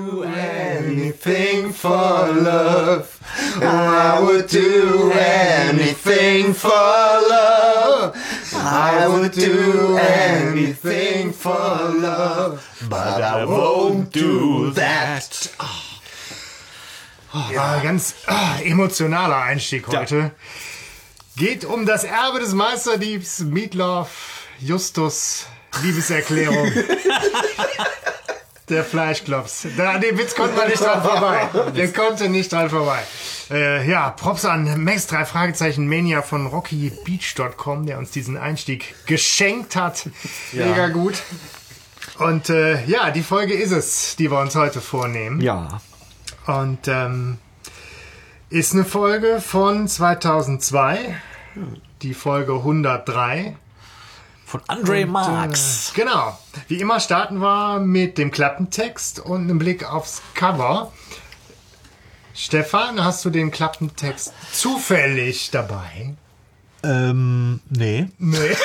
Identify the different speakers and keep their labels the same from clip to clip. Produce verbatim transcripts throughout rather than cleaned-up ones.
Speaker 1: do anything for love. I would do anything for love. I would do anything for love. But I won't do that.
Speaker 2: Oh, war ein ganz ah, emotionaler Einstieg heute. Ja. Geht um das Erbe des Meisterdiebs, Meatloaf, Justus, Liebeserklärung. Der Fleischklops. Da, den Witz konnte man nicht dran vorbei. Der konnte nicht dran vorbei. Äh, ja, Props an Max drei Fragezeichen Mania von rocky beach punkt com, der uns diesen Einstieg geschenkt hat. Ja. Mega gut. Und äh, ja, die Folge ist es, die wir uns heute vornehmen.
Speaker 3: Ja.
Speaker 2: Und ähm, ist eine Folge von zweitausendzwei. Die Folge hundertdrei.
Speaker 3: Von André Marx.
Speaker 2: Äh, genau. Wie immer starten wir mit dem Klappentext und einem Blick aufs Cover. Stefan, hast du den Klappentext zufällig dabei?
Speaker 3: Ähm, nee.
Speaker 2: Nee.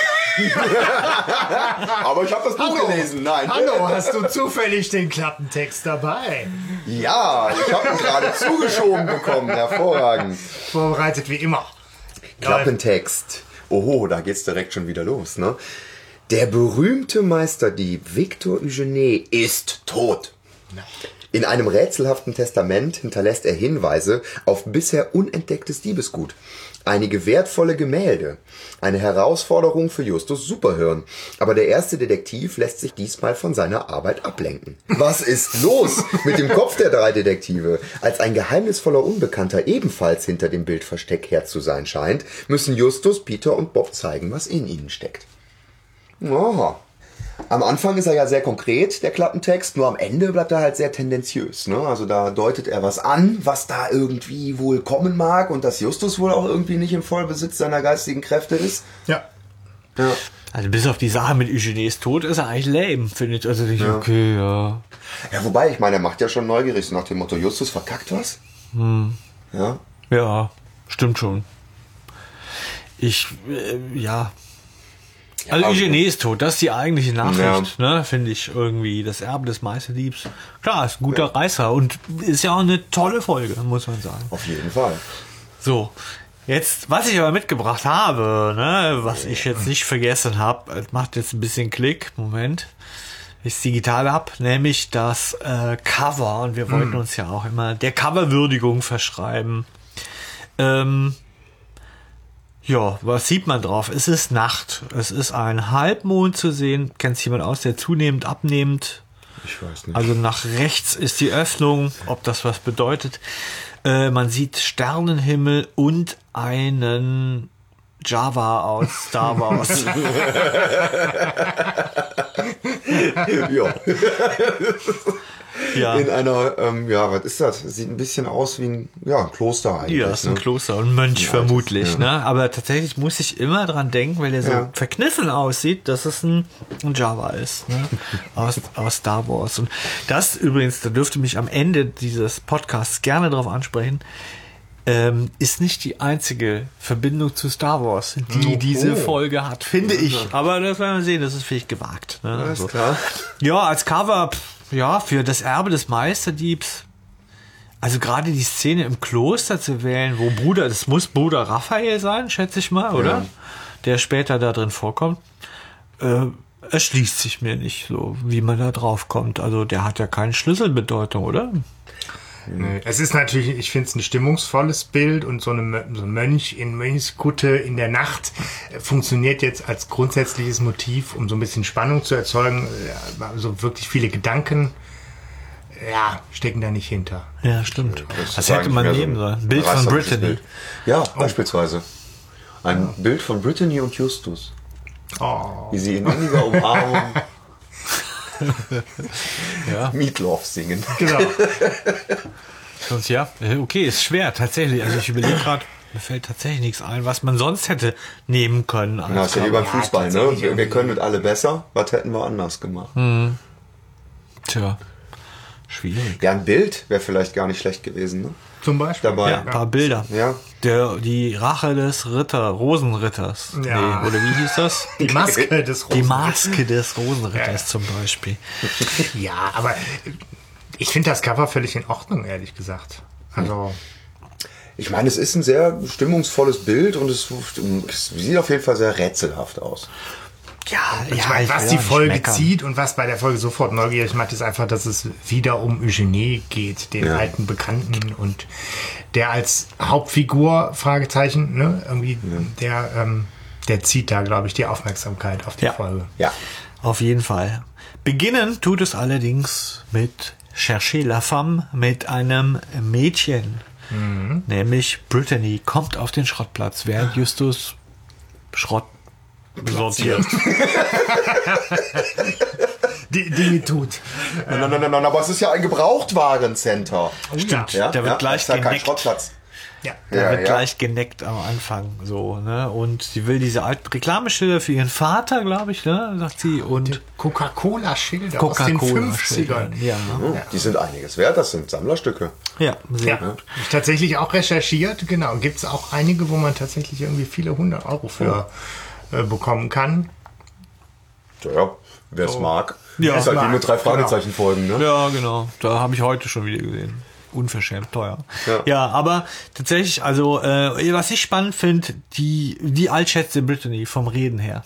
Speaker 1: Aber ich habe das Buch
Speaker 2: Hallo.
Speaker 1: gelesen, nein.
Speaker 2: Hallo, hast du zufällig den Klappentext dabei?
Speaker 1: Ja, ich habe ihn gerade zugeschoben bekommen. Hervorragend.
Speaker 2: Vorbereitet wie immer.
Speaker 1: Klappentext. Oho, da geht's direkt schon wieder los, ne? Der berühmte Meisterdieb Victor Eugenie ist tot. In einem rätselhaften Testament hinterlässt er Hinweise auf bisher unentdecktes Diebesgut. Einige wertvolle Gemälde. Eine Herausforderung für Justus Superhirn. Aber der erste Detektiv lässt sich diesmal von seiner Arbeit ablenken. Was ist los mit dem Kopf der drei Detektive? Als ein geheimnisvoller Unbekannter ebenfalls hinter dem Bildversteck her zu sein scheint, müssen Justus, Peter und Bob zeigen, was in ihnen steckt. Aha. Am Anfang ist er ja sehr konkret, der Klappentext, nur am Ende bleibt er halt sehr tendenziös. Ne? Also da deutet er was an, was da irgendwie wohl kommen mag und dass Justus wohl auch irgendwie nicht im Vollbesitz seiner geistigen Kräfte ist.
Speaker 2: Ja.
Speaker 1: Ja.
Speaker 3: Also bis auf die Sache mit Eugenies Tod ist er eigentlich lame, finde ich. Also nicht
Speaker 1: Ja.
Speaker 3: okay, ja.
Speaker 1: Ja, wobei, ich meine, er macht ja schon neugierig, so nach dem Motto, Justus verkackt was?
Speaker 3: Hm.
Speaker 1: Ja.
Speaker 3: Ja, stimmt schon. Ich, äh, ja... Also
Speaker 1: aber-
Speaker 3: Eugenie ist tot, das ist die eigentliche Nachricht, ne, finde ich irgendwie. Das Erbe des Meisterdiebs. Klar, ist ein guter
Speaker 1: Ja.
Speaker 3: Reißer und ist ja auch eine tolle Folge, muss man sagen.
Speaker 1: Auf jeden Fall.
Speaker 3: So, jetzt, was ich aber mitgebracht habe, ne, was ich jetzt nicht vergessen habe, macht jetzt ein bisschen Klick, Moment, ich digital ab, nämlich das äh, Cover und wir wollten uns ja auch immer der Coverwürdigung verschreiben. Ähm, Ja, was sieht man drauf? Es ist Nacht. Es ist ein Halbmond zu sehen. Kennt sich jemand aus, der zunehmend, abnehmend?
Speaker 1: Ich weiß nicht.
Speaker 3: Also nach rechts ist die Öffnung, ob das was bedeutet. Äh, man sieht Sternenhimmel und einen Java aus Star Wars.
Speaker 1: Ja.
Speaker 3: Ja.
Speaker 1: In einer, ähm, ja, was ist das? Sieht ein bisschen aus wie ein, ja, ein Kloster eigentlich.
Speaker 3: Ja, ist ein
Speaker 1: ne?
Speaker 3: Kloster und Mönch
Speaker 1: Ja,
Speaker 3: vermutlich,
Speaker 1: ja.
Speaker 3: ne? Aber tatsächlich muss ich immer dran denken, weil der so
Speaker 1: Ja.
Speaker 3: verkniffen aussieht, dass es ein, ein Java ist, ne? Aus, aus Star Wars. Und das übrigens, da dürfte mich am Ende dieses Podcasts gerne drauf ansprechen, ähm, ist nicht die einzige Verbindung zu Star Wars, die
Speaker 1: Oh.
Speaker 3: diese Folge hat, finde ich. Aber das werden wir sehen, das ist vielleicht gewagt. Ne?
Speaker 1: Alles
Speaker 3: Also,
Speaker 1: klar.
Speaker 3: ja, als Cover, pff, ja, für das Erbe des Meisterdiebs. Also gerade die Szene im Kloster zu wählen, wo Bruder, das muss Bruder Raphael sein, schätze ich mal, oder?
Speaker 1: Ja.
Speaker 3: Der später da drin vorkommt. Äh, erschließt sich mir nicht so, wie man da drauf kommt. Also der hat ja keine Schlüsselbedeutung, oder?
Speaker 2: Nee, es ist natürlich, ich finde es ein stimmungsvolles Bild und so, eine, so ein Mönch in Mönchskutte in der Nacht äh, funktioniert jetzt als grundsätzliches Motiv, um so ein bisschen Spannung zu erzeugen. Ja, so wirklich viele Gedanken, ja, stecken da nicht hinter.
Speaker 3: Ja, stimmt.
Speaker 1: Das
Speaker 3: Das
Speaker 1: ist
Speaker 3: hätte man
Speaker 1: eigentlich mehr
Speaker 3: nehmen
Speaker 1: so
Speaker 3: sollen.
Speaker 1: ein
Speaker 3: Bild von
Speaker 1: reißerisches
Speaker 3: Brittany.
Speaker 1: Bild. Ja, beispielsweise. Ein Bild von Brittany und Justus.
Speaker 2: Oh.
Speaker 1: Wie sie in inniger Umarmung
Speaker 3: Ja.
Speaker 1: Meatloaf singen.
Speaker 2: Genau.
Speaker 3: Sonst ja, okay, ist schwer, tatsächlich. Also ich überlege gerade, mir fällt tatsächlich nichts ein, was man sonst hätte nehmen können. Als
Speaker 1: Ja, ist ja wie beim
Speaker 2: Ja,
Speaker 1: Fußball, ne?
Speaker 2: tatsächlich
Speaker 1: Wir, wir
Speaker 2: irgendwie.
Speaker 1: können das alle besser. Was hätten wir anders gemacht?
Speaker 3: Tja, schwierig.
Speaker 1: Ja, ein Bild wäre vielleicht gar nicht schlecht gewesen, ne?
Speaker 2: Zum Beispiel.
Speaker 1: Dabei.
Speaker 3: Ja, ein paar Bilder.
Speaker 1: Ja.
Speaker 3: Der, die Rache des Ritter, Rosenritters.
Speaker 2: Ja.
Speaker 3: Nee, oder wie hieß das?
Speaker 2: Die Maske des
Speaker 3: Die
Speaker 2: Rosen.
Speaker 3: Maske des Rosenritters
Speaker 2: Ja.
Speaker 3: zum Beispiel.
Speaker 2: Ja, aber Ich finde das Cover völlig in Ordnung, ehrlich gesagt. Also...
Speaker 1: Ich meine, es ist ein sehr stimmungsvolles Bild und es, es sieht auf jeden Fall sehr rätselhaft aus.
Speaker 3: Ja,
Speaker 2: Ich
Speaker 3: ja,
Speaker 2: meine,
Speaker 3: ich
Speaker 2: was
Speaker 3: will
Speaker 2: die
Speaker 3: auch nicht
Speaker 2: Folge
Speaker 3: meckern.
Speaker 2: zieht und was bei der Folge sofort neugierig macht, ist einfach, dass es wieder um Eugenie geht, den
Speaker 1: Ja.
Speaker 2: alten Bekannten und der als Hauptfigur, Fragezeichen, ne, irgendwie, der, ähm, der zieht da, glaube ich, die Aufmerksamkeit auf die
Speaker 3: Ja.
Speaker 2: Folge.
Speaker 1: Ja.
Speaker 3: Auf jeden Fall. Beginnen tut es allerdings mit Cherchez la femme, mit einem Mädchen.
Speaker 2: Mhm.
Speaker 3: Nämlich Brittany kommt auf den Schrottplatz, während Justus Schrott sortiert.
Speaker 2: Die Dinge tut.
Speaker 1: Nein, nein, nein, nein, aber es ist ja ein Gebrauchtwarencenter.
Speaker 2: Stimmt.
Speaker 1: Ja,
Speaker 3: Da wird
Speaker 1: ja,
Speaker 3: gleich
Speaker 1: das ist ja kein
Speaker 3: geneckt.
Speaker 1: Schrottplatz.
Speaker 2: Ja.
Speaker 3: Der
Speaker 1: Ja,
Speaker 3: wird
Speaker 1: ja.
Speaker 3: gleich geneckt am Anfang, so, ne? Und sie will diese alten Reklameschilder für ihren Vater, glaube ich, ne? Sagt sie. Und
Speaker 2: Coca-Cola-Schilder aus den
Speaker 3: Coca-Cola.
Speaker 2: fünfzigern.
Speaker 3: Ja.
Speaker 1: Oh, die sind einiges wert, das sind Sammlerstücke.
Speaker 3: Ja, sehr
Speaker 2: Ja,
Speaker 3: gut.
Speaker 2: ich tatsächlich auch recherchiert, genau. Gibt es auch einige, wo man tatsächlich irgendwie viele hundert Euro für äh, bekommen kann.
Speaker 1: Ja, ja, wer es mag.
Speaker 3: Ja.
Speaker 1: ist halt wie
Speaker 2: Mag,
Speaker 1: mit drei Fragezeichen folgen, ne?
Speaker 3: Ja, genau. Da habe ich heute schon wieder gesehen. Unverschämt teuer. Ja,
Speaker 1: Ja.
Speaker 3: aber tatsächlich, also, äh, was ich spannend finde, die, wie alt schätzt Brittany vom Reden her?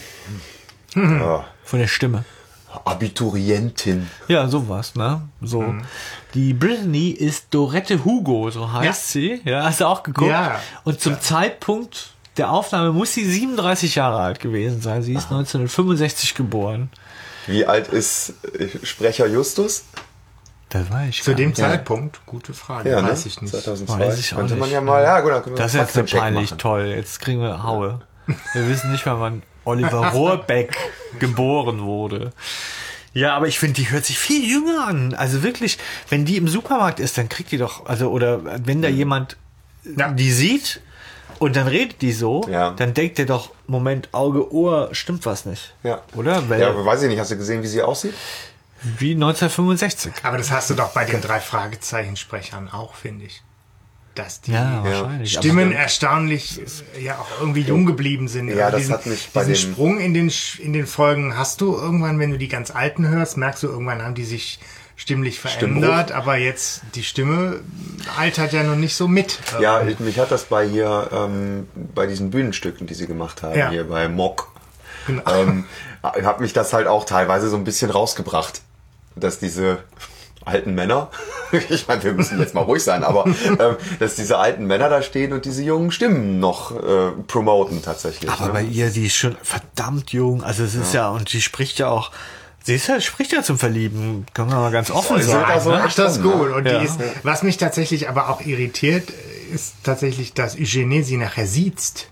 Speaker 1: Ja.
Speaker 3: Von der Stimme.
Speaker 1: Abiturientin.
Speaker 3: Ja, sowas, ne? So.
Speaker 2: Mhm.
Speaker 3: Die Brittany ist Dorette Hugo, so heißt
Speaker 2: Ja.
Speaker 3: sie. Ja, hast du auch geguckt?
Speaker 2: Ja.
Speaker 3: Und zum Zeitpunkt der Aufnahme muss sie siebenunddreißig Jahre alt gewesen sein. Sie ist neunzehnhundertfünfundsechzig geboren.
Speaker 1: Wie alt ist äh, Sprecher Justus?
Speaker 3: Das weiß ich
Speaker 2: Zu
Speaker 3: gar
Speaker 2: dem
Speaker 3: nicht.
Speaker 2: Zeitpunkt, gute Frage,
Speaker 1: Ja,
Speaker 2: weiß
Speaker 1: ne?
Speaker 2: ich nicht.
Speaker 1: zweitausendzwei.
Speaker 3: Weiß ich auch
Speaker 1: Könnte man
Speaker 3: nicht.
Speaker 1: ja mal, ja gut, dann können wir
Speaker 3: Das ist jetzt so
Speaker 1: Faktencheck
Speaker 3: peinlich
Speaker 1: machen.
Speaker 3: toll. Jetzt kriegen wir Haue. Wir wissen nicht mal, wann Oliver Rohrbeck geboren wurde. Ja, aber ich finde, die hört sich viel jünger an. Also wirklich, wenn die im Supermarkt ist, dann kriegt die doch, also, oder wenn da jemand
Speaker 2: Ja.
Speaker 3: die sieht und dann redet die so,
Speaker 1: Ja.
Speaker 3: dann denkt der doch, Moment, Auge, Ohr, stimmt was nicht.
Speaker 1: Ja.
Speaker 3: Oder? Weil,
Speaker 1: Ja, aber weiß ich nicht, hast du gesehen, wie sie aussieht?
Speaker 3: wie neunzehnhundertfünfundsechzig.
Speaker 2: Aber das hast du doch bei den drei Fragezeichensprechern auch, finde ich. Dass die
Speaker 3: Ja, wahrscheinlich.
Speaker 2: Stimmen
Speaker 3: Aber-
Speaker 2: erstaunlich äh, ja auch irgendwie jung geblieben sind.
Speaker 1: Ja,
Speaker 2: Also
Speaker 1: das
Speaker 2: diesen,
Speaker 1: hat mich bei
Speaker 2: diesen
Speaker 1: dem-
Speaker 2: Sprung in den, Sch- in den Folgen hast du irgendwann, wenn du die ganz alten hörst, merkst du, irgendwann haben die sich stimmlich verändert, aber jetzt die Stimme altert ja noch nicht so mit.
Speaker 1: Ja, ich, mich hat das bei hier, ähm, bei diesen Bühnenstücken, die sie gemacht haben,
Speaker 2: Ja.
Speaker 1: hier bei Mock,
Speaker 2: Genau.
Speaker 1: ähm, hat mich das halt auch teilweise so ein bisschen rausgebracht, dass diese alten Männer, ich meine, wir müssen jetzt mal ruhig sein, aber ähm, dass diese alten Männer da stehen und diese jungen Stimmen noch äh, promoten tatsächlich.
Speaker 3: Aber
Speaker 1: ne?
Speaker 3: bei ihr, die ist schon verdammt jung. Also es ist ja, und die spricht ja auch, sie ist ja, spricht ja zum Verlieben. Können wir mal ganz offen
Speaker 1: Soll- soll
Speaker 3: sagen.
Speaker 1: das so
Speaker 3: ne?
Speaker 2: Ach, das ist
Speaker 1: Schon,
Speaker 2: gut.
Speaker 1: ne?
Speaker 2: Und
Speaker 3: Ja.
Speaker 2: die ist, was mich tatsächlich aber auch irritiert, ist tatsächlich, dass Eugenie sie nachher sieht.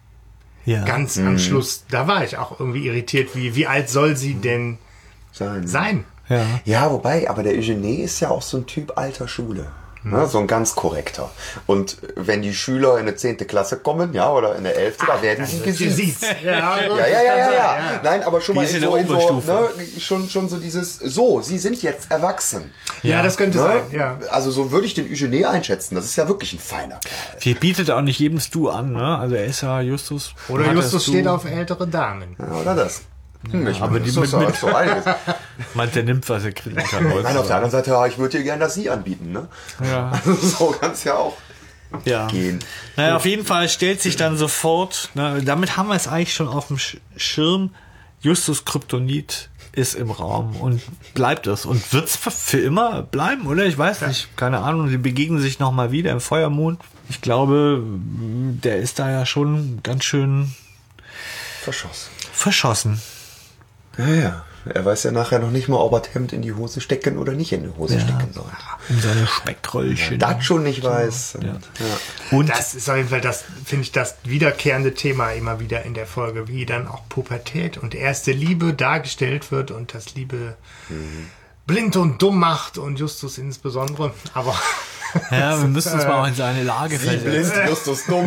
Speaker 3: Ja.
Speaker 2: Ganz
Speaker 1: Mhm.
Speaker 2: am Schluss. Da war ich auch irgendwie irritiert. Wie, wie alt soll sie denn
Speaker 1: sein.
Speaker 2: sein?
Speaker 3: Ja.
Speaker 1: Ja, wobei, aber der Eugenie ist ja auch so ein Typ alter Schule. Ne, so ein ganz korrekter. Und wenn die Schüler in eine zehnte Klasse kommen, ja, oder in eine elfte, da werden sie gesiezt.
Speaker 2: Gesiezt. Ja,
Speaker 1: Ja, ja, ja, ja, ja. Nein, aber schon
Speaker 3: Die
Speaker 1: mal
Speaker 3: ist
Speaker 1: in
Speaker 3: in
Speaker 1: so,
Speaker 3: der
Speaker 1: in so,
Speaker 3: Oberstufe.
Speaker 1: ne, schon, schon so dieses, so, sie sind jetzt erwachsen.
Speaker 2: Ja, das könnte
Speaker 1: Ne?
Speaker 2: sein. Ja.
Speaker 1: Also so würde ich den Eugenie einschätzen. Das ist ja wirklich ein feiner Kerl.
Speaker 3: Die bietet auch nicht jedem Stu an, ne? Also er ist ja Justus.
Speaker 2: Oder
Speaker 3: hat
Speaker 2: Justus
Speaker 3: das Stu-
Speaker 2: steht auf ältere Damen.
Speaker 1: Ja, oder das? Hm, ich
Speaker 3: aber
Speaker 1: meine,
Speaker 3: die
Speaker 1: das ist
Speaker 3: mit-
Speaker 1: so,
Speaker 3: mit-
Speaker 1: so einiges.
Speaker 3: Meint, der nimmt, was er kriegen kann.
Speaker 1: Nein, auf der anderen Seite, ja, ich würde dir gerne das Sie anbieten, ne?
Speaker 3: Ja.
Speaker 1: Also so kann es ja auch
Speaker 3: Ja.
Speaker 1: gehen.
Speaker 3: Naja, auf jeden Fall stellt sich dann sofort, ne, damit haben wir es eigentlich schon auf dem Sch- Schirm, Justus Kryptonit ist im Raum und bleibt es. Und wird es für immer bleiben, oder? Ich weiß nicht, keine Ahnung. Sie begegnen sich nochmal wieder im Feuermond. Ich glaube, der ist da ja schon ganz schön
Speaker 1: Verschossen.
Speaker 3: verschossen.
Speaker 1: Ja, ja. Er weiß ja nachher noch nicht mal, ob er das Hemd in die Hose stecken oder nicht in die Hose stecken soll.
Speaker 3: Um seine Speckröllchen.
Speaker 1: Das schon nicht weiß. Und,
Speaker 3: Ja.
Speaker 1: ja.
Speaker 3: Und
Speaker 2: Das ist auf jeden Fall das, finde ich, das wiederkehrende Thema immer wieder in der Folge, wie dann auch Pubertät und erste Liebe dargestellt wird und das Liebe blind und dumm macht und Justus insbesondere. Aber
Speaker 3: Ja, wir müssen uns mal auch in seine Lage
Speaker 1: Sie
Speaker 3: versetzen.
Speaker 1: blind, Justus dumm.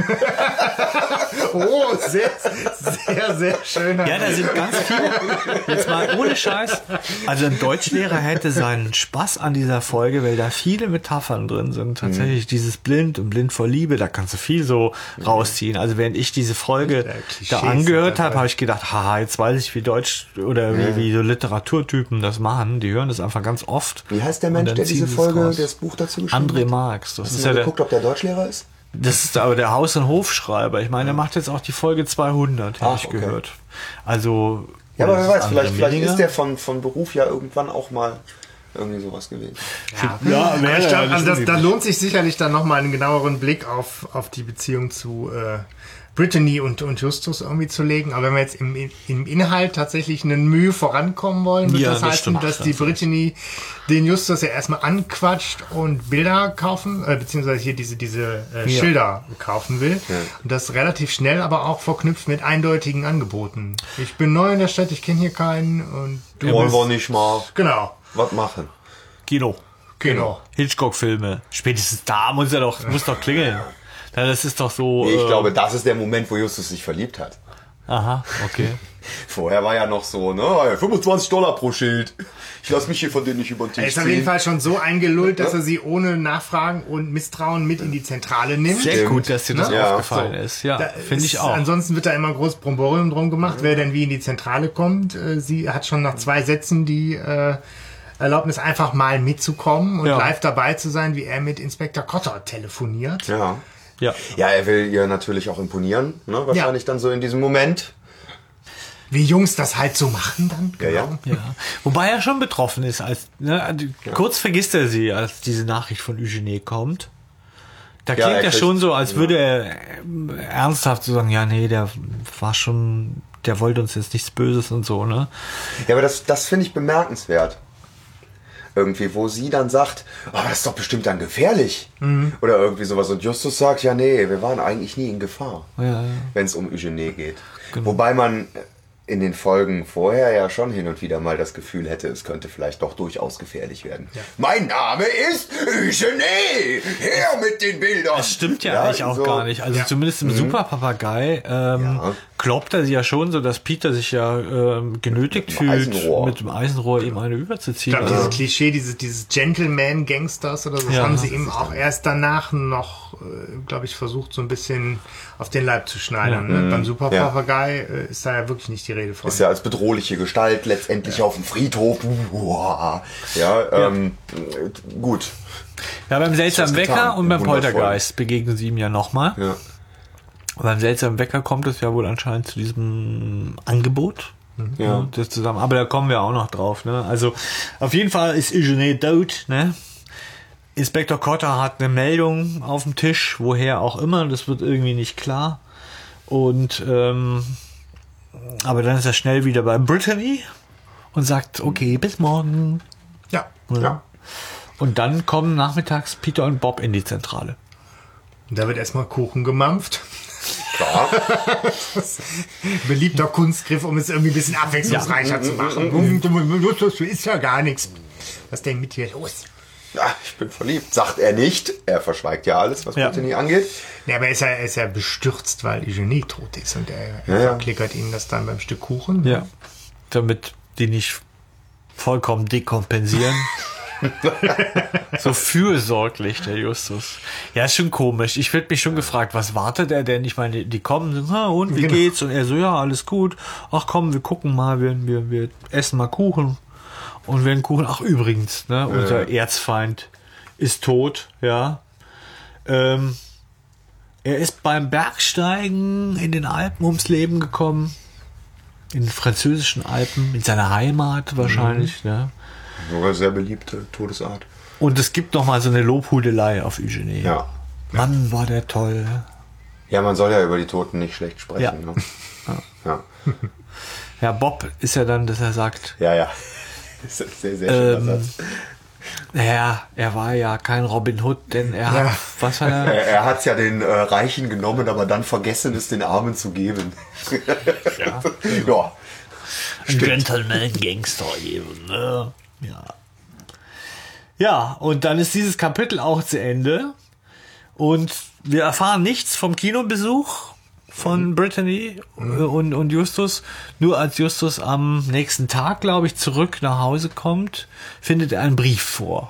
Speaker 2: Oh, sehr, sehr, sehr schön.
Speaker 3: Ja, da sind ganz viele. Jetzt mal ohne Scheiß. Also ein Deutschlehrer hätte seinen Spaß an dieser Folge, weil da viele Metaphern drin sind. Tatsächlich dieses Blind und Blind vor Liebe, da kannst du viel so rausziehen. Also während ich diese Folge da angehört habe, habe ich gedacht, haha, jetzt weiß ich, wie Deutsch oder wie, wie so Literaturtypen das machen. Die hören das einfach ganz oft.
Speaker 1: Wie heißt der Mensch, der diese Folge, das Buch dazu geschrieben
Speaker 3: André
Speaker 1: hat?
Speaker 3: Marx. Das
Speaker 1: Hast
Speaker 3: ist
Speaker 1: du
Speaker 3: ja
Speaker 1: mal
Speaker 3: der,
Speaker 1: geguckt, ob der Deutschlehrer ist?
Speaker 3: das ist aber der Haus- und Hofschreiber. Ich meine, er macht jetzt auch die Folge zweihundert, habe
Speaker 1: Ach,
Speaker 3: ich
Speaker 1: okay.
Speaker 3: gehört. Also.
Speaker 1: Ja, aber wer weiß,
Speaker 3: André
Speaker 1: vielleicht, vielleicht
Speaker 3: Millinger.
Speaker 1: ist der von, von Beruf ja irgendwann auch mal irgendwie sowas gewesen.
Speaker 2: Ja,
Speaker 3: Ja,
Speaker 2: aber
Speaker 3: wäre
Speaker 2: ich glaub,
Speaker 3: ja
Speaker 2: also das,
Speaker 3: nicht
Speaker 2: da lohnt sich sicherlich dann nochmal einen genaueren Blick auf, auf die Beziehung zu äh, Brittany und, und Justus irgendwie zu legen. Aber wenn wir jetzt im, im Inhalt tatsächlich einen Mühe vorankommen wollen, wird
Speaker 3: Ja,
Speaker 2: das
Speaker 3: das
Speaker 2: heißen,
Speaker 3: stimmt.
Speaker 2: dass die Brittany den Justus ja erstmal anquatscht und Bilder kaufen, äh, beziehungsweise hier diese, diese äh,
Speaker 3: Ja.
Speaker 2: Schilder kaufen will. Und das relativ schnell, aber auch verknüpft mit eindeutigen Angeboten. Ich bin neu in der Stadt, ich kenne hier keinen und du
Speaker 1: Wollen
Speaker 2: bist...
Speaker 1: wir nicht mal
Speaker 2: Genau,
Speaker 1: was machen?
Speaker 3: Kino.
Speaker 2: genau.
Speaker 3: Hitchcock-Filme. Spätestens da muss er doch, muss doch klingeln. Ja, das ist doch so.
Speaker 1: Nee, ich
Speaker 3: äh,
Speaker 1: glaube, das ist der Moment, wo Justus sich verliebt hat.
Speaker 3: Aha, okay.
Speaker 1: Vorher war ja noch so, ne, fünfundzwanzig Dollar pro Schild. Ich lasse mich hier von denen nicht über den
Speaker 2: Er
Speaker 1: Tisch
Speaker 2: ist auf jeden
Speaker 1: ziehen.
Speaker 2: Fall schon so eingelullt, dass er sie ohne Nachfragen und Misstrauen mit in die Zentrale nimmt.
Speaker 3: Sehr
Speaker 1: Stimmt.
Speaker 3: gut, dass dir das
Speaker 1: Ja,
Speaker 3: aufgefallen
Speaker 1: so.
Speaker 3: ist. Ja,
Speaker 2: Da
Speaker 3: finde ich
Speaker 2: ist-
Speaker 3: auch.
Speaker 2: Ansonsten wird da immer groß Bromborium drum gemacht, wer denn wie in die Zentrale kommt. Äh, Sie hat schon nach zwei Sätzen die äh, Erlaubnis, einfach mal mitzukommen und
Speaker 3: Ja.
Speaker 2: live dabei zu sein, wie er mit Inspektor Cotter telefoniert.
Speaker 1: Ja.
Speaker 3: Ja.
Speaker 1: Ja, er will ihr natürlich auch imponieren, ne? Wahrscheinlich dann so in diesem Moment.
Speaker 2: Wie Jungs das halt so machen dann.
Speaker 1: Ja, ja.
Speaker 3: Ja. Wobei er schon betroffen ist. Als, ne, kurz vergisst er sie, als diese Nachricht von Eugenie kommt. Da
Speaker 1: Ja,
Speaker 3: klingt
Speaker 1: er
Speaker 3: er
Speaker 1: kriegt-
Speaker 3: schon so, als würde er äh, ernsthaft so sagen, ja, nee, der war schon, der wollte uns jetzt nichts Böses und so, ne?
Speaker 1: Ja, aber das, das finde ich bemerkenswert. Irgendwie, wo sie dann sagt, oh, das ist doch bestimmt dann gefährlich. Oder irgendwie sowas. Und Justus sagt, ja, nee, wir waren eigentlich nie in Gefahr,
Speaker 3: Ja, ja.
Speaker 1: wenn es um Eugenie geht.
Speaker 3: Genau.
Speaker 1: Wobei man in den Folgen vorher ja schon hin und wieder mal das Gefühl hätte, es könnte vielleicht doch durchaus gefährlich werden. Mein Name ist Eugenie! Her mit den Bildern!
Speaker 3: Das stimmt ja,
Speaker 1: Ja,
Speaker 3: eigentlich auch
Speaker 1: so-
Speaker 3: gar nicht. Also
Speaker 2: Ja.
Speaker 3: zumindest im Superpapagei ähm,
Speaker 1: Ja.
Speaker 3: glaubt er sie ja schon so, dass Peter sich ja ähm, genötigt
Speaker 1: Mit dem
Speaker 3: fühlt,
Speaker 1: Eisenrohr.
Speaker 3: mit dem Eisenrohr ihm eine überzuziehen.
Speaker 2: Ich glaube,
Speaker 3: Also,
Speaker 2: dieses Klischee, dieses, dieses Gentleman-Gangsters oder so, das
Speaker 3: Ja.
Speaker 2: haben sie ihm auch erst danach noch, äh, glaube ich, versucht, so ein bisschen auf den Leib zu schneidern. Ne? Beim Superpapagei äh, ist da ja wirklich nicht die Rede von.
Speaker 1: Ist ja als bedrohliche Gestalt letztendlich auf dem Friedhof. Uah. Ja, ähm, gut.
Speaker 3: ja, beim seltsamen
Speaker 1: was
Speaker 3: Wecker
Speaker 1: getan.
Speaker 3: und beim
Speaker 1: Wundervoll.
Speaker 3: Poltergeist begegnen sie ihm ja nochmal.
Speaker 1: Ja.
Speaker 3: Beim seltsamen Wecker kommt es ja wohl anscheinend zu diesem Angebot.
Speaker 1: Ja.
Speaker 3: Ne, das zusammen. Aber da kommen wir auch noch drauf. Ne? Also auf jeden Fall ist Eugenie tot. Ne? Inspektor Cotter hat eine Meldung auf dem Tisch, woher auch immer. Das wird irgendwie nicht klar. Und ähm, aber dann ist er schnell wieder bei Brittany und sagt, okay, bis morgen.
Speaker 2: Ja.
Speaker 1: Ja.
Speaker 3: Und dann kommen nachmittags Peter und Bob in die Zentrale.
Speaker 2: Und da wird erstmal Kuchen gemampft.
Speaker 1: Klar.
Speaker 2: Beliebter Kunstgriff, um es irgendwie ein bisschen abwechslungsreicher zu machen. Das ist ja gar nichts. Was ist denn mit dir los?
Speaker 1: Ja, ich bin verliebt. Sagt er nicht. Er verschweigt ja alles, was
Speaker 3: Ja.
Speaker 1: Brittany angeht.
Speaker 2: Ja, aber er ist ja, er ist ja bestürzt, weil Eugenie tot ist. Und er, er
Speaker 1: Ja, ja.
Speaker 2: verklickert ihnen das dann beim Stück Kuchen.
Speaker 3: Ja. Damit die nicht vollkommen dekompensieren. So fürsorglich, der Justus. Ja, ist schon komisch. Ich werde mich schon gefragt, was wartet er denn? Ich meine, die kommen, so, "Ha, und wie
Speaker 2: Genau.
Speaker 3: geht's?" Und er so, ja, alles gut. Ach komm, wir gucken mal, wir, wir, wir essen mal Kuchen. Und werden Kuchen, ach übrigens, ne, unser Erzfeind ist tot, ja. Ähm, er ist beim Bergsteigen in den Alpen ums Leben gekommen. In den französischen Alpen, in seiner Heimat wahrscheinlich, ne.
Speaker 1: Sogar sehr beliebte Todesart.
Speaker 3: Und es gibt noch mal so eine Lobhudelei auf Eugenie.
Speaker 1: Ja.
Speaker 3: Mann, war der toll.
Speaker 1: Ja, man soll ja über die Toten nicht schlecht sprechen.
Speaker 3: Ja.
Speaker 1: Ne? Ja.
Speaker 3: Ja, Bob ist ja dann, dass er sagt,
Speaker 1: Ja, ja. Das ist ein sehr, sehr schöner
Speaker 3: ähm,
Speaker 1: Satz.
Speaker 3: naja, er war ja kein Robin Hood, denn er hat,
Speaker 2: Ja.
Speaker 3: was war er?
Speaker 1: Er, er hat ja den äh, Reichen genommen, aber dann vergessen, es den Armen zu geben. Ja. Ja.
Speaker 3: Ein Gentleman-Gangster eben, ne? Ja. Ja, und dann ist dieses Kapitel auch zu Ende. Und wir erfahren nichts vom Kinobesuch von Brittany und, und Justus. Nur als Justus am nächsten Tag, glaube ich, zurück nach Hause kommt, findet er einen Brief vor.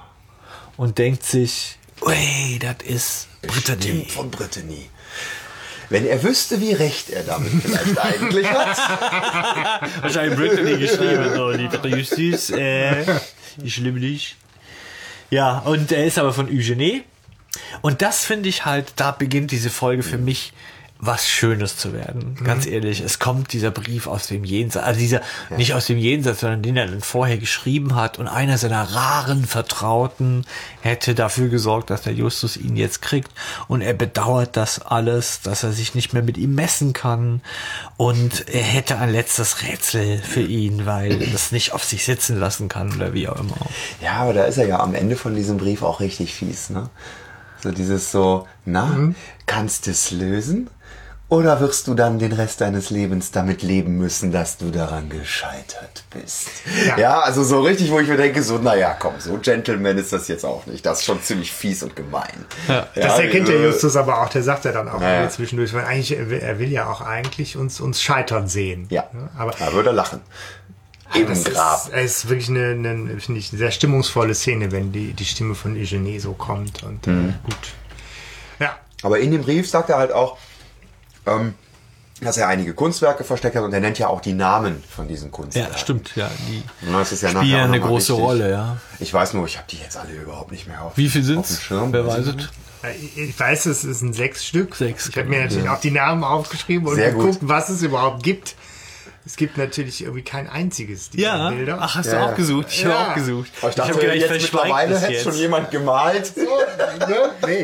Speaker 3: Und denkt sich, ui, das ist Brittany.
Speaker 1: Bestimmt von Brittany. Wenn er wüsste, wie recht er damit vielleicht eigentlich hat.
Speaker 3: Wahrscheinlich Brittany geschrieben, so, lieber Justus, äh, ich liebe dich. Ja, und er ist aber von Eugenie. Und das finde ich halt, da beginnt diese Folge für mich was Schönes zu werden. Ganz mhm. ehrlich, es kommt dieser Brief aus dem Jenseits, also dieser, ja. nicht aus dem Jenseits, sondern den er dann vorher geschrieben hat, und einer seiner raren Vertrauten hätte dafür gesorgt, dass der Justus ihn jetzt kriegt, und er bedauert das alles, dass er sich nicht mehr mit ihm messen kann, und er hätte ein letztes Rätsel für ihn, weil er das nicht auf sich sitzen lassen kann oder wie auch immer.
Speaker 1: Ja, aber da ist er ja am Ende von diesem Brief auch richtig fies, ne? So dieses so, na, mhm. kannst du es lösen? Oder wirst du dann den Rest deines Lebens damit leben müssen, dass du daran gescheitert bist? Ja, ja, also so richtig, wo ich mir denke, so, naja, komm, so Gentleman ist das jetzt auch nicht. Das ist schon ziemlich fies und gemein.
Speaker 2: Ja. Das ja, erkennt der Justus aber auch, der sagt ja dann auch ja. zwischendurch, weil eigentlich, er will, er will ja auch eigentlich uns, uns scheitern sehen.
Speaker 1: Ja,
Speaker 2: aber
Speaker 1: da würde er lachen. Im
Speaker 2: das
Speaker 1: Grab.
Speaker 2: Ist, es ist wirklich eine, eine, finde ich, eine sehr stimmungsvolle Szene, wenn die, die Stimme von Eugenie so kommt. Und mhm. äh, gut. Ja.
Speaker 1: Aber in dem Brief sagt er halt auch, ähm, dass er einige Kunstwerke versteckt hat, und er nennt ja auch die Namen von diesen Kunstwerken.
Speaker 3: Ja, stimmt, ja. Die
Speaker 1: das ist ja
Speaker 3: spielen eine große wichtig. Rolle, ja.
Speaker 1: Ich weiß nur, ich habe die jetzt alle überhaupt nicht mehr auf.
Speaker 3: Wie viel sind es? Wer weiß es?
Speaker 2: Ich weiß, es sind sechs Stück.
Speaker 3: Sechs.
Speaker 2: Ich habe mir natürlich ja. auch die Namen aufgeschrieben und
Speaker 1: Sehr
Speaker 2: geguckt,
Speaker 1: gut.
Speaker 2: was es überhaupt gibt. Es gibt natürlich irgendwie kein einziges dieser
Speaker 3: ja.
Speaker 2: Bilder.
Speaker 3: Ach, hast
Speaker 1: ja,
Speaker 3: du auch
Speaker 1: ja.
Speaker 3: gesucht? Ich
Speaker 2: ja.
Speaker 3: habe auch gesucht.
Speaker 1: Aber ich dachte,
Speaker 3: ich habe
Speaker 1: jetzt mittlerweile hätte jetzt schon jemand gemalt.
Speaker 2: So, ne? Nee.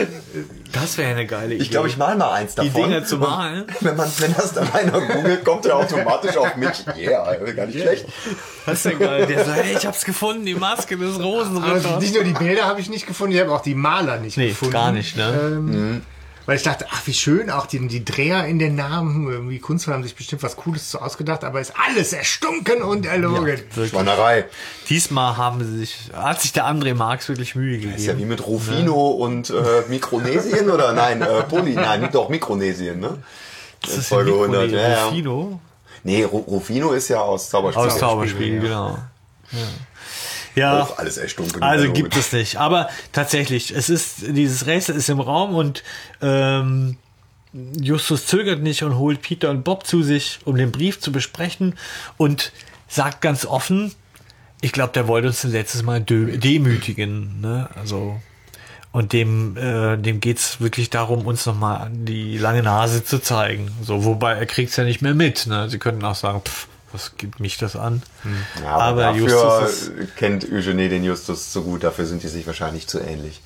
Speaker 3: Das wäre eine geile Idee.
Speaker 1: Ich glaube, ich mal mal eins davon.
Speaker 3: Die Dinger zu malen.
Speaker 1: Wenn man, wenn das dann einer googelt, kommt er automatisch auf mich. Ja, yeah, gar nicht schlecht.
Speaker 3: Das ist ja geil. Der sagt, hey, ich hab's gefunden, die Maske des Rosenritters.
Speaker 2: Aber nicht nur die Bilder habe ich nicht gefunden, ich habe auch die Maler nicht
Speaker 3: nee,
Speaker 2: gefunden.
Speaker 3: gar nicht, ne?
Speaker 2: Ähm, mhm. Weil ich dachte, ach, wie schön, auch die, die Dreher in den Namen, irgendwie Künstler haben sich bestimmt was Cooles so ausgedacht, aber ist alles erstunken und erlogen.
Speaker 1: Ja, Schweinerei.
Speaker 3: Diesmal haben sie sich, hat sich der André Marx wirklich Mühe gegeben.
Speaker 1: Das ist ja wie mit Rufino ja. und äh, Mikronesien, oder nein, äh, Poly, nein, doch Mikronesien, ne?
Speaker 3: Das ist Folge hundert. Ja, Rufino?
Speaker 1: Nee, Rufino ist ja aus Zauberspiel.
Speaker 3: Aus Zauberspiel, genau. Ja. Ja,
Speaker 1: auch alles erstunken.
Speaker 3: Also gibt es nicht. Aber tatsächlich, es ist, dieses Rätsel ist im Raum, und ähm, Justus zögert nicht und holt Peter und Bob zu sich, um den Brief zu besprechen, und sagt ganz offen, ich glaube, der wollte uns das letztes Mal dö- demütigen. Ne? Also, und dem, äh, dem geht's wirklich darum, uns nochmal die lange Nase zu zeigen. So, wobei er kriegt's ja nicht mehr mit. Ne? Sie könnten auch sagen, pff, was gibt mich das an?
Speaker 1: Ja, aber, aber dafür Justus ist, kennt Eugenie den Justus so gut, dafür sind die sich wahrscheinlich zu ähnlich.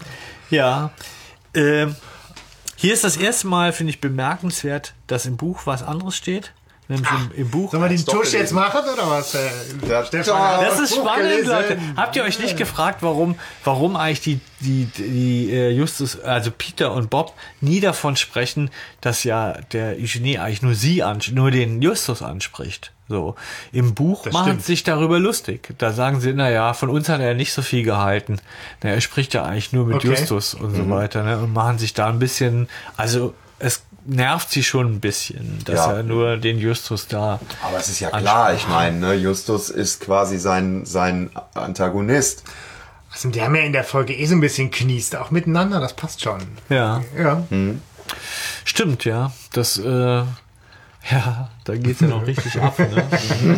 Speaker 3: Ja, äh, hier ist das erste Mal, finde ich, bemerkenswert, dass im Buch was anderes steht. Nämlich Ach, im, im Buch.
Speaker 2: Sollen wir den Tusch jetzt machen oder was? Äh, Stefan,
Speaker 3: das ist spannend, Leute. Habt ihr euch nicht gefragt, warum, warum eigentlich die, die, die äh, Justus, also Peter und Bob, nie davon sprechen, dass ja der Eugenie eigentlich nur sie ans- nur den Justus anspricht? So. Im Buch das machen sie sich darüber lustig. Da sagen sie, na ja, von uns hat er nicht so viel gehalten. Na, er spricht ja eigentlich nur mit okay. Justus und mhm. so weiter, ne? Und machen sich da ein bisschen, also es nervt sie schon ein bisschen, dass ja. er nur den Justus da.
Speaker 1: Aber es ist ja klar, ich meine, ne, Justus ist quasi sein, sein Antagonist.
Speaker 2: Also die haben ja in der Folge eh so ein bisschen kniest, auch miteinander, das passt schon.
Speaker 3: Ja.
Speaker 2: Ja.
Speaker 1: Mhm.
Speaker 3: Stimmt, ja. Das, äh, ja, da geht's ja noch richtig ab, ne?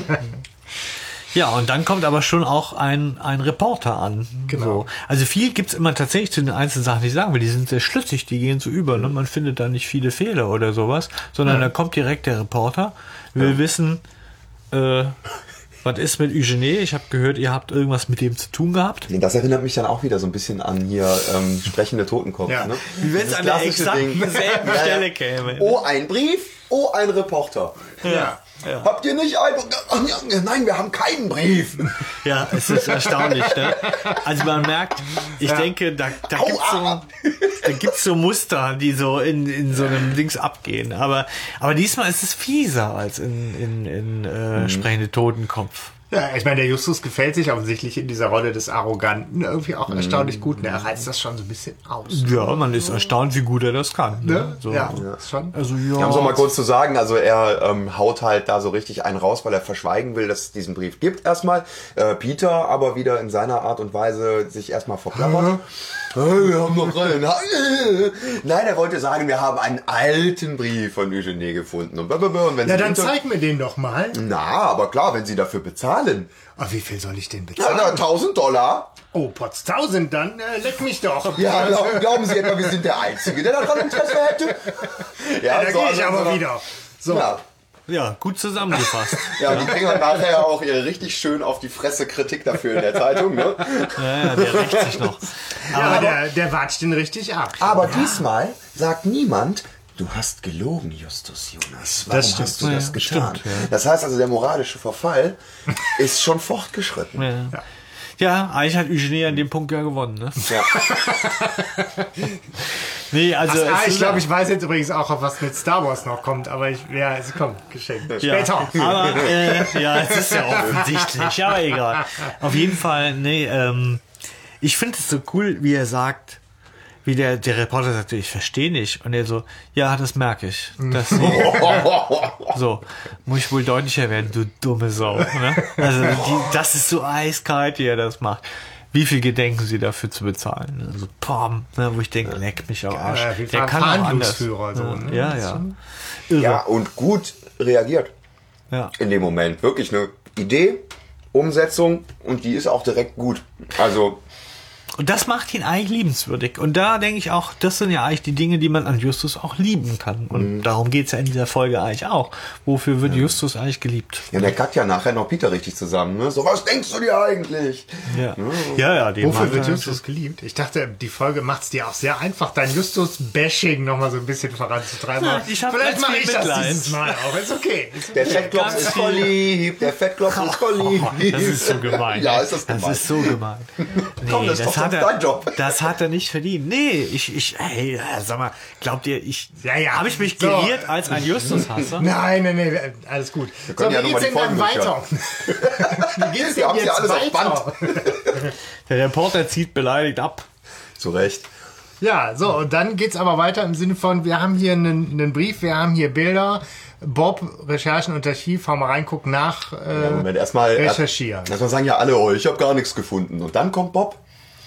Speaker 3: Ja, und dann kommt aber schon auch ein, ein Reporter an.
Speaker 2: Genau.
Speaker 3: So. Also viel gibt's immer tatsächlich zu den einzelnen Sachen, die ich sagen will. Die sind sehr schlüssig, die gehen so über. Ne? Man findet da nicht viele Fehler oder sowas, sondern ja. da kommt direkt der Reporter, will ja. wissen, äh, was ist mit Eugenie? Ich habe gehört, ihr habt irgendwas mit dem zu tun gehabt.
Speaker 1: Das erinnert mich dann auch wieder so ein bisschen an hier ähm, sprechende Totenkopf.
Speaker 3: Ja.
Speaker 1: Ne?
Speaker 3: Wie wenn es an der exakten selben Stelle käme.
Speaker 1: Oh, ein Brief, oh, ein Reporter.
Speaker 3: Ja. Ja.
Speaker 1: Habt ihr nicht einen? Nein, wir haben keinen Brief.
Speaker 3: Ja, es ist erstaunlich. Ne? Also man merkt, ich ja. denke, da, da gibt es so, da gibt's so Muster, die so in, in so einem Dings abgehen. Aber, aber diesmal ist es fieser als in, in, in äh, mhm. sprechende Totenkopf.
Speaker 2: Ja, ich meine, der Justus gefällt sich offensichtlich in dieser Rolle des Arroganten irgendwie auch erstaunlich gut. Und er reizt das schon so ein bisschen aus.
Speaker 3: Ja, man ist erstaunt, wie gut er das kann. Ne?
Speaker 2: Ne?
Speaker 3: So.
Speaker 2: Ja, schon.
Speaker 3: Also, ja.
Speaker 1: Um es noch mal kurz zu sagen, also er ähm, haut halt da so richtig einen raus, weil er verschweigen will, dass es diesen Brief gibt erstmal. Äh, Peter aber wieder in seiner Art und Weise sich erstmal verklappert. Äh, wir haben noch einen. Nein, er wollte sagen, wir haben einen alten Brief von Eugenie gefunden. Und, und wenn
Speaker 2: Ja,
Speaker 1: Sie
Speaker 2: dann
Speaker 1: unter-
Speaker 2: zeig mir den doch mal.
Speaker 1: Na, aber klar, wenn Sie dafür bezahlen.
Speaker 2: Aber wie viel soll ich denn
Speaker 1: Ja,
Speaker 2: bezahlen?
Speaker 1: na, tausend Dollar.
Speaker 2: Oh, Potz tausend, dann äh, leck mich doch.
Speaker 1: Ja, glauben, glauben Sie etwa, wir sind der Einzige, der daran Interesse hätte?
Speaker 2: Ja, da
Speaker 1: so,
Speaker 2: gehe ich
Speaker 1: also,
Speaker 2: aber
Speaker 1: so-
Speaker 2: wieder. So.
Speaker 1: Ja,
Speaker 3: Ja, gut zusammengefasst.
Speaker 1: ja, die kriegen dann nachher auch ihre richtig schön auf die Fresse Kritik dafür in der Zeitung. Ne?
Speaker 3: Ja, ja, der rächt sich noch.
Speaker 2: Ja, aber der, der watscht den richtig ab.
Speaker 1: Aber diesmal sagt niemand, du hast gelogen, Justus Jonas. Warum
Speaker 2: Das stimmt.
Speaker 1: hast du das
Speaker 3: Ja,
Speaker 1: getan?
Speaker 3: stimmt, ja.
Speaker 1: Das heißt also, der moralische Verfall ist schon fortgeschritten.
Speaker 3: Ja. Ja, eigentlich hat Eugenie an dem Punkt ja gewonnen, ne?
Speaker 1: Ja.
Speaker 3: Nee, also.
Speaker 2: Ah,
Speaker 3: es
Speaker 2: ich
Speaker 3: ist-
Speaker 2: glaube, ich weiß jetzt übrigens auch, auf was mit Star Wars noch kommt, aber ich, ja, es kommt, geschenkt.
Speaker 3: Ja,
Speaker 2: Später.
Speaker 3: aber, äh, ja, es ist ja offensichtlich, aber egal. Auf jeden Fall, nee, ähm, ich finde es so cool, wie er sagt, wie der, der Reporter sagt, ich verstehe nicht. Und er so, ja, das merke ich. Das so, muss ich wohl deutlicher werden, du dumme Sau. Ne? Also, die, das ist so eiskalt, wie er das macht. Wie viel gedenken sie dafür zu bezahlen? Also, pom, ne, wo ich denke, leck mich am Arsch.
Speaker 2: Ja, auf jeden
Speaker 3: Der
Speaker 2: Fall
Speaker 3: kann auch anders.
Speaker 2: Verhandlungsführer, so, ne?
Speaker 3: Ja,
Speaker 2: Das ist
Speaker 3: ja.
Speaker 2: schon-
Speaker 3: Irre.
Speaker 1: Ja, und gut reagiert
Speaker 3: Ja.
Speaker 1: in dem Moment. Wirklich eine Idee, Umsetzung und die ist auch direkt gut. Also,
Speaker 3: Und das macht ihn eigentlich liebenswürdig. Und da denke ich auch, das sind ja eigentlich die Dinge, die man an Justus auch lieben kann. Und
Speaker 1: Mhm.
Speaker 3: darum geht's ja in dieser Folge eigentlich auch. Wofür wird Justus eigentlich geliebt?
Speaker 1: ja, der kackt ja nachher noch Peter richtig zusammen. Ne? So, was denkst du dir eigentlich?
Speaker 3: Ja, ja, ja. Den
Speaker 2: Wofür
Speaker 3: mag
Speaker 2: wird
Speaker 3: er.
Speaker 2: Justus geliebt? Ich dachte, die Folge macht es dir auch sehr einfach, dein Justus-Bashing nochmal so ein bisschen voranzutreiben.
Speaker 3: Ja, ich hab
Speaker 2: Vielleicht
Speaker 3: ganz
Speaker 2: mache
Speaker 3: viel
Speaker 2: ich das
Speaker 3: Mitleid.
Speaker 2: dieses Mal auch. Ist okay. Ist
Speaker 1: Der
Speaker 2: okay.
Speaker 1: Fettklops
Speaker 3: ganz
Speaker 1: ist
Speaker 3: viel-
Speaker 1: voll lieb, der Fettklops ist voll lieb.
Speaker 3: Das ist so gemein.
Speaker 1: Ja, ist das gemein.
Speaker 3: Das ist so gemein. Nee,
Speaker 1: Komm, das ist doch
Speaker 3: hat
Speaker 1: sonst
Speaker 3: er,
Speaker 1: dein Job.
Speaker 3: Das hat er nicht verdient. Nee, ich, ich, hey, sag mal, glaubt ihr, ich,
Speaker 2: Ja, ja.
Speaker 3: habe ich mich
Speaker 2: So.
Speaker 3: geirrt als ein Justus-Hasser?
Speaker 2: Nein, nein, nein, alles gut. So,
Speaker 1: können
Speaker 2: wie
Speaker 1: ja noch
Speaker 2: geht's
Speaker 1: mal
Speaker 2: denn
Speaker 1: die
Speaker 2: dann
Speaker 1: Folgen
Speaker 2: weiter? Wie geht's
Speaker 1: Wir
Speaker 2: denn
Speaker 1: haben's ja
Speaker 2: jetzt
Speaker 1: alles auf
Speaker 2: weiter?
Speaker 3: Der Reporter zieht beleidigt ab.
Speaker 1: Zu Recht.
Speaker 2: Ja, so, und dann geht's aber weiter im Sinne von, wir haben hier einen, einen Brief, wir haben hier Bilder. Bob, Recherchen und Archiv, fahr mal rein, guck nach. Äh,
Speaker 1: Moment, erstmal
Speaker 2: recherchieren.
Speaker 1: Erstmal sagen ja alle, oh, ich habe gar nichts gefunden. Und dann kommt Bob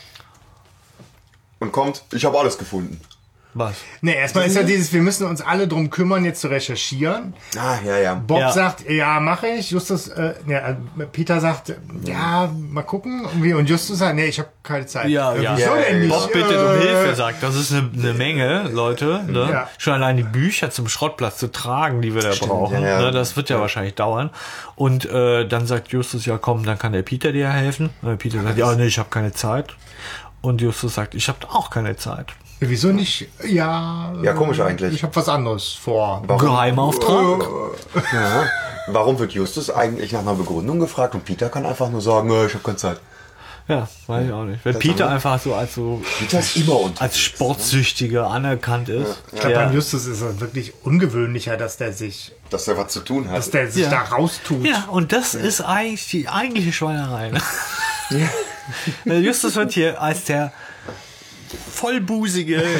Speaker 1: und kommt, ich habe alles gefunden.
Speaker 3: Was?
Speaker 2: Ne, erstmal ist ja dieses, wir müssen uns alle drum kümmern, jetzt zu recherchieren.
Speaker 1: Ah, ja, ja.
Speaker 2: Bob
Speaker 3: Ja.
Speaker 2: sagt, ja, mache ich. Justus, äh, ja, äh, Peter sagt, ja, mal gucken. Irgendwie. Und Justus sagt, nee, ich habe keine Zeit.
Speaker 3: Ja,
Speaker 2: äh,
Speaker 3: ja.
Speaker 2: Wieso
Speaker 1: Ja,
Speaker 2: denn nicht?
Speaker 3: Bob bittet
Speaker 2: Äh,
Speaker 3: um Hilfe, sagt, das ist eine, eine Menge, Leute. Ne?
Speaker 2: Ja.
Speaker 3: Schon allein die Bücher zum Schrottplatz zu tragen, die wir da brauchen.
Speaker 1: ja, ja.
Speaker 3: Ne? Das wird ja, wahrscheinlich dauern. Und äh, dann sagt Justus, ja komm, dann kann der Peter dir helfen. Und Peter sagt, ja, nee, ich habe keine Zeit. Und Justus sagt, ich habe auch keine Zeit.
Speaker 2: Wieso nicht? Ja.
Speaker 1: Ja, komisch eigentlich.
Speaker 2: Ich habe was anderes vor.
Speaker 3: Geheimauftrag?
Speaker 1: Ja. Warum wird Justus eigentlich nach einer Begründung gefragt und Peter kann einfach nur sagen, äh, ich habe keine Zeit.
Speaker 3: Ja, weiß ich auch nicht. Wenn Peter einfach so als so
Speaker 1: Peter ist immer unterwegs.
Speaker 3: als Sportsüchtiger anerkannt ist.
Speaker 2: Ich glaube,
Speaker 3: Ja.
Speaker 2: beim Justus ist es wirklich ungewöhnlicher, dass der sich,
Speaker 1: Dass er was zu tun hat.
Speaker 2: dass der sich
Speaker 3: Ja.
Speaker 2: da raustut.
Speaker 3: Ja, und das ist eigentlich die eigentliche Schweinerei. Ne? Der Justus wird hier als der vollbusige,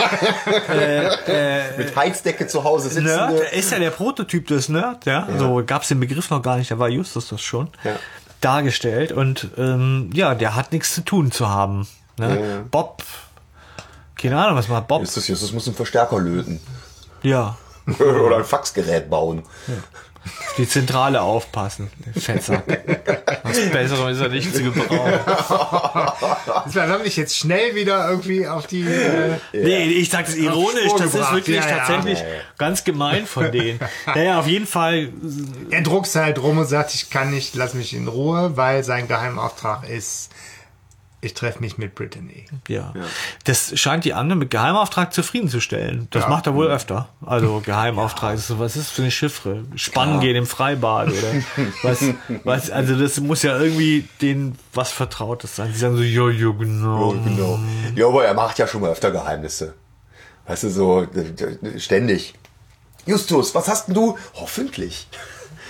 Speaker 3: ja,
Speaker 1: Mit Heizdecke zu Hause sitzen.
Speaker 3: Nerd, er ist ja der Prototyp des Nerd, ja. So gab's den Begriff noch gar nicht, da war Justus das schon
Speaker 1: Ja.
Speaker 3: dargestellt. Und ähm, ja, der hat nichts zu tun zu haben. Ne?
Speaker 1: Ja.
Speaker 3: Bob, keine Ahnung, was macht Bob?
Speaker 1: Justus, Justus muss einen Verstärker löten.
Speaker 3: Ja,
Speaker 1: Oder ein Faxgerät bauen.
Speaker 3: die Zentrale aufpassen. Fettsack. Was Besseres ist er nicht zu gebrauchen.
Speaker 2: Dann habe ich jetzt schnell wieder irgendwie auf die. Äh,
Speaker 3: Nee, ich sag das ironisch,
Speaker 2: Spur
Speaker 3: das ist
Speaker 2: gebracht.
Speaker 3: wirklich
Speaker 2: Ja, ja.
Speaker 3: tatsächlich ganz gemein von denen. Naja, auf jeden Fall,
Speaker 2: er druckst halt rum und sagt, ich kann nicht, lass mich in Ruhe, weil sein Geheimauftrag ist, ich treffe mich mit Brittany.
Speaker 3: ja. Das scheint die anderen mit Geheimauftrag zufriedenzustellen. Das
Speaker 2: Ja.
Speaker 3: macht er wohl öfter. Also Geheimauftrag, ist so, was ist für eine Chiffre? Spannen gehen im Freibad oder was, was? Also das muss ja irgendwie denen was Vertrautes sein. Die sagen so, jo, jo, genau.
Speaker 1: Oh, genau. Ja, aber er macht ja schon mal öfter Geheimnisse. Weißt du, so äh, ständig. Justus, was hast denn du? Hoffentlich.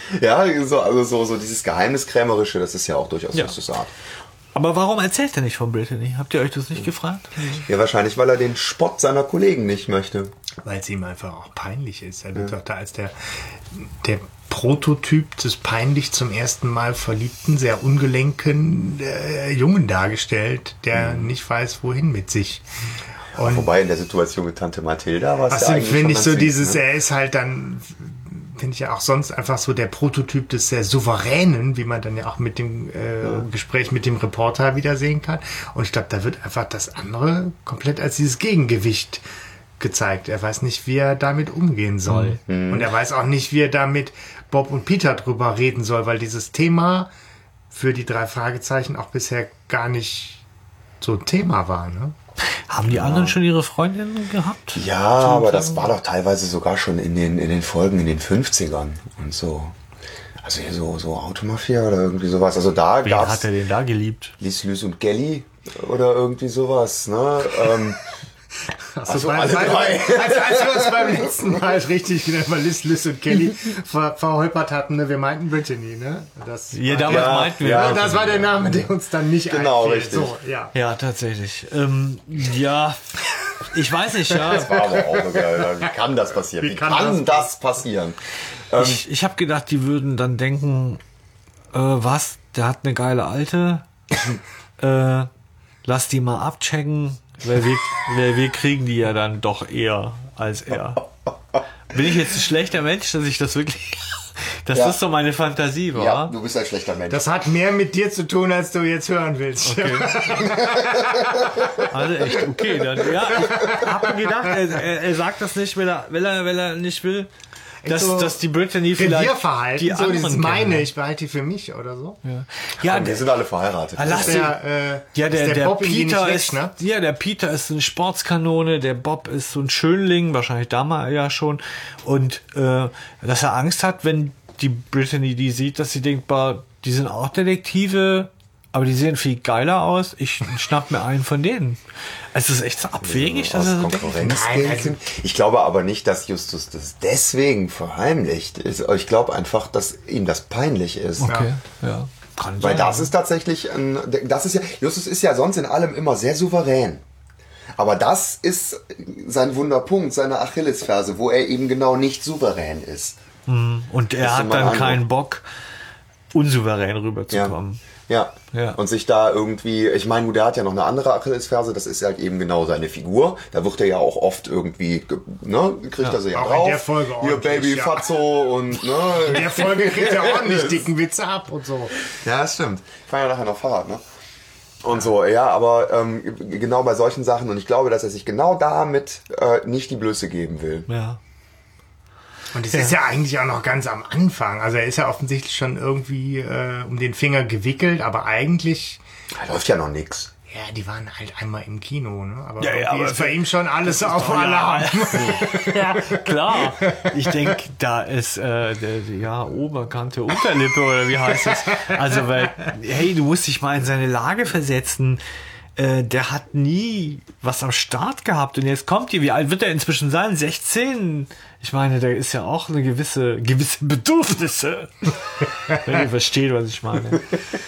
Speaker 1: Ja, so, also so, so dieses Geheimniskrämerische, das ist ja auch durchaus
Speaker 3: Ja.
Speaker 1: Justus Art.
Speaker 3: Aber warum erzählt er nicht von Brittany? Habt ihr euch das nicht gefragt?
Speaker 1: Ja, wahrscheinlich, weil er den Spott seiner Kollegen nicht möchte.
Speaker 2: Weil es ihm einfach auch peinlich ist. Er wird doch da als der, der Prototyp des peinlich zum ersten Mal verliebten, sehr ungelenken äh, Jungen dargestellt, der
Speaker 1: Mhm.
Speaker 2: nicht weiß, wohin mit sich. Und
Speaker 1: Wobei in der Situation mit Tante Mathilda war es
Speaker 2: was
Speaker 1: ja
Speaker 2: sind,
Speaker 1: eigentlich
Speaker 2: finde
Speaker 1: schon
Speaker 2: ich,
Speaker 1: ganz
Speaker 2: so
Speaker 1: süß,
Speaker 2: dieses,
Speaker 1: ne?
Speaker 2: er ist halt dann, finde ich ja auch sonst einfach so der Prototyp des sehr Souveränen, wie man dann ja auch mit dem äh,
Speaker 1: Ja.
Speaker 2: Gespräch mit dem Reporter wieder sehen kann. Und ich glaube, da wird einfach das andere komplett als dieses Gegengewicht gezeigt. Er weiß nicht, wie er damit umgehen soll.
Speaker 1: Mhm.
Speaker 2: Und er weiß auch nicht, wie er damit Bob und Peter drüber reden soll, weil dieses Thema für die drei Fragezeichen auch bisher gar nicht so ein Thema war, ne?
Speaker 3: Haben die anderen schon ihre Freundinnen gehabt?
Speaker 1: Ja, aber das war doch teilweise sogar schon in den, in den Folgen in den fünfzigern und so. Also hier so, so Automafia oder irgendwie sowas. Also da
Speaker 3: Wen
Speaker 1: gab's
Speaker 3: hat er denn da geliebt?
Speaker 1: Liz, Lys und Gelly oder irgendwie sowas, ne? Ähm,
Speaker 2: Also,
Speaker 1: alle
Speaker 2: als,
Speaker 1: drei.
Speaker 2: als, als wir uns beim letzten Mal richtig genannt, mal Liz, Liz und Kelly ver, verholpert hatten, ne? Wir meinten Brittany, ne? Das
Speaker 3: Ja,
Speaker 2: war,
Speaker 3: damals
Speaker 1: Ja,
Speaker 3: meinten wir.
Speaker 1: ja.
Speaker 2: ja, das war der Name, der uns dann nicht
Speaker 1: Genau,
Speaker 2: einfiel.
Speaker 1: richtig.
Speaker 2: So, ja.
Speaker 3: Ja, tatsächlich. Ähm, ja, ich weiß nicht, ja.
Speaker 1: war aber auch geil. Wie kann das passieren? Wie,
Speaker 2: Wie
Speaker 1: kann,
Speaker 2: kann
Speaker 1: das,
Speaker 2: das
Speaker 1: passieren? Ähm,
Speaker 3: Ich, ich habe gedacht, die würden dann denken, äh, was, der hat eine geile Alte, äh, lass die mal abchecken, weil wir, weil wir kriegen die ja dann doch eher als er. Bin ich jetzt ein schlechter Mensch, dass ich das wirklich, dass
Speaker 1: Ja.
Speaker 3: das so meine Fantasie war?
Speaker 1: ja, du bist ein schlechter Mensch.
Speaker 2: Das hat mehr mit dir zu tun, als du jetzt hören willst.
Speaker 3: Okay. Also echt, okay, dann, ja, ich hab mir gedacht, er, er, er sagt das nicht, weil er, weil er, weil er nicht will, dass,
Speaker 2: so
Speaker 3: dass die Brittany vielleicht
Speaker 2: Revierverhalten,
Speaker 3: die
Speaker 2: so
Speaker 3: anderen
Speaker 2: dieses meine,
Speaker 3: kennen.
Speaker 2: ich behalte die für mich oder so.
Speaker 3: Ja, ja
Speaker 1: Und wir
Speaker 3: der,
Speaker 1: sind alle verheiratet.
Speaker 3: Ah, lass
Speaker 2: Das ist der, äh,
Speaker 3: ja, der,
Speaker 2: ist
Speaker 3: der,
Speaker 2: Bob in die
Speaker 3: Peter
Speaker 2: nicht
Speaker 3: ist,
Speaker 2: wegschnappt.
Speaker 3: ja, der Peter ist eine Sportskanone, der Bob ist so ein Schönling, wahrscheinlich damals ja schon. Und äh, dass er Angst hat, wenn die Brittany die sieht, dass sie denkt, bah, die sind auch Detektive, aber die sehen viel geiler aus. Ich schnapp mir einen von denen. Es ist echt so abwegig, dass
Speaker 1: Aus
Speaker 3: er so denkt.
Speaker 1: Konkurrenzdenken. Ich glaube aber nicht, dass Justus das deswegen verheimlicht. Ich glaube einfach, dass ihm das peinlich ist.
Speaker 3: Okay, ja. Kann
Speaker 1: Weil
Speaker 3: sein.
Speaker 1: das ist tatsächlich ein, das ist ja, Justus ist ja sonst in allem immer sehr souverän. Aber das ist sein Wunderpunkt, seine Achillesferse, wo er eben genau nicht souverän ist.
Speaker 3: Und er
Speaker 1: ist so
Speaker 3: hat
Speaker 1: mein
Speaker 3: dann
Speaker 1: Eindruck.
Speaker 3: keinen Bock, unsouverän
Speaker 1: Ja.
Speaker 3: rüberzukommen.
Speaker 1: Ja.
Speaker 3: Ja.
Speaker 1: Und sich da irgendwie, ich meine, der hat ja noch eine andere Achillesferse, das ist halt eben genau seine Figur. Da wird er ja auch oft irgendwie, ge- ne, kriegt er sie ja
Speaker 2: Auch in
Speaker 1: drauf.
Speaker 2: der Folge
Speaker 1: Hier
Speaker 2: ordentlich,
Speaker 1: Baby
Speaker 2: ja.
Speaker 1: Fatso und, ne.
Speaker 2: In der Folge kriegt er ordentlich dicken Witze ab und so.
Speaker 1: Ja, das stimmt. Ich fahre ja nachher noch Fahrrad, ne? Und so, ja, aber ähm, genau bei solchen Sachen. Und ich glaube, dass er sich genau damit äh, nicht die Blöße geben will.
Speaker 3: Ja.
Speaker 2: Und es ist ja eigentlich auch noch ganz am Anfang. Also er ist ja offensichtlich schon irgendwie äh, um den Finger gewickelt, aber eigentlich,
Speaker 1: Da läuft ja noch nix.
Speaker 2: ja, die waren halt einmal im Kino, ne? Aber
Speaker 3: Ja, ja,
Speaker 2: irgendwie
Speaker 3: aber
Speaker 2: ist bei ihm schon alles auf
Speaker 3: doch,
Speaker 2: Alarm.
Speaker 3: ja, klar. Ich denke, da ist äh, der, ja, Oberkante, Unterlippe oder wie heißt es? Also, weil, hey, du musst dich mal in seine Lage versetzen. Äh, der hat nie was am Start gehabt und jetzt kommt die, wie alt wird er inzwischen sein? sechzehn? Ich meine, da ist ja auch eine gewisse, gewisse Bedürfnisse. Wenn ihr versteht, was ich meine.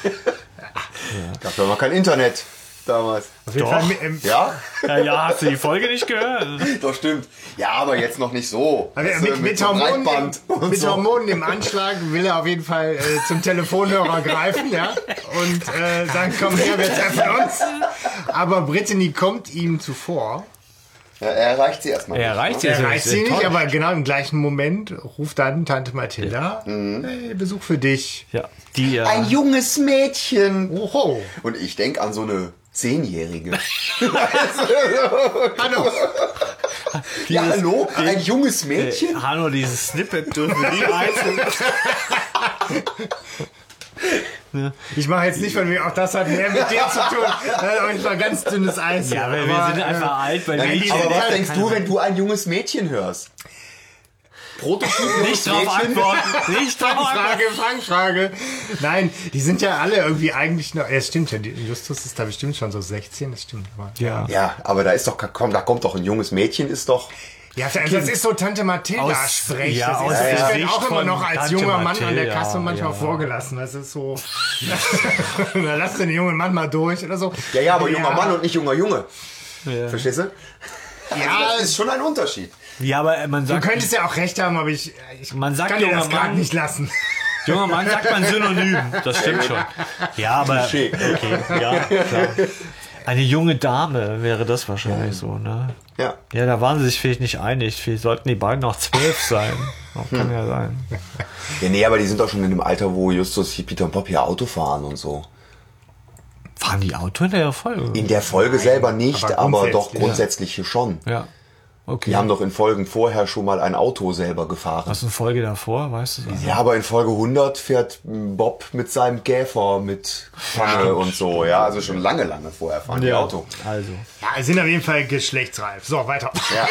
Speaker 1: Gab ja noch kein Internet damals.
Speaker 2: Auf jeden
Speaker 3: Doch.
Speaker 2: Fall mit, ähm,
Speaker 1: Ja?
Speaker 3: Ja, ja, hast du die Folge nicht gehört?
Speaker 1: Doch, stimmt. Ja, aber jetzt noch nicht so.
Speaker 2: Also
Speaker 1: Weißt du,
Speaker 2: mit, mit,
Speaker 1: so
Speaker 2: Hormonen,
Speaker 1: Breitband
Speaker 2: im,
Speaker 1: und
Speaker 2: mit
Speaker 1: so.
Speaker 2: Hormonen im Anschlag will er auf jeden Fall äh, zum Telefonhörer greifen, ja, und äh, sagen, komm her, wir treffen uns. Aber Brittany kommt ihm zuvor.
Speaker 1: Ja, er erreicht sie erstmal
Speaker 3: Er
Speaker 1: nicht.
Speaker 3: erreicht
Speaker 1: ne?
Speaker 3: sie.
Speaker 2: Er
Speaker 3: Ja,
Speaker 2: reicht
Speaker 3: ist
Speaker 2: sie nicht,
Speaker 3: enttäuscht.
Speaker 2: aber genau im gleichen Moment ruft dann Tante Mathilda, hey, Besuch für dich.
Speaker 3: Ja, die, äh,
Speaker 1: Ein junges Mädchen.
Speaker 2: Oho.
Speaker 1: Und ich denke an so eine Zehnjährige.
Speaker 2: Hallo.
Speaker 1: Ja, hallo? Ein junges Mädchen?
Speaker 3: Äh, Hanno, dieses Snippet dürfen wir nie einzeln.
Speaker 2: Ich mache jetzt nicht von mir, auch das hat mehr mit dir zu tun. Das ist auf jeden Fall ganz dünnes Eis.
Speaker 3: Ja, weil wir
Speaker 2: Aber,
Speaker 3: sind
Speaker 2: äh,
Speaker 3: einfach alt, weil wir
Speaker 2: die-
Speaker 3: nicht,
Speaker 1: Aber was
Speaker 2: Ja,
Speaker 1: denkst du, wenn du ein junges Mädchen hörst? Prototyp junges
Speaker 3: nicht drauf
Speaker 1: Mädchen?
Speaker 3: antworten. Nicht drauf antworten.
Speaker 2: Fangfrage, Fangfrage. Nein, die sind ja alle irgendwie eigentlich noch. Ja, stimmt ja. die- Justus ist da bestimmt schon so sechzehn, das stimmt. Aber,
Speaker 3: Ja.
Speaker 1: Ja, aber da ist doch, komm, da kommt doch ein junges Mädchen, ist doch
Speaker 2: Ja, das ist so Tante Mathilda-Sprech.
Speaker 3: Ja,
Speaker 2: das
Speaker 3: aus
Speaker 2: ist,
Speaker 3: der
Speaker 2: ich werde
Speaker 3: Sicht
Speaker 2: auch immer
Speaker 3: von
Speaker 2: noch als
Speaker 3: Tante
Speaker 2: junger Mann an der
Speaker 3: Mathilda,
Speaker 2: Kasse manchmal
Speaker 3: ja.
Speaker 2: vorgelassen. Das ist so, da lass den jungen Mann mal durch oder so.
Speaker 1: Ja, ja, aber junger Mann und nicht junger Junge.
Speaker 3: Ja.
Speaker 1: Verstehst du?
Speaker 2: Ja,
Speaker 1: Das ist schon ein Unterschied.
Speaker 3: Ja, aber man
Speaker 2: du
Speaker 3: sagt,
Speaker 2: könntest ja auch recht haben, aber ich, ich
Speaker 3: Man sagt
Speaker 2: kann dir das
Speaker 3: junger
Speaker 2: gerade
Speaker 3: Mann-
Speaker 2: nicht lassen.
Speaker 3: junger Mann sagt man synonym. Das stimmt schon. Ja, aber
Speaker 1: Klischee.
Speaker 3: okay, ja, klar. Eine junge Dame wäre das wahrscheinlich so, ne?
Speaker 1: Ja.
Speaker 3: Ja, da waren sie sich vielleicht nicht einig. Vielleicht sollten die beiden noch zwölf sein. Das kann ja sein.
Speaker 1: Ja, nee, aber die sind doch schon in dem Alter, wo Justus, hier Peter und Bob hier Auto fahren und so.
Speaker 3: Fahren die Auto in der Folge?
Speaker 1: In der Folge selber nicht,
Speaker 2: aber
Speaker 1: aber,
Speaker 2: grundsätzlich,
Speaker 1: doch grundsätzlich hier schon.
Speaker 3: Ja. Okay.
Speaker 1: Die haben doch in Folgen vorher schon mal ein Auto selber gefahren.
Speaker 3: Was ist eine Folge davor, weißt du das?
Speaker 1: Ja, aber in Folge hundert fährt Bob mit seinem Käfer mit Pfanne und so. Ja, also schon lange, lange vorher fahren die Auto.
Speaker 3: Also.
Speaker 2: Ja, sind auf jeden Fall geschlechtsreif. So, weiter.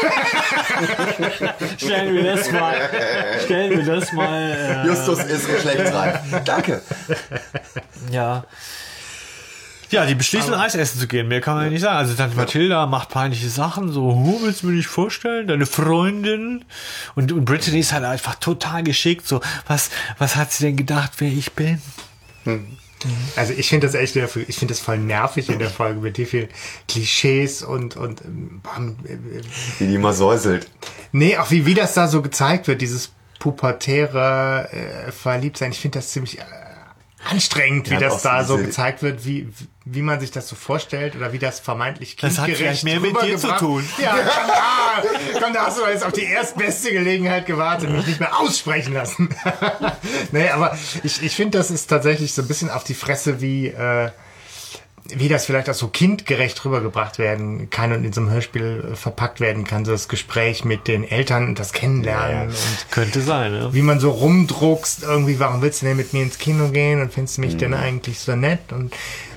Speaker 3: Stellen wir das mal. Stellen wir das mal. Äh,
Speaker 1: Justus ist geschlechtsreif. Danke.
Speaker 3: Ja. Ja, die beschließen, Eis essen zu gehen. Mehr kann man ja nicht sagen. Also Tante Mathilda macht peinliche Sachen. So, huh, willst du mir nicht vorstellen? Deine Freundin. Und, und Brittany ist halt einfach total geschickt. So, was, was hat sie denn gedacht, wer ich bin?
Speaker 2: Also ich finde das echt, ich finde das voll nervig in der Folge mit wie viel Klischees und, und ähm,
Speaker 1: Wie die immer säuselt.
Speaker 2: nee, auch wie, wie das da so gezeigt wird, dieses pubertäre äh, Verliebtsein. Ich finde das ziemlich äh, anstrengend, wie
Speaker 1: Ja,
Speaker 2: das
Speaker 1: auch
Speaker 2: da so
Speaker 1: diese-
Speaker 2: gezeigt wird, wie, wie man sich das so vorstellt oder wie das vermeintlich
Speaker 3: Das hat
Speaker 2: kindgerecht
Speaker 3: vielleicht mehr mit dir zu
Speaker 2: rübergebracht-
Speaker 3: tun.
Speaker 2: Ja, komm, ah, komm, da hast du jetzt auf die erstbeste Gelegenheit gewartet und mich nicht mehr aussprechen lassen. Nee, aber ich, ich finde, das ist tatsächlich so ein bisschen auf die Fresse, wie, äh, wie das vielleicht auch so kindgerecht rübergebracht werden kann und in so einem Hörspiel äh, verpackt werden kann, so das Gespräch mit den Eltern und das Kennenlernen und
Speaker 3: Könnte sein, ne?
Speaker 2: wie man so rumdruckst, irgendwie, warum willst du denn mit mir ins Kino gehen und findest mich
Speaker 3: Mhm.
Speaker 2: denn eigentlich so nett und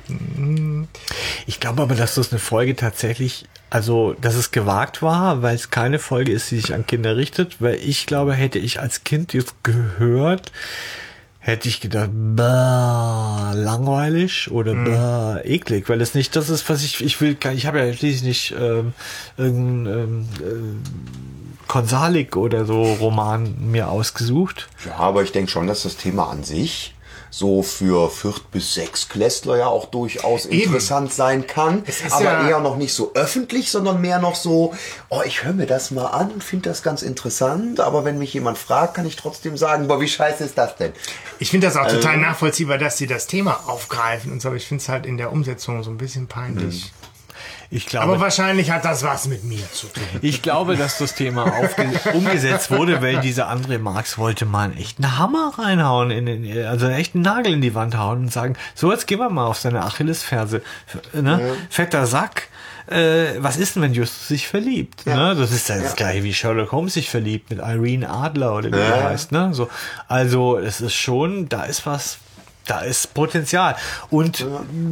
Speaker 3: Ich glaube aber, dass das eine Folge tatsächlich, also, dass es gewagt war, weil es keine Folge ist, die sich an Kinder richtet, weil ich glaube, hätte ich als Kind jetzt gehört, hätte ich gedacht, bah, langweilig oder bah, eklig, weil es nicht das ist, was ich, ich will, ich habe ja schließlich nicht ähm, irgendein ähm, äh, Konsalik oder so Roman mir ausgesucht.
Speaker 1: Ja, aber ich denke schon, dass das Thema an sich so für Viert- bis Sechstklässler ja auch durchaus interessant sein kann.
Speaker 2: ist
Speaker 1: Aber
Speaker 2: ja-
Speaker 1: eher noch nicht so öffentlich, sondern mehr noch so, oh, ich höre mir das mal an, finde das ganz interessant, aber wenn mich jemand fragt, kann ich trotzdem sagen, boah, wie scheiße ist das denn?
Speaker 2: ich finde das auch total
Speaker 1: Ähm.
Speaker 2: nachvollziehbar, dass sie das Thema aufgreifen und so, aber ich finde es halt in der Umsetzung so ein bisschen peinlich.
Speaker 3: Ich glaube,
Speaker 2: Aber wahrscheinlich hat das was mit mir zu tun.
Speaker 3: Ich glaube, dass das Thema aufge- umgesetzt wurde, weil dieser andere Marx wollte mal einen echten Hammer reinhauen, in den, also einen echten Nagel in die Wand hauen und sagen, so, jetzt gehen wir mal auf seine Achillesferse. Ne? Ja. Fetter Sack. Äh, was ist denn, wenn Justus sich verliebt? Ja. Ne? Das ist ja das ja. gleiche wie Sherlock Holmes sich verliebt mit Irene Adler oder wie ja. die heißt. Ne? So, also es ist schon, da ist was, da ist Potenzial. Und ja.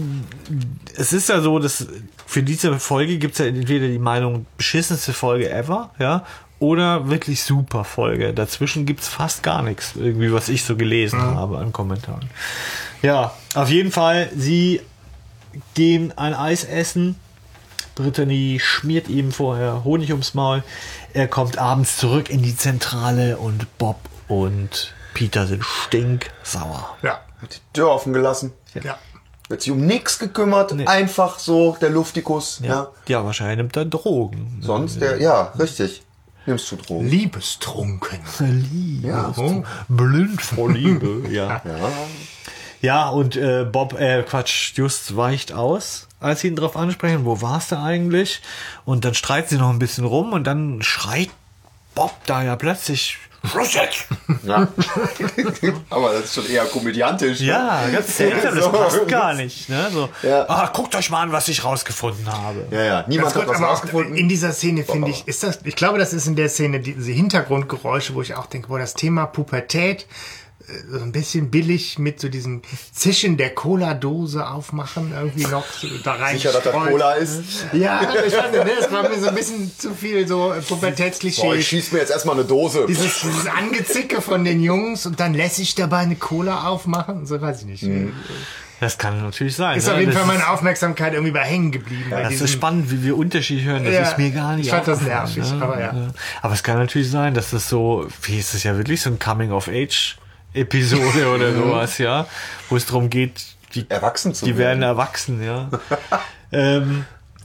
Speaker 3: es ist ja so, dass für diese Folge gibt es ja entweder die Meinung, beschissenste Folge ever, ja, oder wirklich super Folge. Dazwischen gibt es fast gar nichts, irgendwie, was ich so gelesen mhm. habe an Kommentaren. Ja, auf jeden Fall, sie gehen ein Eis essen. Brittany schmiert ihm vorher Honig ums Maul. Er kommt abends zurück in die Zentrale und Bob und Peter sind stinksauer.
Speaker 2: Ja.
Speaker 1: Hat die Tür offen gelassen.
Speaker 2: Ja.
Speaker 1: Wird sich um nichts gekümmert, nee. Einfach so der Luftikus.
Speaker 3: Ja,
Speaker 1: ja.
Speaker 3: ja wahrscheinlich nimmt er Drogen.
Speaker 1: Sonst, der, ja, richtig. Nimmst du Drogen.
Speaker 2: Liebestrunken.
Speaker 3: Liebe.
Speaker 1: Ja.
Speaker 3: Oh. Blind vor Liebe. ja.
Speaker 1: ja.
Speaker 3: Ja, und äh, Bob, äh, Quatsch, Just weicht aus, als sie ihn drauf ansprechen, wo warst du eigentlich? Und dann streiten sie noch ein bisschen rum und dann schreit Bob da ja plötzlich, Schluss jetzt!
Speaker 1: Ja. Aber das ist schon eher komödiantisch.
Speaker 3: Ja, ganz seltsam, das passt gar nicht. Ne? So,
Speaker 1: ja.
Speaker 3: ah, guckt euch mal an, was ich rausgefunden habe.
Speaker 1: Ja, ja, niemand
Speaker 2: gut,
Speaker 1: hat was
Speaker 2: aber
Speaker 1: rausgefunden.
Speaker 2: In dieser Szene finde ich, ist das, ich glaube, das ist in der Szene diese Hintergrundgeräusche, wo ich auch denke, boah, das Thema Pubertät, so ein bisschen billig mit so diesem Zischen der Cola-Dose aufmachen, irgendwie noch so da rein.
Speaker 1: Sicher, dass das Cola ist?
Speaker 2: Ja, ich weiß nicht, ne, das war mir so ein bisschen zu viel so Pubertätsklischee.
Speaker 1: Boah, ich schieß mir jetzt erstmal eine Dose.
Speaker 2: Dieses, dieses Angezicke von den Jungs und dann lässig dabei eine Cola aufmachen, so weiß ich nicht. Mhm.
Speaker 3: Das kann natürlich sein.
Speaker 2: Ist
Speaker 3: ne?
Speaker 2: auf jeden
Speaker 3: das
Speaker 2: Fall
Speaker 3: ist,
Speaker 2: meine Aufmerksamkeit irgendwie bei hängen geblieben. bei
Speaker 3: Das ist
Speaker 2: diesem-
Speaker 3: spannend, wie wir Unterschied hören. Das
Speaker 2: Ja,
Speaker 3: ist mir gar nicht
Speaker 2: ich fand das
Speaker 3: aufgefallen,
Speaker 2: nervig,
Speaker 3: ne?
Speaker 2: aber ja.
Speaker 3: Aber es kann natürlich sein, dass das so, wie ist das ja wirklich so ein Coming-of-Age-Episode oder sowas, ja, wo es darum geht, die,
Speaker 1: Erwachsen zu
Speaker 3: die werden erwachsen, ja. ähm,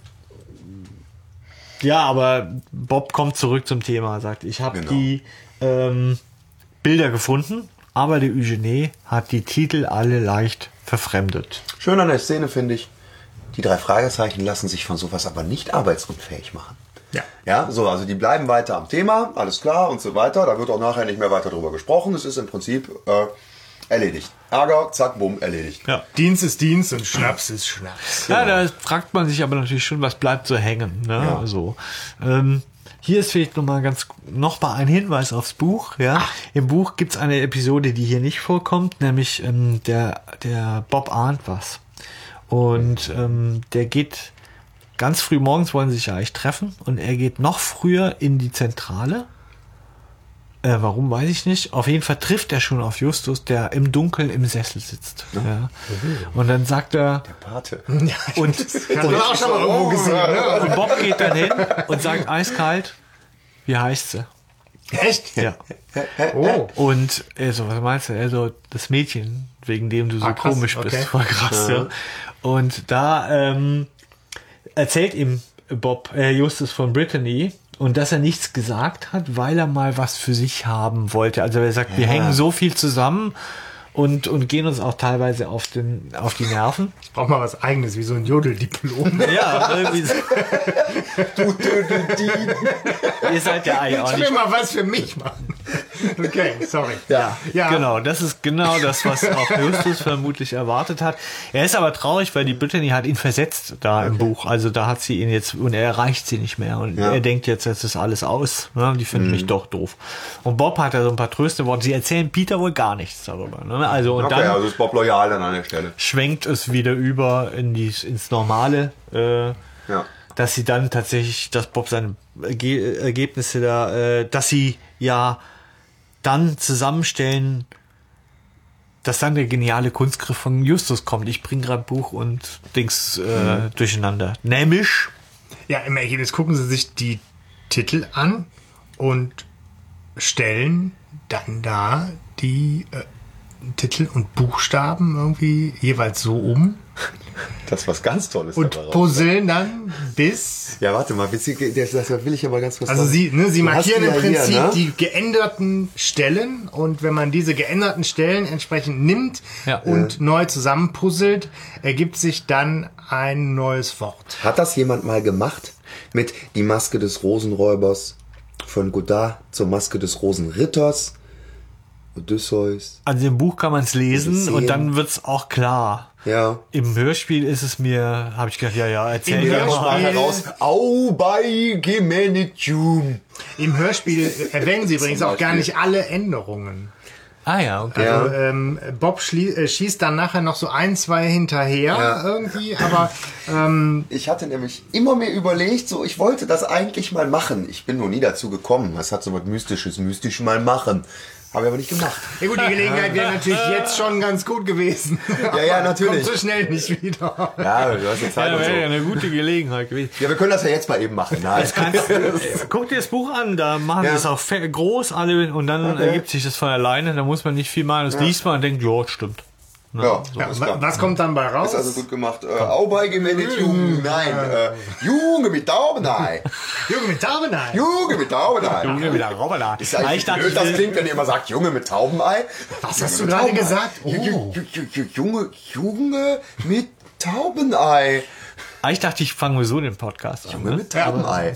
Speaker 3: ja, aber Bob kommt zurück zum Thema, sagt, ich habe
Speaker 1: Genau.
Speaker 3: die ähm, Bilder gefunden, aber der Eugenie hat die Titel alle leicht verfremdet.
Speaker 1: Schön an der Szene finde ich, die drei Fragezeichen lassen sich von sowas aber nicht arbeitsunfähig machen.
Speaker 2: Ja.
Speaker 1: Ja, so, also die bleiben weiter am Thema, alles klar und so weiter. Da wird auch nachher nicht mehr weiter drüber gesprochen. Es ist im Prinzip äh, erledigt. Ärger, zack, bumm, erledigt.
Speaker 3: Ja.
Speaker 2: Dienst ist Dienst und Schnaps ist Schnaps.
Speaker 3: Ja, da fragt man sich aber natürlich schon, was bleibt so hängen. Ne?
Speaker 1: Ja.
Speaker 3: Also, ähm, hier ist vielleicht noch mal ganz noch mal ein Hinweis aufs Buch. Ja, im Buch gibt's eine Episode, die hier nicht vorkommt, nämlich ähm, der der Bob ahnt was und ähm, der geht ganz früh morgens, wollen sie sich ja eigentlich treffen und er geht noch früher in die Zentrale. Äh, warum, weiß ich nicht. Auf jeden Fall trifft er schon auf Justus, der im Dunkeln im Sessel sitzt. Ja. Und dann sagt er,
Speaker 1: Pate.
Speaker 3: und,
Speaker 2: Hat man auch schon mal irgendwo gesehen. Ne?
Speaker 3: und Bob geht dann hin und sagt eiskalt, wie heißt sie?
Speaker 2: Echt?
Speaker 3: Ja.
Speaker 2: Oh.
Speaker 3: Und er so, was meinst du? Er so, das Mädchen, wegen dem du so
Speaker 2: Ah, krass,
Speaker 3: komisch bist.
Speaker 2: okay.
Speaker 3: Voll krass, ja. Und da ähm, erzählt ihm Bob, äh, Justus von Brittany, und dass er nichts gesagt hat, weil er mal was für sich haben wollte. Also er sagt, wir hängen so viel zusammen und, und gehen uns auch teilweise auf, den, auf die Nerven.
Speaker 2: Ich brauch mal was Eigenes, wie so ein Jodeldiplom.
Speaker 3: Ja, irgendwie so. Ihr seid ja eigentlich auch
Speaker 2: Ich
Speaker 3: nicht.
Speaker 2: will mal was für mich machen. Okay, sorry.
Speaker 3: Ja,
Speaker 2: Ja.
Speaker 3: genau. Das ist genau das, was auch Justus vermutlich erwartet hat. Er ist aber traurig, weil die Brittany hat ihn versetzt da im Buch. Also da hat sie ihn jetzt, und er erreicht sie nicht mehr. Und
Speaker 1: Ja.
Speaker 3: er denkt jetzt, jetzt ist alles aus. Ne? Die finden mich doch doof. Und Bob hat da so ein paar tröstende Worte. Sie erzählen Peter wohl gar nichts darüber. Ne? Also, und
Speaker 1: Okay,
Speaker 3: dann
Speaker 1: also ist Bob loyal dann an der Stelle.
Speaker 3: schwenkt es wieder über in die, ins Normale. Äh,
Speaker 1: Ja.
Speaker 3: dass sie dann tatsächlich, dass Bob seine Erge Ergebnisse da, äh, dass sie ja dann zusammenstellen, dass dann der geniale Kunstgriff von Justus kommt. Ich bringe gerade Buch und Dings äh,
Speaker 1: Mhm.
Speaker 3: durcheinander. Nämlich,
Speaker 2: Ja, im Ergebnis gucken sie sich die Titel an und stellen dann da die äh, Titel und Buchstaben irgendwie jeweils so um
Speaker 1: Das ist was ganz Tolles
Speaker 2: und
Speaker 1: dabei raus.
Speaker 2: puzzeln dann bis.
Speaker 1: Ja, warte mal, witzig, das, das will ich ja mal ganz kurz
Speaker 2: Also
Speaker 1: sagen.
Speaker 2: sie, ne, sie
Speaker 1: Du hast
Speaker 2: markieren
Speaker 1: die
Speaker 2: im
Speaker 1: ja hier,
Speaker 2: Prinzip
Speaker 1: ne?
Speaker 2: die geänderten Stellen und wenn man diese geänderten Stellen entsprechend nimmt
Speaker 3: Ja.
Speaker 2: und neu zusammenpuzzelt, ergibt sich dann ein neues Wort.
Speaker 1: Hat das jemand mal gemacht? Mit die Maske des Rosenräubers von Godard zur Maske des Rosenritters, Odysseus.
Speaker 3: also im Buch kann man es lesen
Speaker 1: Sehen.
Speaker 3: und dann wird es auch klar.
Speaker 1: Ja.
Speaker 3: Im Hörspiel ist es mir, habe ich gedacht, ja, ja, erzähl
Speaker 2: Im
Speaker 3: mir
Speaker 2: Hörspiel-
Speaker 3: mal.
Speaker 1: heraus, au bei Gemenitum.
Speaker 2: Im Hörspiel erwähnen sie übrigens
Speaker 1: Zum
Speaker 2: auch gar
Speaker 1: Beispiel.
Speaker 2: nicht alle Änderungen.
Speaker 3: Ah ja, okay.
Speaker 1: Ja.
Speaker 2: Also, ähm, Bob schlie- äh, schießt dann nachher noch so ein, zwei hinterher
Speaker 1: Ja.
Speaker 2: irgendwie, aber ähm,
Speaker 1: Ich hatte nämlich immer mir überlegt, so, ich wollte das eigentlich mal machen. Ich bin noch nie dazu gekommen. Das hat so was Mystisches, mystisch mal machen. Habe ich aber nicht gemacht.
Speaker 2: ja gut, die Gelegenheit wäre natürlich jetzt schon ganz gut gewesen.
Speaker 1: Ja, ja, natürlich.
Speaker 2: Kommt so schnell nicht wieder.
Speaker 1: Ja, du hast jetzt Zeit
Speaker 3: Ja,
Speaker 1: und
Speaker 3: wäre ja
Speaker 1: so.
Speaker 3: eine gute Gelegenheit gewesen.
Speaker 1: Ja, wir können das ja jetzt mal eben machen. Nein.
Speaker 3: Guck dir das Buch an, da machen
Speaker 1: Ja.
Speaker 3: sie es auch fe- groß alle und dann
Speaker 1: Okay.
Speaker 3: ergibt sich das von alleine, da muss man nicht viel machen. Das liest man und denkt, ja, stimmt. Ne?
Speaker 1: Ja,
Speaker 2: Ja,
Speaker 1: ist
Speaker 2: wa-
Speaker 1: klar.
Speaker 2: was kommt dann bei raus?
Speaker 1: Ist also gut gemacht. Äh, au bei Gemenitum. Nein, äh, Junge mit Taubenei.
Speaker 2: Junge mit Taubenei.
Speaker 1: Junge mit Taubenei.
Speaker 3: Junge, wieder Robert.
Speaker 1: Ist eigentlich blöd, das klingt, wenn ihr immer sagt, Junge mit Taubenei.
Speaker 2: Was hast du gerade gesagt?
Speaker 1: Ju-
Speaker 2: Oh.
Speaker 1: Ju- Ju- Ju- Junge, Junge mit Taubenei.
Speaker 3: Ich dachte, ich fange so den Podcast an.
Speaker 1: Junge
Speaker 3: Ne?
Speaker 1: mit Taubenei.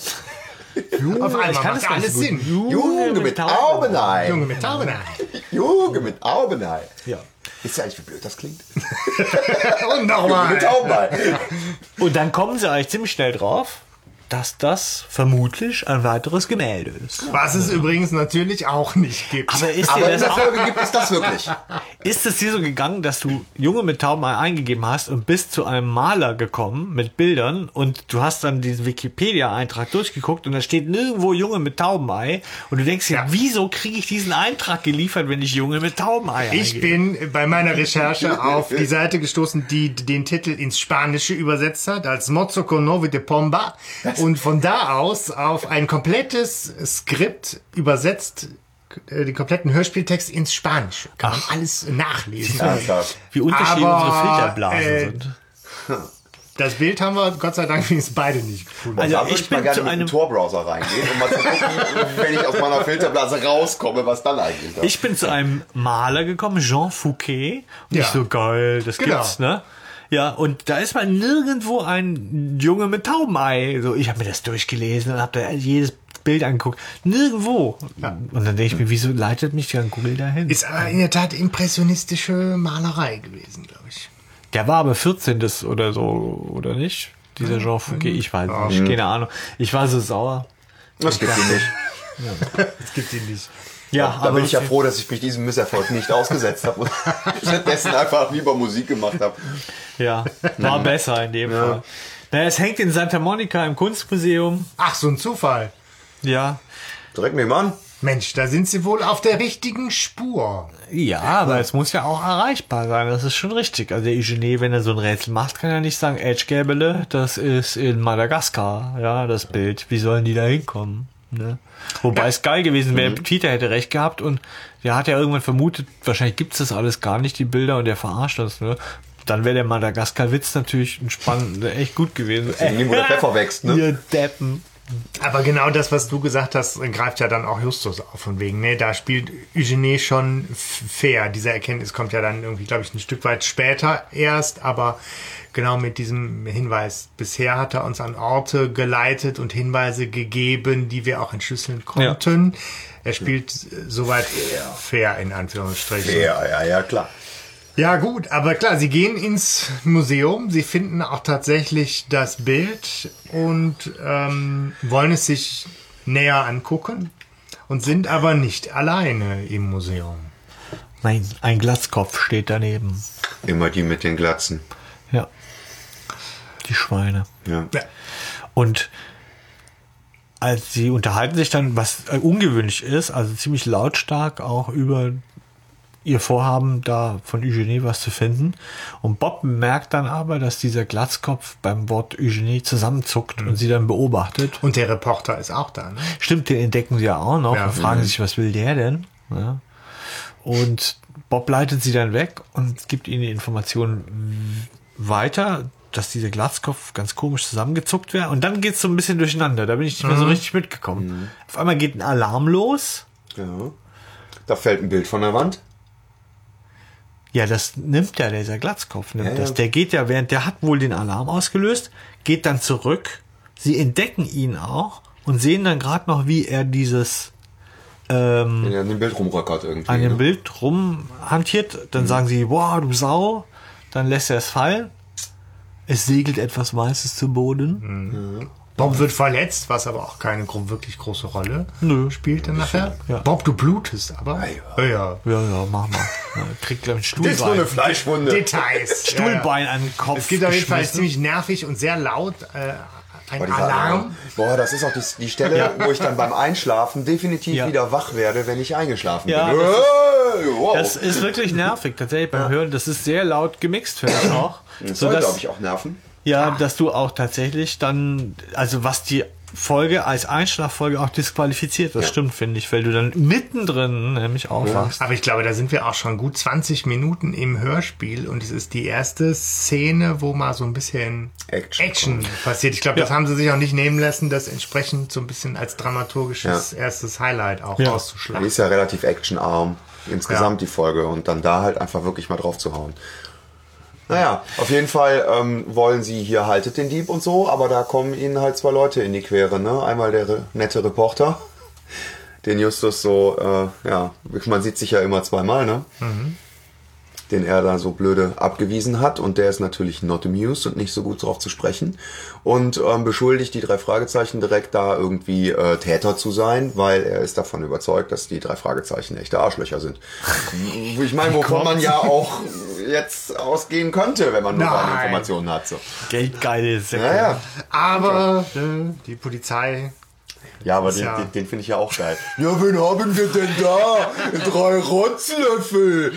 Speaker 2: Auf einmal
Speaker 3: ich kann
Speaker 2: macht
Speaker 3: das
Speaker 2: alles
Speaker 3: ganz gut.
Speaker 2: Sinn.
Speaker 1: Junge mit Taubenei.
Speaker 2: Junge mit Taubenei.
Speaker 1: Junge mit Taubenei.
Speaker 3: Ja.
Speaker 1: Wisst ihr eigentlich, wie blöd das klingt?
Speaker 2: Und
Speaker 1: Junge
Speaker 2: nochmal.
Speaker 1: mit Taubenei.
Speaker 3: Und dann kommen sie eigentlich ziemlich schnell drauf, dass das vermutlich ein weiteres Gemälde ist.
Speaker 2: Was es übrigens natürlich auch nicht gibt.
Speaker 3: Aber ist
Speaker 1: Aber
Speaker 3: dir
Speaker 1: in
Speaker 3: das
Speaker 1: der
Speaker 3: auch,
Speaker 1: Folge gibt es das wirklich.
Speaker 3: ist es dir so gegangen, dass du Junge mit Taubenei eingegeben hast und bist zu einem Maler gekommen mit Bildern und du hast dann diesen Wikipedia-Eintrag durchgeguckt und da steht nirgendwo Junge mit Taubenei und du denkst dir,
Speaker 2: Ja.
Speaker 3: wieso kriege ich diesen Eintrag geliefert, wenn ich Junge mit Taubenei
Speaker 2: Ich
Speaker 3: eingebe?
Speaker 2: bin bei meiner Recherche auf die Seite gestoßen, die den Titel ins Spanische übersetzt hat, als Mozo con Novi de Pomba. Und von da aus auf ein komplettes Skript übersetzt, äh, den kompletten Hörspieltext ins Spanische. Kann man alles nachlesen.
Speaker 1: Ja, klar.
Speaker 3: Wie unterschiedlich
Speaker 2: Aber,
Speaker 3: unsere Filterblasen
Speaker 2: äh,
Speaker 3: sind.
Speaker 2: Das Bild haben wir Gott sei Dank wenigstens beide nicht gefunden.
Speaker 3: Also
Speaker 1: Da würde
Speaker 3: ich
Speaker 1: ich mal
Speaker 3: bin
Speaker 1: gerne
Speaker 3: zu
Speaker 1: mit einem
Speaker 3: einem-
Speaker 1: Tor-Browser reingehen, um mal zu gucken, wenn ich aus meiner Filterblase rauskomme, was dann eigentlich da
Speaker 3: Ich bin zu einem Maler gekommen, Jean Fouquet. Und
Speaker 2: Ja.
Speaker 3: ich so, geil, das
Speaker 2: Genau.
Speaker 3: gibt's, ne? Ja, und da ist mal nirgendwo ein Junge mit Taubenei. So, ich habe mir das durchgelesen und habe da jedes Bild angeguckt. Nirgendwo. Und dann denke ich mir, wieso leitet mich dann Google dahin?
Speaker 2: Ist aber in der Tat impressionistische Malerei gewesen, glaube ich.
Speaker 3: Der war aber vierzehn oder so, oder nicht? Dieser Jean Fouquet, ich weiß nicht, keine Ahnung. Ich war so sauer.
Speaker 1: Das gibt es nicht.
Speaker 2: Das gibt ihn nicht.
Speaker 3: Ja,
Speaker 1: Da bin ich ja froh, dass ich mich diesem Misserfolg nicht ausgesetzt habe und stattdessen einfach lieber Musik gemacht habe.
Speaker 3: Ja, war besser in dem Fall. Naja, es hängt in Santa Monica im Kunstmuseum.
Speaker 2: Ach, so ein Zufall.
Speaker 3: Ja.
Speaker 1: Direkt nebenan.
Speaker 2: Mensch, da sind sie wohl auf der richtigen Spur.
Speaker 3: Ja, aber es muss ja auch erreichbar sein. Das ist schon richtig. Also der Eugenie, wenn er so ein Rätsel macht, kann er nicht sagen, Edgebäbele, das ist in Madagaskar, ja, das Bild. Wie sollen die da hinkommen? Ne? Wobei
Speaker 2: Ja.
Speaker 3: es geil gewesen wäre, Peter hätte recht gehabt und der hat ja irgendwann vermutet, wahrscheinlich gibt's das alles gar nicht, die Bilder, und der verarscht uns. Ne? Dann wäre der Madagaskar-Witz natürlich ein spannender, echt gut gewesen.
Speaker 1: Deswegen, wo der Pfeffer wächst, ne?
Speaker 3: Ihr Deppen.
Speaker 2: Aber genau das, was du gesagt hast, greift ja dann auch Justus auf, von wegen, ne, da spielt Eugenie schon f- fair. Diese Erkenntnis kommt ja dann irgendwie, glaube ich, ein Stück weit später erst, aber genau mit diesem Hinweis. Bisher hat er uns an Orte geleitet und Hinweise gegeben, die wir auch entschlüsseln konnten. Er spielt äh, soweit fair, in Anführungsstrichen.
Speaker 1: Ja, ja, ja, klar.
Speaker 2: Ja gut, aber klar, sie gehen ins Museum, sie finden auch tatsächlich das Bild und ähm, wollen es sich näher angucken und sind aber nicht alleine im Museum.
Speaker 3: Nein, ein Glatzkopf steht daneben.
Speaker 1: Immer die mit den Glatzen.
Speaker 3: Ja. Die Schweine.
Speaker 1: Ja.
Speaker 2: Ja.
Speaker 3: Und als sie unterhalten sich dann, was äh, ungewöhnlich ist, also ziemlich lautstark auch über ihr Vorhaben, da von Eugenie was zu finden. Und Bob merkt dann aber, dass dieser Glatzkopf beim Wort Eugenie zusammenzuckt und sie dann beobachtet.
Speaker 2: Und der Reporter ist auch da, ne?
Speaker 3: Stimmt, den entdecken sie ja auch noch
Speaker 2: Ja.
Speaker 3: und fragen sich, was will der denn? Ja. Und Bob leitet sie dann weg und gibt ihnen die Informationen weiter, dass dieser Glatzkopf ganz komisch zusammengezuckt wäre. Und dann geht's so ein bisschen durcheinander. Da bin ich nicht mehr so richtig mitgekommen.
Speaker 1: Mhm.
Speaker 3: Auf einmal geht ein Alarm los.
Speaker 1: Ja. Da fällt ein Bild von der Wand.
Speaker 3: Ja, das nimmt ja dieser Glatzkopf. Nimmt
Speaker 1: Ja, ja.
Speaker 3: das. Der geht ja, während der hat wohl den Alarm ausgelöst, geht dann zurück. Sie entdecken ihn auch und sehen dann gerade noch, wie er dieses ähm,
Speaker 1: Wenn er an dem Bild rumröckert irgendwie.
Speaker 3: an dem
Speaker 1: ne?
Speaker 3: Bild rumhantiert. Dann sagen sie, wow, du Sau. Dann lässt er es fallen. Es segelt etwas Weißes zu Boden.
Speaker 2: Bob wird verletzt, was aber auch keine gro- wirklich große Rolle
Speaker 3: Nö.
Speaker 2: spielt dann nachher.
Speaker 3: Ja.
Speaker 2: Bob, du blutest aber. Ja, ja.
Speaker 3: Ja, ja, mach mal. Ja, kriegt gleich ein
Speaker 1: Das ist nur eine
Speaker 3: Stuhlbein.
Speaker 1: Fleischwunde.
Speaker 2: Details. Ja, ja.
Speaker 3: Stuhlbein an den Kopf.
Speaker 2: Es gibt auf jeden Fall
Speaker 3: geschmissen.
Speaker 2: ziemlich nervig und sehr laut äh, ein
Speaker 1: Boah, dieser
Speaker 2: Alarm.
Speaker 1: Boah, das ist auch die, die Stelle, wo ich dann beim Einschlafen definitiv
Speaker 3: Ja.
Speaker 1: wieder wach werde, wenn ich eingeschlafen
Speaker 3: Ja,
Speaker 1: bin.
Speaker 3: das
Speaker 1: Hey, wow.
Speaker 3: Das ist wirklich nervig, tatsächlich beim Hören. Das ist sehr laut gemixt, finde ich auch.
Speaker 1: Das soll,
Speaker 3: Sodass-
Speaker 1: glaube ich, auch nerven.
Speaker 3: Ja, dass du auch tatsächlich dann, also was die Folge als Einschlaffolge auch disqualifiziert, das
Speaker 1: Ja.
Speaker 3: stimmt, finde ich, weil du dann mittendrin nämlich aufwachst.
Speaker 2: Aber ich glaube, da sind wir auch schon gut zwanzig Minuten im Hörspiel und es ist die erste Szene, wo mal so ein bisschen
Speaker 1: Action
Speaker 2: Action, passiert. Ich glaube, das
Speaker 3: Ja.
Speaker 2: haben sie sich auch nicht nehmen lassen, das entsprechend so ein bisschen als dramaturgisches
Speaker 1: Ja.
Speaker 2: erstes Highlight auch
Speaker 3: Ja.
Speaker 1: Die
Speaker 2: auszuschlagen.
Speaker 1: ist ja relativ actionarm insgesamt,
Speaker 2: Ja.
Speaker 1: die Folge. Und dann da halt einfach wirklich mal drauf zu hauen. Naja, auf jeden Fall ähm, wollen sie hier haltet den Dieb und so, aber da kommen ihnen halt zwei Leute in die Quere. Ne? Einmal der re- nette Reporter, den Justus so, äh, ja, man sieht sich ja immer zweimal, ne? den er da so blöde abgewiesen hat. Und der ist natürlich not amused und nicht so gut drauf zu sprechen. Und ähm, beschuldigt die drei Fragezeichen direkt da irgendwie äh, Täter zu sein, weil er ist davon überzeugt, dass die drei Fragezeichen echte Arschlöcher sind. Ich meine, wovon man ja auch jetzt ausgehen könnte, wenn man nur
Speaker 2: Nein.
Speaker 1: eine Informationen hat. So.
Speaker 3: Geldgeile Säcke.
Speaker 1: Naja.
Speaker 2: Aber äh, die Polizei.
Speaker 1: Ja, aber den,
Speaker 2: ja-
Speaker 1: den, den finde ich ja auch geil. Ja, wen haben wir denn da? Drei Rotzlöffel.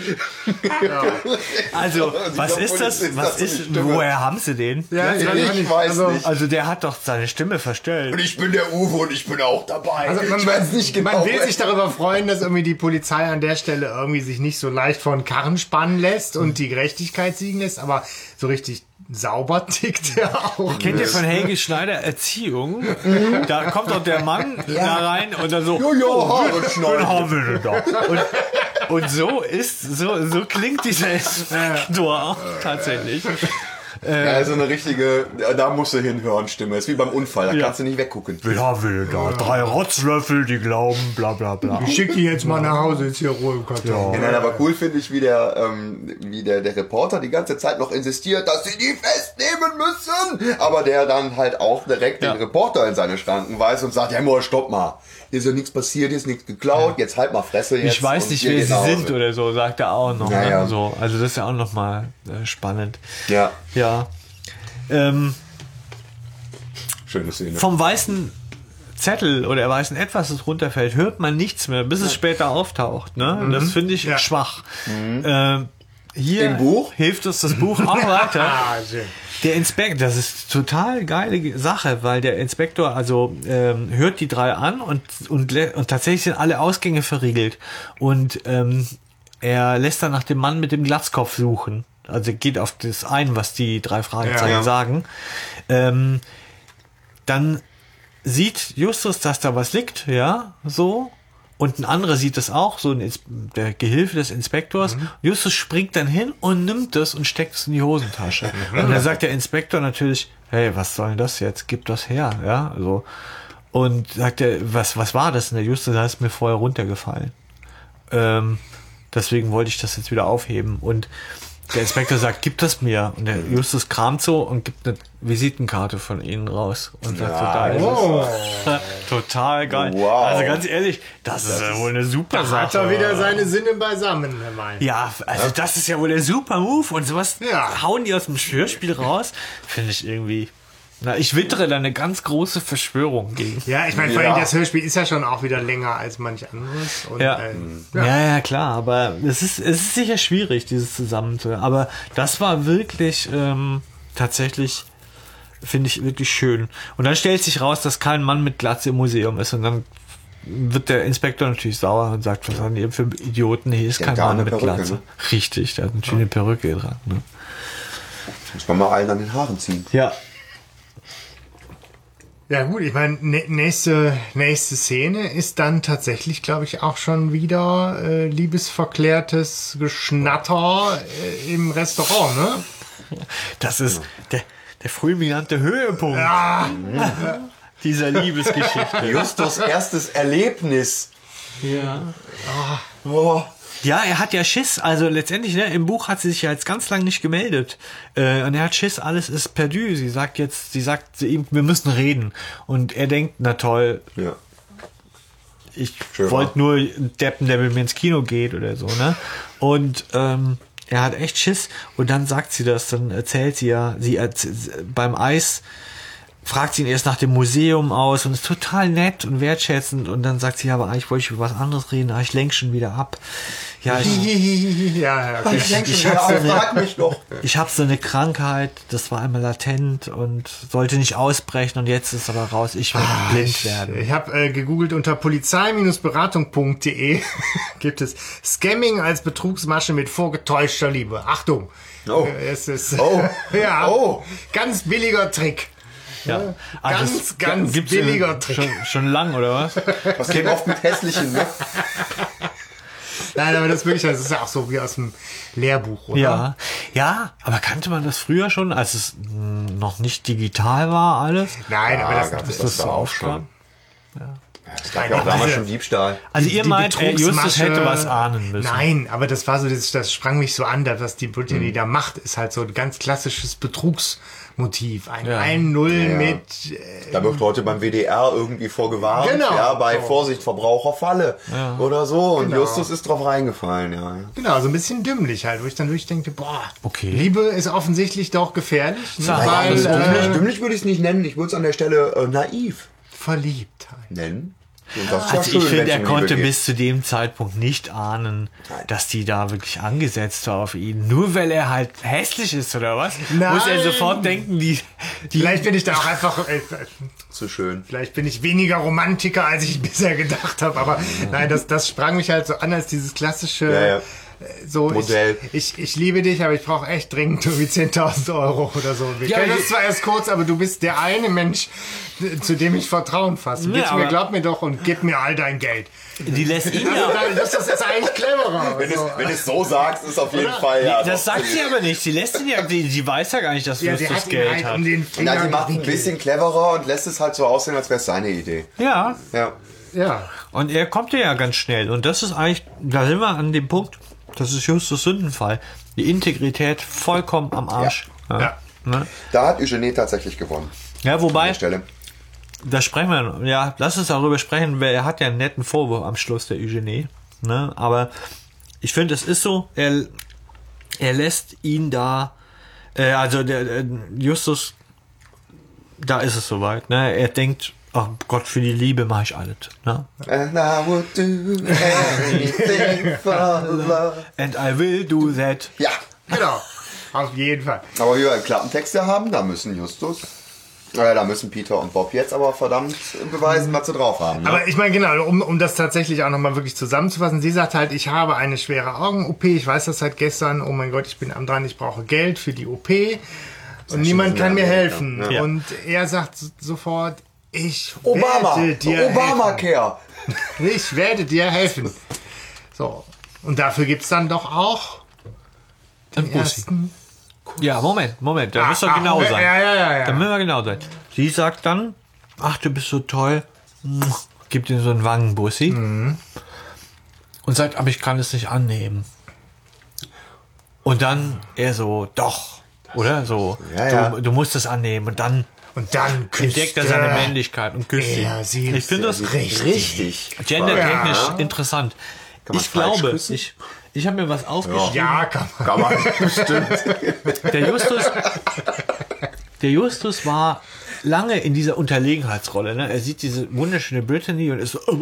Speaker 3: Also, was
Speaker 1: Dieser
Speaker 3: ist das?
Speaker 1: Polizist
Speaker 3: Was
Speaker 1: hat so eine
Speaker 3: ist,
Speaker 1: Stimme.
Speaker 3: woher haben sie den?
Speaker 2: Ja,
Speaker 1: ich
Speaker 2: weiß auch nicht.
Speaker 1: weiß
Speaker 2: also,
Speaker 1: nicht.
Speaker 3: Also, der hat doch seine Stimme verstellt.
Speaker 1: Und ich bin der Uwe und ich bin auch dabei.
Speaker 2: Also man,
Speaker 1: ich weiß nicht genau.
Speaker 2: man will sich darüber freuen, dass irgendwie die Polizei an der Stelle irgendwie sich nicht so leicht vor den Karren spannen lässt und die Gerechtigkeit siegen lässt, aber so richtig sauber tickt er auch.
Speaker 3: Kennt ihr von Helge Schneider Erziehung? Da kommt doch der Mann da rein und dann so,
Speaker 1: Ja, ja,
Speaker 3: oh,
Speaker 1: Haare
Speaker 3: wen-
Speaker 1: schneiden.
Speaker 3: wen haben wir denn da? Und, und so ist, so, so klingt dieser Inspektor auch tatsächlich.
Speaker 1: Ja, also eine richtige, da musst du hinhören, Stimme. Ist wie beim Unfall, da
Speaker 3: Ja.
Speaker 1: kannst du nicht weggucken.
Speaker 3: Wen haben wir denn da? Drei Rotzlöffel, die glauben, bla bla bla.
Speaker 2: Ich schicke die jetzt mal nach Hause, ist hier Ruhe im Karton.
Speaker 1: Ja, nein, aber cool finde ich, wie der, ähm, wie der, der Reporter die ganze Zeit noch insistiert, dass sie die festnehmen müssen. Aber der dann halt auch direkt
Speaker 3: Ja.
Speaker 1: den Reporter in seine Schranken weist und sagt, ja, Moa, stopp mal. Hier ist ja nichts passiert, hier ist nichts geklaut, jetzt halt mal Fresse jetzt.
Speaker 3: Ich weiß
Speaker 1: und
Speaker 3: nicht,
Speaker 1: wir
Speaker 3: wer
Speaker 1: gehen
Speaker 3: sie
Speaker 1: nach Hause.
Speaker 3: sind oder so, sagt er auch noch.
Speaker 1: Ja,
Speaker 3: ne?
Speaker 1: ja.
Speaker 3: So, also das ist ja auch noch mal äh, spannend.
Speaker 1: Ja,
Speaker 3: Ja. Ähm,
Speaker 1: schöne Szene.
Speaker 3: vom weißen Zettel oder weißen Etwas, das runterfällt, hört man nichts mehr, bis es später auftaucht. Ne? Das finde ich
Speaker 2: Ja.
Speaker 3: schwach. Ähm, hier
Speaker 1: Im Buch?
Speaker 3: hilft uns das Buch auch weiter.
Speaker 2: Ah, schön.
Speaker 3: Der Inspektor, das ist total geile Sache, weil der Inspektor also ähm, hört die drei an und, und, lä- und tatsächlich sind alle Ausgänge verriegelt. Und ähm, er lässt dann nach dem Mann mit dem Glatzkopf suchen. Also geht auf das ein, was die drei Fragezeichen
Speaker 1: Ja, ja.
Speaker 3: sagen. Ähm, dann sieht Justus, dass da was liegt, ja, so. Und ein anderer sieht das auch, so ein Ins- der Gehilfe des Inspektors. Justus springt dann hin und nimmt es und steckt es in die Hosentasche. Und dann sagt der Inspektor natürlich, hey, was soll denn das jetzt? Gib das her, ja, so. Und sagt er, was, was war das? Und der Justus, da ist mir vorher runtergefallen. Ähm, deswegen wollte ich das jetzt wieder aufheben. Und der Inspektor sagt, gib das mir. Und der Justus kramt so und gibt eine Visitenkarte von ihnen raus. Und sagt, so, da ist
Speaker 2: Oh,
Speaker 3: es. Total geil.
Speaker 1: Wow.
Speaker 3: Also ganz ehrlich, das, ist ja wohl eine super
Speaker 2: hat
Speaker 3: Sache.
Speaker 2: er wieder seine Sinne beisammen, Herr May.
Speaker 3: Ja, also das ist ja wohl der super Move. Und sowas
Speaker 2: Ja.
Speaker 3: hauen die aus dem Hörspiel raus. Finde ich irgendwie... Na, ich wittere da eine ganz große Verschwörung gegen.
Speaker 2: Ja, ich meine, vor
Speaker 1: Ja.
Speaker 2: allem das Hörspiel ist ja schon auch wieder länger als manch anderes. Und,
Speaker 3: Ja.
Speaker 2: äh,
Speaker 3: Ja. ja, ja, klar, aber es ist, es ist sicher schwierig, dieses Zusammenzuhören. Aber das war wirklich ähm, tatsächlich, finde ich, wirklich schön. Und dann stellt sich raus, dass kein Mann mit Glatze im Museum ist. Und dann wird der Inspektor natürlich sauer und sagt, was haben die für Idioten? Hier ist
Speaker 1: Der
Speaker 3: kein
Speaker 1: hat gar
Speaker 3: Mann
Speaker 1: eine
Speaker 3: mit
Speaker 1: Perücke,
Speaker 3: Glatze.
Speaker 1: ne?
Speaker 3: Richtig, der hat natürlich eine Perücke dran. Ne?
Speaker 1: Muss man mal allen an den Haaren ziehen.
Speaker 3: Ja.
Speaker 2: Ja gut, ich meine, nä- nächste, nächste Szene ist dann tatsächlich, glaube ich, auch schon wieder äh, liebesverklärtes Geschnatter äh, im Restaurant, ne?
Speaker 3: Das ist der, der fulminante Höhepunkt
Speaker 2: Ah,
Speaker 3: dieser Liebesgeschichte.
Speaker 1: Justus erstes Erlebnis.
Speaker 3: Ja.
Speaker 1: Oh.
Speaker 3: Ja, er hat ja Schiss. Also letztendlich, ne, im Buch hat sie sich ja jetzt ganz lang nicht gemeldet. Äh, und er hat Schiss, alles ist perdu. Sie sagt jetzt, sie sagt zu ihm, wir müssen reden. Und er denkt, na toll,
Speaker 1: Ja.
Speaker 3: ich
Speaker 1: Schön,
Speaker 3: wollte nur einen Deppen, der mit mir ins Kino geht oder so, ne? Und ähm, er hat echt Schiss. Und dann sagt sie das, dann erzählt sie ja, sie erz- beim Eis fragt sie ihn erst nach dem Museum aus und ist total nett und wertschätzend und dann sagt sie, ja, aber eigentlich wollte ich über was anderes reden, aber ich lenke schon wieder ab. Ja, ich,
Speaker 2: ja, ja, okay.
Speaker 1: Ich denke
Speaker 3: Ich
Speaker 1: schon,
Speaker 3: hab's
Speaker 1: ja,
Speaker 3: so eine-
Speaker 1: frag mich doch.
Speaker 3: ich habe so eine Krankheit, das war einmal latent und sollte nicht ausbrechen und jetzt ist aber raus, ich werde blind werden.
Speaker 2: Ich habe äh, gegoogelt unter polizei-beratung punkt de gibt es Scamming als Betrugsmasche mit vorgetäuschter Liebe. Achtung!
Speaker 1: Oh.
Speaker 2: Äh, Es ist
Speaker 1: Oh.
Speaker 2: ja
Speaker 1: Oh.
Speaker 2: ganz billiger Trick.
Speaker 3: Ja. Ah,
Speaker 2: Ganz,
Speaker 3: das
Speaker 2: ganz
Speaker 3: gibt's
Speaker 2: billiger
Speaker 3: in-
Speaker 2: Trick.
Speaker 3: Schon, schon lang, oder was?
Speaker 1: Was geht oft mit hässlichen, ne?
Speaker 2: Nein, aber das ist wirklich, das ist ja auch so wie aus dem Lehrbuch, oder?
Speaker 3: Ja, ja, aber kannte man das früher schon, als es mh, noch nicht digital war alles?
Speaker 2: Nein, aber das,
Speaker 1: gab's
Speaker 2: das,
Speaker 1: das
Speaker 3: das
Speaker 1: da
Speaker 3: so
Speaker 1: auch
Speaker 3: aufkam?
Speaker 1: schon. Es gab ja auch damals schon Diebstahl.
Speaker 3: Also
Speaker 2: Die-
Speaker 3: ihr
Speaker 2: die
Speaker 3: meint, äh, Justus
Speaker 2: Betrugsmasche-
Speaker 3: hätte was ahnen müssen.
Speaker 2: Nein, aber das war so, das, das sprang mich so an, dass was die Brittany
Speaker 1: Hm.
Speaker 2: da macht, ist halt so ein ganz klassisches Betrugsmotiv. Ein
Speaker 3: Ja.
Speaker 2: ein null
Speaker 1: Ja.
Speaker 2: mit, äh,
Speaker 1: Da wird heute beim W D R irgendwie vorgewarnt,
Speaker 2: Genau.
Speaker 1: ja, bei
Speaker 2: So.
Speaker 1: Vorsicht Verbraucherfalle oder so. Und
Speaker 2: Genau.
Speaker 1: Justus ist drauf reingefallen, ja.
Speaker 2: genau, so ein bisschen dümmlich halt, wo ich dann wirklich denke, boah,
Speaker 3: Okay.
Speaker 2: Liebe ist offensichtlich doch gefährlich, ne,
Speaker 3: Sag mal,
Speaker 2: weil
Speaker 1: Also, dümmlich,
Speaker 2: äh,
Speaker 1: dümmlich würde ich es nicht nennen, ich würde es an der Stelle äh, naiv
Speaker 2: Verliebtheit.
Speaker 1: nennen. Und das ist ja
Speaker 3: Also
Speaker 1: schön,
Speaker 3: ich finde,
Speaker 1: wenn's
Speaker 3: er
Speaker 1: um Liebe
Speaker 3: konnte
Speaker 1: geht.
Speaker 3: bis zu dem Zeitpunkt nicht ahnen,
Speaker 1: Nein.
Speaker 3: dass die da wirklich angesetzt war auf ihn. Nur weil er halt hässlich ist, oder was?
Speaker 2: Nein.
Speaker 3: Muss er sofort denken, die... die
Speaker 2: Vielleicht bin ich da auch einfach, äh,
Speaker 1: Zu schön.
Speaker 2: vielleicht bin ich weniger Romantiker, als ich bisher gedacht habe, aber nein, das, das sprang mich halt so an als dieses klassische,
Speaker 1: Ja, ja.
Speaker 2: äh, so,
Speaker 1: Modell.
Speaker 2: Ich, ich, ich liebe dich, aber ich brauche echt dringend irgendwie zehntausend Euro oder so. Wir
Speaker 3: Ja,
Speaker 2: kennen
Speaker 3: ich-
Speaker 2: uns zwar erst kurz, aber du bist der eine Mensch, zu dem ich Vertrauen fasse.
Speaker 3: Ja,
Speaker 2: Gib's mir,
Speaker 3: aber-
Speaker 2: glaub mir doch und gib mir all dein Geld.
Speaker 3: die lässt ihn
Speaker 2: Also,
Speaker 3: ja...
Speaker 2: das ist jetzt eigentlich cleverer.
Speaker 1: Wenn
Speaker 2: So.
Speaker 1: es, wenn es so sagst, ist auf jeden Fall, ja.
Speaker 3: Das
Speaker 1: doch.
Speaker 3: sagt sie aber nicht. Sie lässt ihn ja... Die, die weiß ja gar nicht, dass
Speaker 2: Ja, sie
Speaker 3: Justus
Speaker 2: hat ihn
Speaker 3: Geld
Speaker 2: halt
Speaker 3: hat.
Speaker 2: um den Finger
Speaker 1: Na, sie macht ein
Speaker 2: gewickelt.
Speaker 1: bisschen cleverer und lässt es halt so aussehen, als wäre es seine Idee.
Speaker 3: Ja,
Speaker 1: Ja.
Speaker 2: Ja.
Speaker 3: und er kommt ja ganz schnell. Und das ist eigentlich... Da sind wir an dem Punkt, das ist Justus Sündenfall. Die Integrität vollkommen am Arsch. Ja.
Speaker 2: Ja.
Speaker 3: Ne?
Speaker 1: Da hat Eugenie tatsächlich gewonnen.
Speaker 3: Ja,
Speaker 1: An
Speaker 3: wobei...
Speaker 1: der Stelle.
Speaker 3: Da sprechen wir, ja, lass uns darüber sprechen, weil er hat ja einen netten Vorwurf am Schluss, der Eugenie, ne, aber ich finde, es ist so, er, er lässt ihn da, äh, also der, der Justus, da ist es soweit, ne, er denkt, oh Gott, für die Liebe mache ich alles, ne,
Speaker 1: And I would do anything for love.
Speaker 3: and I will do that.
Speaker 1: Ja.
Speaker 2: Genau. Auf jeden Fall.
Speaker 1: Aber wie wir einen Klappentext ja haben, da müssen Justus, äh, da müssen Peter und Bob jetzt aber verdammt beweisen, was sie drauf haben. Ne?
Speaker 2: Aber ich meine, genau, um, um das tatsächlich auch nochmal wirklich zusammenzufassen, sie sagt halt, ich habe eine schwere Augen-O P, ich weiß das seit gestern, oh mein Gott, ich bin am dran, ich brauche Geld für die O P und niemand kann mir helfen.
Speaker 3: Ja.
Speaker 2: Und er sagt so- sofort, ich
Speaker 1: Obama,
Speaker 2: werde dir
Speaker 1: Obamacare.
Speaker 2: helfen. Ich werde dir helfen. So, und dafür gibt's dann doch auch den
Speaker 3: Bussi.
Speaker 2: ersten...
Speaker 3: Ja, Moment, Moment, da
Speaker 2: Ah,
Speaker 3: müssen wir
Speaker 2: ah,
Speaker 3: genau
Speaker 2: ja,
Speaker 3: sein.
Speaker 2: ja, ja, ja.
Speaker 3: Da müssen wir genau sein. Sie sagt dann, ach, du bist so toll, gibt ihm so einen Wangenbussi
Speaker 2: Mhm.
Speaker 3: und sagt, aber ich kann es nicht annehmen. Und dann er so, doch, oder? So,
Speaker 1: Ja, ja.
Speaker 3: Du, du musst es annehmen und dann
Speaker 2: Und dann küsst
Speaker 3: entdeckt er seine
Speaker 2: er
Speaker 3: Männlichkeit und küsst sie.
Speaker 2: er sie.
Speaker 3: Ich finde das
Speaker 2: Richtig.
Speaker 1: Richtig.
Speaker 3: gendertechnisch
Speaker 2: Ja.
Speaker 3: interessant.
Speaker 1: Kann man
Speaker 3: Ich
Speaker 1: falsch
Speaker 3: glaube,
Speaker 1: küssen?
Speaker 3: ich, ich habe mir was aufgeschrieben.
Speaker 2: Ja, kann man.
Speaker 1: Kann man, stimmt.
Speaker 3: Der Justus, der Justus war lange in dieser Unterlegenheitsrolle. Ne? Er sieht diese wunderschöne Brittany und ist so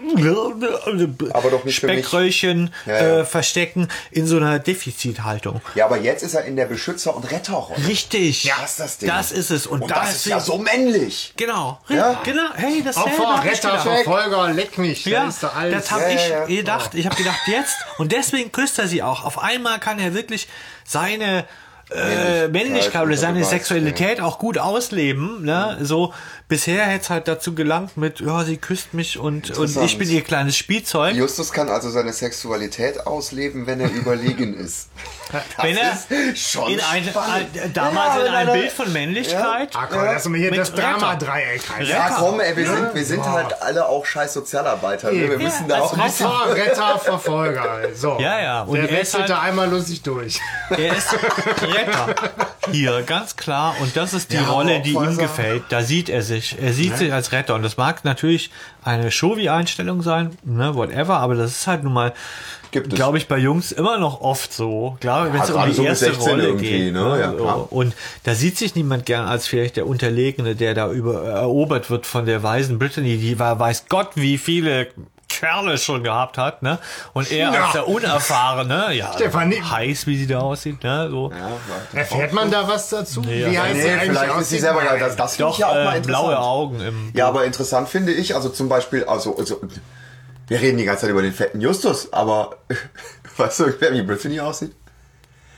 Speaker 1: Aber doch nicht für mich.
Speaker 3: Speckröllchen
Speaker 1: Ja, ja.
Speaker 3: Äh, verstecken in so einer Defizithaltung.
Speaker 1: Ja, aber jetzt ist er in der Beschützer- und Retterrolle.
Speaker 3: Richtig.
Speaker 1: Ja, das ist das Ding.
Speaker 3: Das ist es. Und,
Speaker 1: Und
Speaker 3: da
Speaker 1: das ist ja so männlich.
Speaker 3: Genau.
Speaker 1: Ja.
Speaker 3: Genau. Hey, das
Speaker 2: Opfer, Retter, Verfolger, leck mich.
Speaker 3: Ja,
Speaker 2: das ist doch alles.
Speaker 3: das habe
Speaker 1: Ja,
Speaker 3: ich
Speaker 1: ja, ja.
Speaker 3: gedacht. Ich habe gedacht, jetzt. Und deswegen küsst er sie auch. Auf einmal kann er wirklich seine äh, Männlichkeit oder seine
Speaker 1: Beweis,
Speaker 3: Sexualität auch gut ausleben. Ne? So, bisher hätte es halt dazu gelangt mit, ja, sie küsst mich und, und
Speaker 1: Interessant.
Speaker 3: ich bin ihr kleines Spielzeug.
Speaker 1: Justus kann also seine Sexualität ausleben, wenn er überlegen ist. Das
Speaker 3: Wenn er
Speaker 1: ist schon
Speaker 3: in ein,
Speaker 1: spannend.
Speaker 3: ein, damals
Speaker 1: Ja,
Speaker 3: in
Speaker 1: wenn
Speaker 3: ein
Speaker 1: er-
Speaker 3: Bild von Männlichkeit.
Speaker 2: Ah, komm, lass mir hier
Speaker 3: Mit
Speaker 2: das
Speaker 3: Retter.
Speaker 2: Drama-Dreieck rein.
Speaker 1: Ja,
Speaker 3: Retter.
Speaker 1: komm, ey, wir sind, wir sind halt alle auch scheiß Sozialarbeiter. Ne? Wir müssen da
Speaker 3: als
Speaker 1: auch ein bisschen...
Speaker 2: Opfer, Retter, Verfolger. So.
Speaker 3: Ja, ja. Und
Speaker 2: Der
Speaker 3: er ist
Speaker 2: wechselt
Speaker 3: halt-
Speaker 2: da einmal lustig durch.
Speaker 3: Er ist Retter. Hier, ganz klar. Und das ist die
Speaker 1: Ja,
Speaker 3: Rolle, die
Speaker 1: voll
Speaker 3: ihm
Speaker 1: so.
Speaker 3: gefällt. Da sieht er sich. Er sieht sich als Retter. Und das mag natürlich eine Showy-Einstellung sein, ne, whatever, aber das ist halt nun mal,
Speaker 1: Gibt es.
Speaker 3: glaube ich, bei Jungs immer noch oft so. Glaube, wenn es
Speaker 1: Ja,
Speaker 3: um
Speaker 1: gerade
Speaker 3: die
Speaker 1: so mit
Speaker 3: erste
Speaker 1: sechzehn
Speaker 3: Rolle
Speaker 1: irgendwie,
Speaker 3: geht.
Speaker 1: ne? Ja,
Speaker 3: so.
Speaker 1: klar.
Speaker 3: Und da sieht sich niemand gern als vielleicht der Unterlegene, der da über, erobert wird von der weisen Brittany, die war, weiß Gott, wie viele Kerle schon gehabt hat, ne? Und er
Speaker 2: Ja.
Speaker 3: als der Unerfahrene, ja,
Speaker 2: Stefan,
Speaker 3: heiß, wie sie da aussieht, ne? So.
Speaker 2: Erfährt man da was dazu?
Speaker 3: Nee,
Speaker 2: Wie
Speaker 3: ja.
Speaker 2: heißt
Speaker 1: Nee,
Speaker 2: sie eigentlich
Speaker 1: vielleicht ist sie
Speaker 2: aussieht?
Speaker 1: selber... Ja,
Speaker 2: Nein.
Speaker 1: das, das finde ich
Speaker 3: Doch,
Speaker 1: ja auch mal
Speaker 3: äh,
Speaker 1: interessant.
Speaker 3: blaue Augen im
Speaker 1: Ja, aber interessant finde ich, also zum Beispiel, also, also wir reden die ganze Zeit über den fetten Justus, aber weißt du, wer wie Brittany aussieht?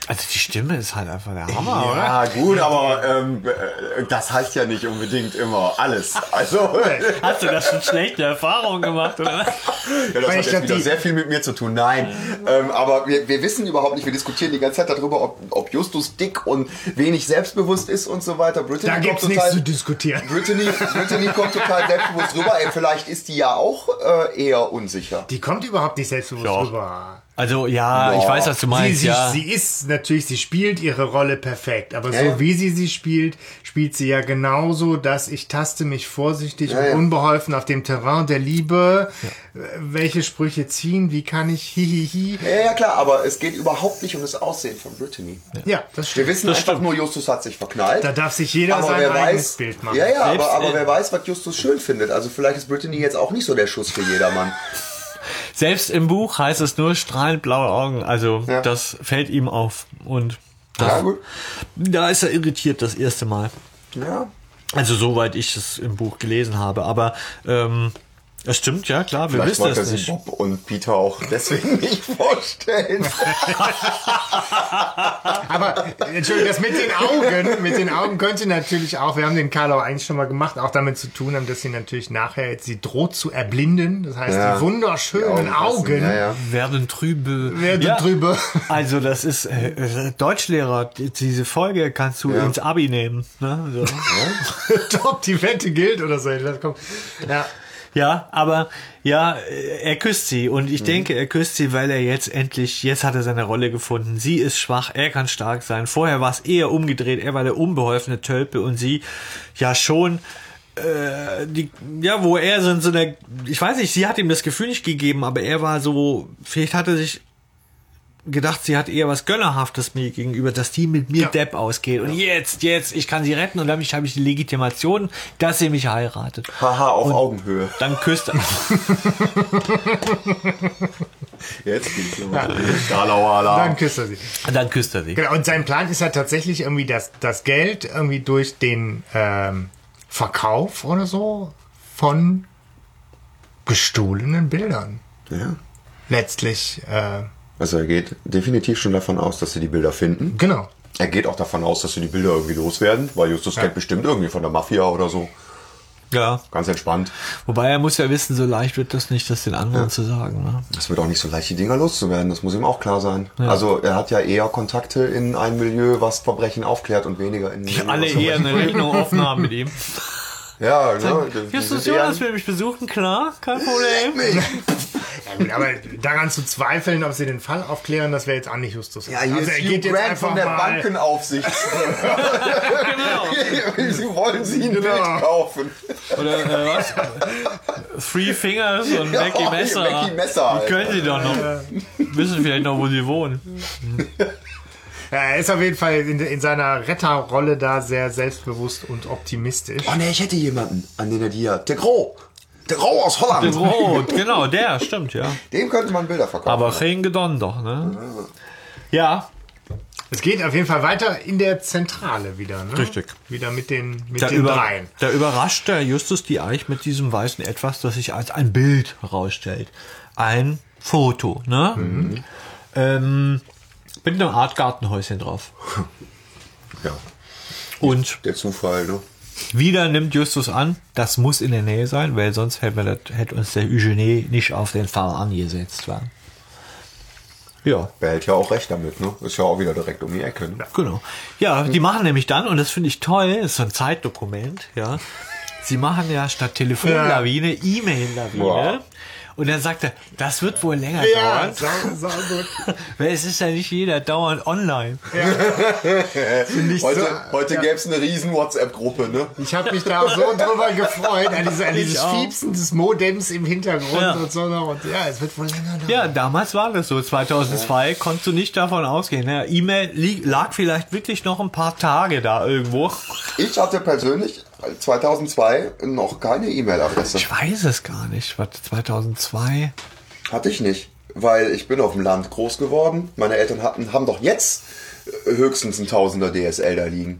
Speaker 3: Also die Stimme ist halt einfach der Hammer, oder?
Speaker 1: Ja, gut, aber ähm, äh, das heißt ja nicht unbedingt immer alles. Also,
Speaker 3: Hast du das schon schlechte Erfahrungen gemacht, oder?
Speaker 1: ja, das
Speaker 2: Weil
Speaker 1: hat
Speaker 2: ich
Speaker 1: jetzt
Speaker 2: glaub,
Speaker 1: wieder
Speaker 2: die-
Speaker 1: sehr viel mit mir zu tun. Nein, ähm, aber wir, wir wissen überhaupt nicht, wir diskutieren die ganze Zeit darüber, ob, ob Justus dick und wenig selbstbewusst ist und so weiter. Brittany
Speaker 2: Da
Speaker 1: kommt
Speaker 2: gibt's
Speaker 1: total-
Speaker 2: nichts zu diskutieren.
Speaker 1: Brittany, Brittany kommt total selbstbewusst rüber. Ey, vielleicht ist die ja auch äh, eher unsicher.
Speaker 2: Die kommt überhaupt nicht selbstbewusst
Speaker 3: Ja.
Speaker 2: rüber.
Speaker 3: Also ja,
Speaker 1: Boah.
Speaker 3: ich weiß, was du
Speaker 2: Sie,
Speaker 3: meinst,
Speaker 2: sie,
Speaker 3: ja.
Speaker 2: sie ist natürlich, sie spielt ihre Rolle perfekt, aber
Speaker 1: Ja,
Speaker 2: so
Speaker 1: ja.
Speaker 2: wie sie sie spielt, spielt sie ja genauso, dass ich taste mich vorsichtig
Speaker 1: Ja,
Speaker 2: und
Speaker 1: ja.
Speaker 2: unbeholfen auf dem Terrain der Liebe. Welche Sprüche ziehen? Wie kann ich hihihi?
Speaker 1: Ja, ja, klar, aber es geht überhaupt nicht um das Aussehen von Brittany.
Speaker 2: Ja, das
Speaker 1: Wir
Speaker 2: stimmt.
Speaker 1: wissen
Speaker 3: Das
Speaker 1: einfach
Speaker 3: stimmt.
Speaker 1: nur, Justus hat sich verknallt.
Speaker 2: Da darf sich jeder
Speaker 1: aber
Speaker 2: sein
Speaker 1: wer
Speaker 2: eigenes
Speaker 1: weiß,
Speaker 2: Bild machen.
Speaker 1: Ja, ja,
Speaker 3: Selbst
Speaker 1: aber, aber
Speaker 3: in-
Speaker 1: wer weiß, was Justus schön findet. Also vielleicht ist Brittany jetzt auch nicht so der Schuss für jedermann.
Speaker 3: Selbst im Buch heißt es nur strahlend blaue Augen. Also
Speaker 1: Ja.
Speaker 3: das fällt ihm auf. Und das,
Speaker 1: Ja, gut.
Speaker 3: da ist er irritiert das erste Mal.
Speaker 1: Ja.
Speaker 3: Also soweit ich es im Buch gelesen habe. Aber ähm, es stimmt, ja klar, wir
Speaker 1: Vielleicht
Speaker 3: wissen
Speaker 1: wollte er
Speaker 3: es
Speaker 1: sich
Speaker 3: nicht.
Speaker 1: Bob und Peter auch deswegen nicht vorstellen.
Speaker 2: Aber, Entschuldigung, das mit den Augen, mit den Augen könnte natürlich auch, wir haben den Karl auch eigentlich schon mal gemacht, auch damit zu tun haben, dass sie natürlich nachher jetzt, sie droht zu erblinden. Das heißt,
Speaker 1: Ja.
Speaker 2: die wunderschönen
Speaker 1: Die
Speaker 2: Augen
Speaker 1: passen, Ja, ja.
Speaker 3: Werden trübe.
Speaker 2: werden drüber.
Speaker 3: Also das ist äh, äh, Deutschlehrer. Die- Diese Folge kannst du
Speaker 1: Ja.
Speaker 3: ins Abi nehmen. Ne? So.
Speaker 2: Top, die Wette gilt oder so. Das kommt. Ja.
Speaker 3: Ja, aber ja, äh, er küsst sie und ich denke, er küsst sie, weil er jetzt endlich, jetzt hat er seine Rolle gefunden. Sie ist schwach, er kann stark sein. Vorher war es eher umgedreht, er war der unbeholfene Tölpe und sie ja schon, äh, die, ja, wo er so in so einer, ich weiß nicht, sie hat ihm das Gefühl nicht gegeben, aber er war so, vielleicht hat er sich gedacht, sie hat eher was Gönnerhaftes mir gegenüber, dass die mit mir
Speaker 2: Ja.
Speaker 3: Depp ausgeht. Und jetzt, jetzt, ich kann sie retten und damit habe ich die Legitimation, dass sie mich heiratet.
Speaker 1: Haha, auf Augenhöhe.
Speaker 3: Dann küsst er.
Speaker 1: Jetzt geht's los. Stalauer Alarm.
Speaker 2: Dann küsst er sie.
Speaker 3: Dann küsst er sie.
Speaker 2: Genau. Und sein Plan ist ja tatsächlich irgendwie das, das Geld irgendwie durch den ähm, Verkauf oder so von gestohlenen Bildern.
Speaker 1: Ja.
Speaker 2: Letztlich, äh,
Speaker 1: Also er geht definitiv schon davon aus, dass sie die Bilder finden.
Speaker 2: genau.
Speaker 1: Er geht auch davon aus, dass sie die Bilder irgendwie loswerden, weil Justus kennt bestimmt irgendwie von der Mafia oder so.
Speaker 3: Ja.
Speaker 1: Ganz entspannt.
Speaker 3: Wobei er muss ja wissen, so leicht wird das nicht, das den anderen zu sagen. Ne?
Speaker 1: Das wird auch nicht so leicht, die Dinger loszuwerden. Das muss ihm auch klar sein. Also er hat ja eher Kontakte in ein Milieu, was Verbrechen aufklärt und weniger in
Speaker 3: Die alle eher eine Rechnung offen haben mit ihm.
Speaker 1: Ja, ne? die-
Speaker 3: Justus
Speaker 1: die sind eher-
Speaker 3: Jonas will mich besuchen, klar, kein Problem.
Speaker 2: Ja, gut, aber daran zu zweifeln, ob sie den Fall aufklären, das wäre jetzt auch nicht Justus.
Speaker 1: Ja, hier
Speaker 2: also
Speaker 1: ist
Speaker 2: er
Speaker 1: Hugh
Speaker 2: geht jetzt
Speaker 1: Grant
Speaker 2: einfach
Speaker 1: von der
Speaker 2: mal.
Speaker 1: Bankenaufsicht.
Speaker 3: Genau.
Speaker 1: Sie wollen sie ein
Speaker 2: Genau.
Speaker 1: Bild kaufen.
Speaker 3: Oder äh, was? Three Fingers und
Speaker 1: Ja,
Speaker 3: Mackie Messer.
Speaker 1: Mackie Messer,
Speaker 3: Die
Speaker 1: Alter.
Speaker 3: können sie doch noch. Wissen vielleicht noch, wo sie wohnen.
Speaker 2: Ja, er ist auf jeden Fall in, in seiner Retterrolle da sehr selbstbewusst und optimistisch.
Speaker 1: Oh ne, ich hätte jemanden, an den er die hat. Der Gro. Der Gro aus Holland.
Speaker 3: Rot, genau, der, stimmt, ja.
Speaker 1: Dem könnte man Bilder verkaufen.
Speaker 3: Aber kein Gedonder, ne? Ja,
Speaker 2: Es geht auf jeden Fall weiter in der Zentrale wieder. Ne?
Speaker 3: Richtig.
Speaker 2: Wieder mit den, mit
Speaker 3: da,
Speaker 2: den
Speaker 3: über,
Speaker 2: dreien.
Speaker 3: da überrascht der Justus die Eich mit diesem weißen Etwas, das sich als ein Bild herausstellt. Ein Foto, ne?
Speaker 1: Mhm.
Speaker 3: Ähm, mit einem Art Gartenhäuschen drauf.
Speaker 1: Ja,
Speaker 3: Und
Speaker 1: der Zufall, ne?
Speaker 3: wieder nimmt Justus an, das muss in der Nähe sein, weil sonst hätte, man das, hätte uns der Eugenie nicht auf den Fall angesetzt. War. Ja,
Speaker 1: Behält ja auch recht damit, ne? Ist ja auch wieder direkt um die Ecke, ne?
Speaker 3: genau. Ja, die machen nämlich dann, und das finde ich toll, das ist so ein Zeitdokument, ja. Sie machen ja statt Telefonlawine E-Mail-Lawine.
Speaker 1: Boah.
Speaker 3: Und dann sagt er, das wird wohl länger
Speaker 2: Ja,
Speaker 3: dauern.
Speaker 2: sau, sau gut.
Speaker 3: Weil es ist ja nicht jeder dauernd online.
Speaker 2: Finde ich
Speaker 1: Heute,
Speaker 2: so,
Speaker 1: heute
Speaker 2: ja.
Speaker 1: gäbe es eine riesen WhatsApp-Gruppe, ne?
Speaker 2: Ich habe mich da auch so drüber gefreut, an, diese, an dieses
Speaker 3: auch.
Speaker 2: Fiepsen des Modems im Hintergrund
Speaker 3: Ja.
Speaker 2: und so noch. Und ja, es wird wohl länger dauern.
Speaker 3: Ja, damals war das so. zweitausendzwei konntest du nicht davon ausgehen. Ja, E-Mail li- lag vielleicht wirklich noch ein paar Tage da irgendwo.
Speaker 1: Ich hatte persönlich zweitausendzwei noch keine E-Mail-Adresse.
Speaker 3: Ich weiß es gar nicht. Was, zweitausendzwei?
Speaker 1: Hatte ich nicht, weil ich bin auf dem Land groß geworden. Meine Eltern hatten, haben doch jetzt höchstens ein Tausender D S L da liegen.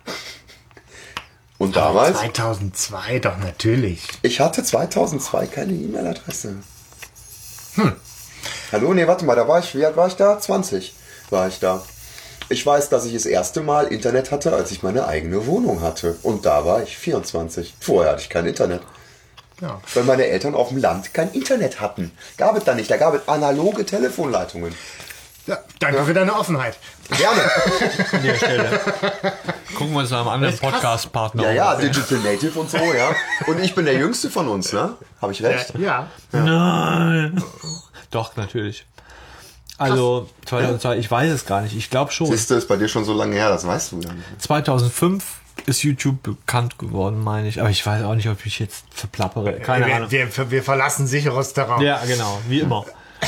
Speaker 1: Und damals,
Speaker 2: zweitausendzwei doch natürlich.
Speaker 1: ich hatte zweitausendzwei keine E-Mail-Adresse. Hm. Hallo, nee, warte mal, da war ich, wie alt war ich da? zwanzig war ich da. Ich weiß, dass ich das erste Mal Internet hatte, als ich meine eigene Wohnung hatte. Und da war ich vierundzwanzig. Vorher hatte ich kein Internet.
Speaker 2: Ja.
Speaker 1: Weil meine Eltern auf dem Land kein Internet hatten. Gab es da nicht. Da gab es analoge Telefonleitungen.
Speaker 2: Ja, danke ja. für deine Offenheit.
Speaker 1: Gerne.
Speaker 3: An der Stelle. Gucken wir uns nach einem anderen Podcast-Partner
Speaker 1: Ja, ja,
Speaker 3: auf.
Speaker 1: Digital Native und so, ja. Und ich bin der Jüngste von uns, ne? Habe ich recht?
Speaker 2: Ja.
Speaker 3: Nein. Doch, natürlich. Also zweitausendzwei, ich weiß es gar nicht. Ich glaube schon.
Speaker 1: Siehst du, ist bei dir schon so lange her, das weißt du ja nicht.
Speaker 3: zweitausendfünf ist YouTube bekannt geworden, meine ich. Aber ich weiß auch nicht, ob ich jetzt verplappere. Keine
Speaker 2: wir,
Speaker 3: Ahnung.
Speaker 2: Wir, wir verlassen sicheres Terrain.
Speaker 3: Ja, genau, wie immer.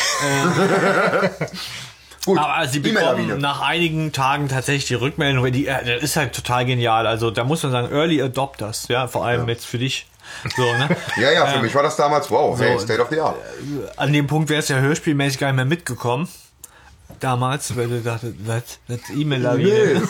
Speaker 3: äh,
Speaker 1: Gut,
Speaker 3: aber sie bekommen nach einigen Tagen tatsächlich die Rückmeldung. Die, äh, das ist halt total genial. Also da muss man sagen, Early Adopters, ja, vor allem ja. jetzt für dich. So, ne?
Speaker 1: Ja, ja, für ähm, mich war das damals, wow,
Speaker 3: so,
Speaker 1: hey, State of the Art.
Speaker 3: An dem Punkt wäre es ja hörspielmäßig gar nicht mehr mitgekommen. Damals, weil du dachtest, das ist E-Mail-Lawine.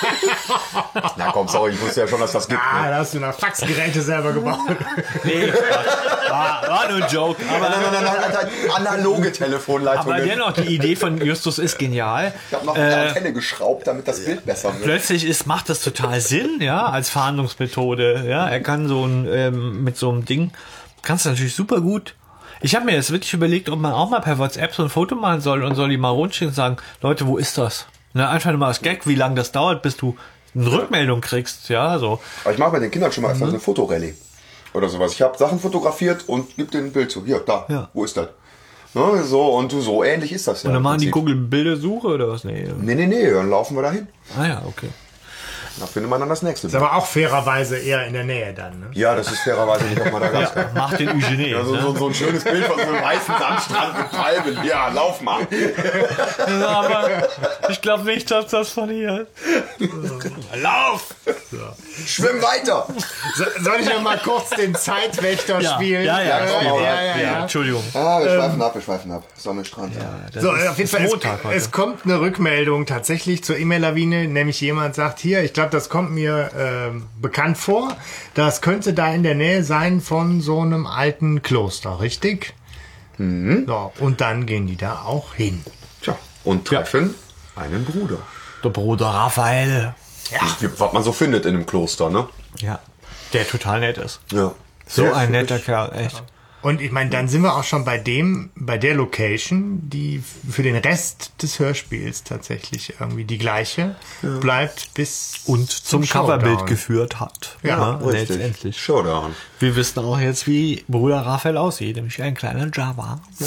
Speaker 1: Na komm, sorry, ich wusste ja schon, dass das gibt.
Speaker 2: Ah, da hast du nach Faxgeräte selber gebaut.
Speaker 3: Nee, war, war nur ein Joke. Aber,
Speaker 1: nein, nein, nein, nein, nein, analoge Telefonleitungen.
Speaker 3: Aber dennoch, die Idee von Justus ist genial.
Speaker 1: Ich habe noch eine äh, Antenne geschraubt, damit das Bild besser wird.
Speaker 3: Plötzlich ist, macht das total Sinn, ja, als Verhandlungsmethode. Ja, er kann so ein, ähm, mit so einem Ding, kannst du natürlich super gut. Ich habe mir jetzt wirklich überlegt, ob man auch mal per WhatsApp so ein Foto machen soll und soll die mal rundschicken und sagen, Leute, wo ist das? Ne, einfach nur mal als Gag, wie lange das dauert, bis du eine Rückmeldung kriegst, ja, so.
Speaker 1: Aber ich mache mit den Kindern schon mal einfach mhm. eine Fotorallye oder sowas. Ich habe Sachen fotografiert und gebe denen ein Bild zu. Hier, da,
Speaker 3: ja.
Speaker 1: Wo ist das? Ne, so, und so ähnlich ist das ja.
Speaker 3: Und dann machen die Google-Bildersuche oder was? Nee,
Speaker 1: nee, nee, nee, dann laufen wir dahin.
Speaker 3: Ah ja, okay.
Speaker 1: Da findet man dann das nächste.
Speaker 2: Ist aber auch fairerweise eher in der Nähe dann, ne?
Speaker 1: Ja, das ist fairerweise nicht auf Madagaskar.
Speaker 3: Ja, macht den Eugenie.
Speaker 1: Ja, so,
Speaker 3: ne?
Speaker 1: so, so ein schönes Bild von so einem weißen Sandstrand mit Palmen. Ja, lauf mal.
Speaker 3: Ja, aber ich glaube nicht, dass das von hier ist. Lauf!
Speaker 2: So.
Speaker 1: Schwimm weiter!
Speaker 2: So, soll ich noch mal kurz den Zeitwächter
Speaker 3: ja,
Speaker 2: spielen?
Speaker 3: Ja, ja,
Speaker 2: äh,
Speaker 3: ja,
Speaker 2: ja,
Speaker 3: ja,
Speaker 2: ja, ja.
Speaker 3: Entschuldigung.
Speaker 1: Ah, wir schweifen ähm, ab, wir schweifen ab. Sonnenstrand.
Speaker 3: Ja,
Speaker 2: so, auf jeden Fall, es, es kommt eine Rückmeldung tatsächlich zur E-Mail-Lawine, nämlich jemand sagt, hier, ich glaube, das kommt mir ähm, bekannt vor. Das könnte da in der Nähe sein von so einem alten Kloster, richtig?
Speaker 1: Mhm.
Speaker 2: So, und dann gehen die da auch hin.
Speaker 1: Tja, und treffen ja. einen Bruder.
Speaker 3: Der Bruder Raphael.
Speaker 1: Ja. Was man so findet in einem Kloster, ne?
Speaker 3: Ja, der total nett ist.
Speaker 1: Ja.
Speaker 3: So
Speaker 1: Sehr
Speaker 3: ein netter
Speaker 1: ich,
Speaker 3: Kerl, echt.
Speaker 2: Und ich meine, dann sind wir auch schon bei dem, bei der Location, die für den Rest des Hörspiels tatsächlich irgendwie die gleiche ja. bleibt bis
Speaker 3: und zum, zum Coverbild geführt hat.
Speaker 2: Ja,
Speaker 3: ja
Speaker 1: richtig.
Speaker 3: Letztendlich.
Speaker 1: Showdown.
Speaker 3: Wir wissen auch jetzt, wie Bruder Raphael aussieht, nämlich ein kleiner Java.
Speaker 1: Ja.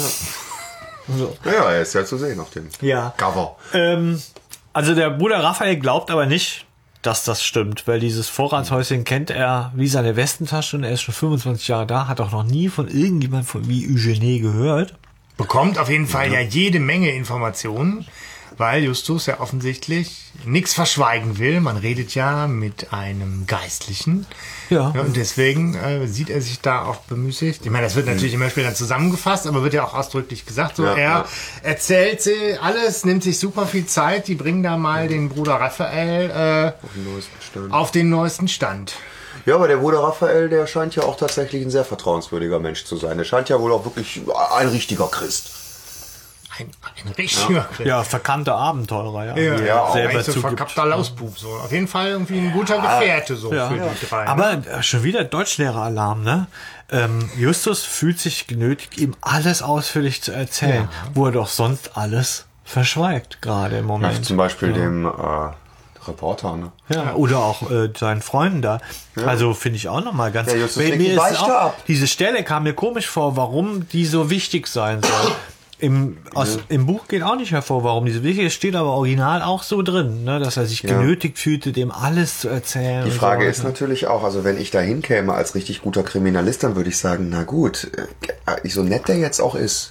Speaker 1: So. Ja, er ist ja zu sehen auf dem
Speaker 3: ja.
Speaker 1: Cover.
Speaker 3: Ähm, also der Bruder Raphael glaubt aber nicht, dass das stimmt, weil dieses Vorratshäuschen kennt er wie seine Westentasche und er ist schon fünfundzwanzig Jahre da, hat auch noch nie von irgendjemandem von wie Eugenie gehört.
Speaker 2: Bekommt auf jeden Fall ja, ja jede Menge Informationen, weil Justus ja offensichtlich nichts verschweigen will. Man redet ja mit einem Geistlichen.
Speaker 3: Ja.
Speaker 2: ja und deswegen äh, sieht er sich da auch bemüßigt. Ich meine, das wird natürlich immer später zusammengefasst, aber wird ja auch ausdrücklich gesagt. So,
Speaker 1: ja,
Speaker 2: er
Speaker 1: ja.
Speaker 2: erzählt sie alles, nimmt sich super viel Zeit. Die bringen da mal den Bruder Raphael äh,
Speaker 1: auf den neuesten Stand.
Speaker 2: Auf den neuesten Stand.
Speaker 1: Ja, aber der Bruder Raphael, der scheint ja auch tatsächlich ein sehr vertrauenswürdiger Mensch zu sein. Der scheint ja wohl auch wirklich ein richtiger Christ.
Speaker 2: Ein, ein richtiger
Speaker 3: ja.
Speaker 2: Christ.
Speaker 3: Ja, verkannte Abenteurer, ja.
Speaker 2: Ja,
Speaker 1: ja
Speaker 2: selber so verkappter Lausbub. So. Auf jeden Fall irgendwie ein guter Gefährte so
Speaker 3: ja,
Speaker 2: für
Speaker 3: ja.
Speaker 2: die drei.
Speaker 3: Aber äh, schon wieder Deutschlehreralarm, ne? Ähm, Justus fühlt sich genötigt, ihm alles ausführlich zu erzählen, ja. wo er doch sonst alles verschweigt, gerade im Moment.
Speaker 1: Ja, zum Beispiel
Speaker 3: ja.
Speaker 1: dem äh, Reporter, ne?
Speaker 3: Ja, oder auch äh, seinen Freunden da. Ja. Also finde ich auch nochmal ganz...
Speaker 1: Ja, Justus
Speaker 3: mir
Speaker 1: legt die Beichte
Speaker 3: auch,
Speaker 1: ab.
Speaker 3: Diese Stelle kam mir komisch vor, warum die so wichtig sein soll. Im, aus, ja. Im Buch geht auch nicht hervor, warum diese wichtig ist, steht aber original auch so drin, ne, dass er sich
Speaker 1: ja.
Speaker 3: genötigt fühlte, dem alles zu erzählen.
Speaker 1: Die Frage
Speaker 3: so
Speaker 1: ist natürlich auch, also wenn ich da hinkäme als richtig guter Kriminalist, dann würde ich sagen, na gut, äh, so nett der jetzt auch ist,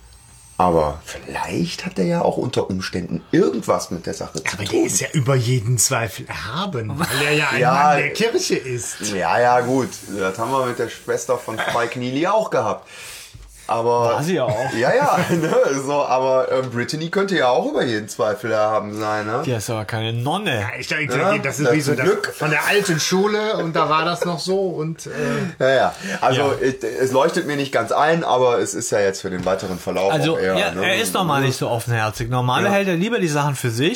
Speaker 1: aber vielleicht hat er ja auch unter Umständen irgendwas mit der Sache zu
Speaker 2: aber
Speaker 1: tun.
Speaker 2: Der ist ja über jeden Zweifel erhaben, weil er ja ein
Speaker 1: ja,
Speaker 2: Mann der Kirche ist.
Speaker 1: Ja, ja, gut. Das haben wir mit der Schwester von Spike Neely auch gehabt. Aber,
Speaker 3: war sie ja auch.
Speaker 1: Ja, ja, ne, so, aber ähm, Brittany könnte ja auch über jeden Zweifel erhaben sein, ne?
Speaker 3: Die ist aber keine Nonne.
Speaker 2: Ja, ich denke, ja, das ist wie so das von der alten Schule und da war das noch so und äh,
Speaker 1: ja, ja, also
Speaker 3: ja.
Speaker 1: Ich, es leuchtet mir nicht ganz ein, aber es ist ja jetzt für den weiteren Verlauf
Speaker 3: also,
Speaker 1: auch eher,
Speaker 3: ja,
Speaker 1: ne?
Speaker 3: er ist normal nicht so offenherzig. Normal
Speaker 1: ja.
Speaker 3: hält er lieber die Sachen für sich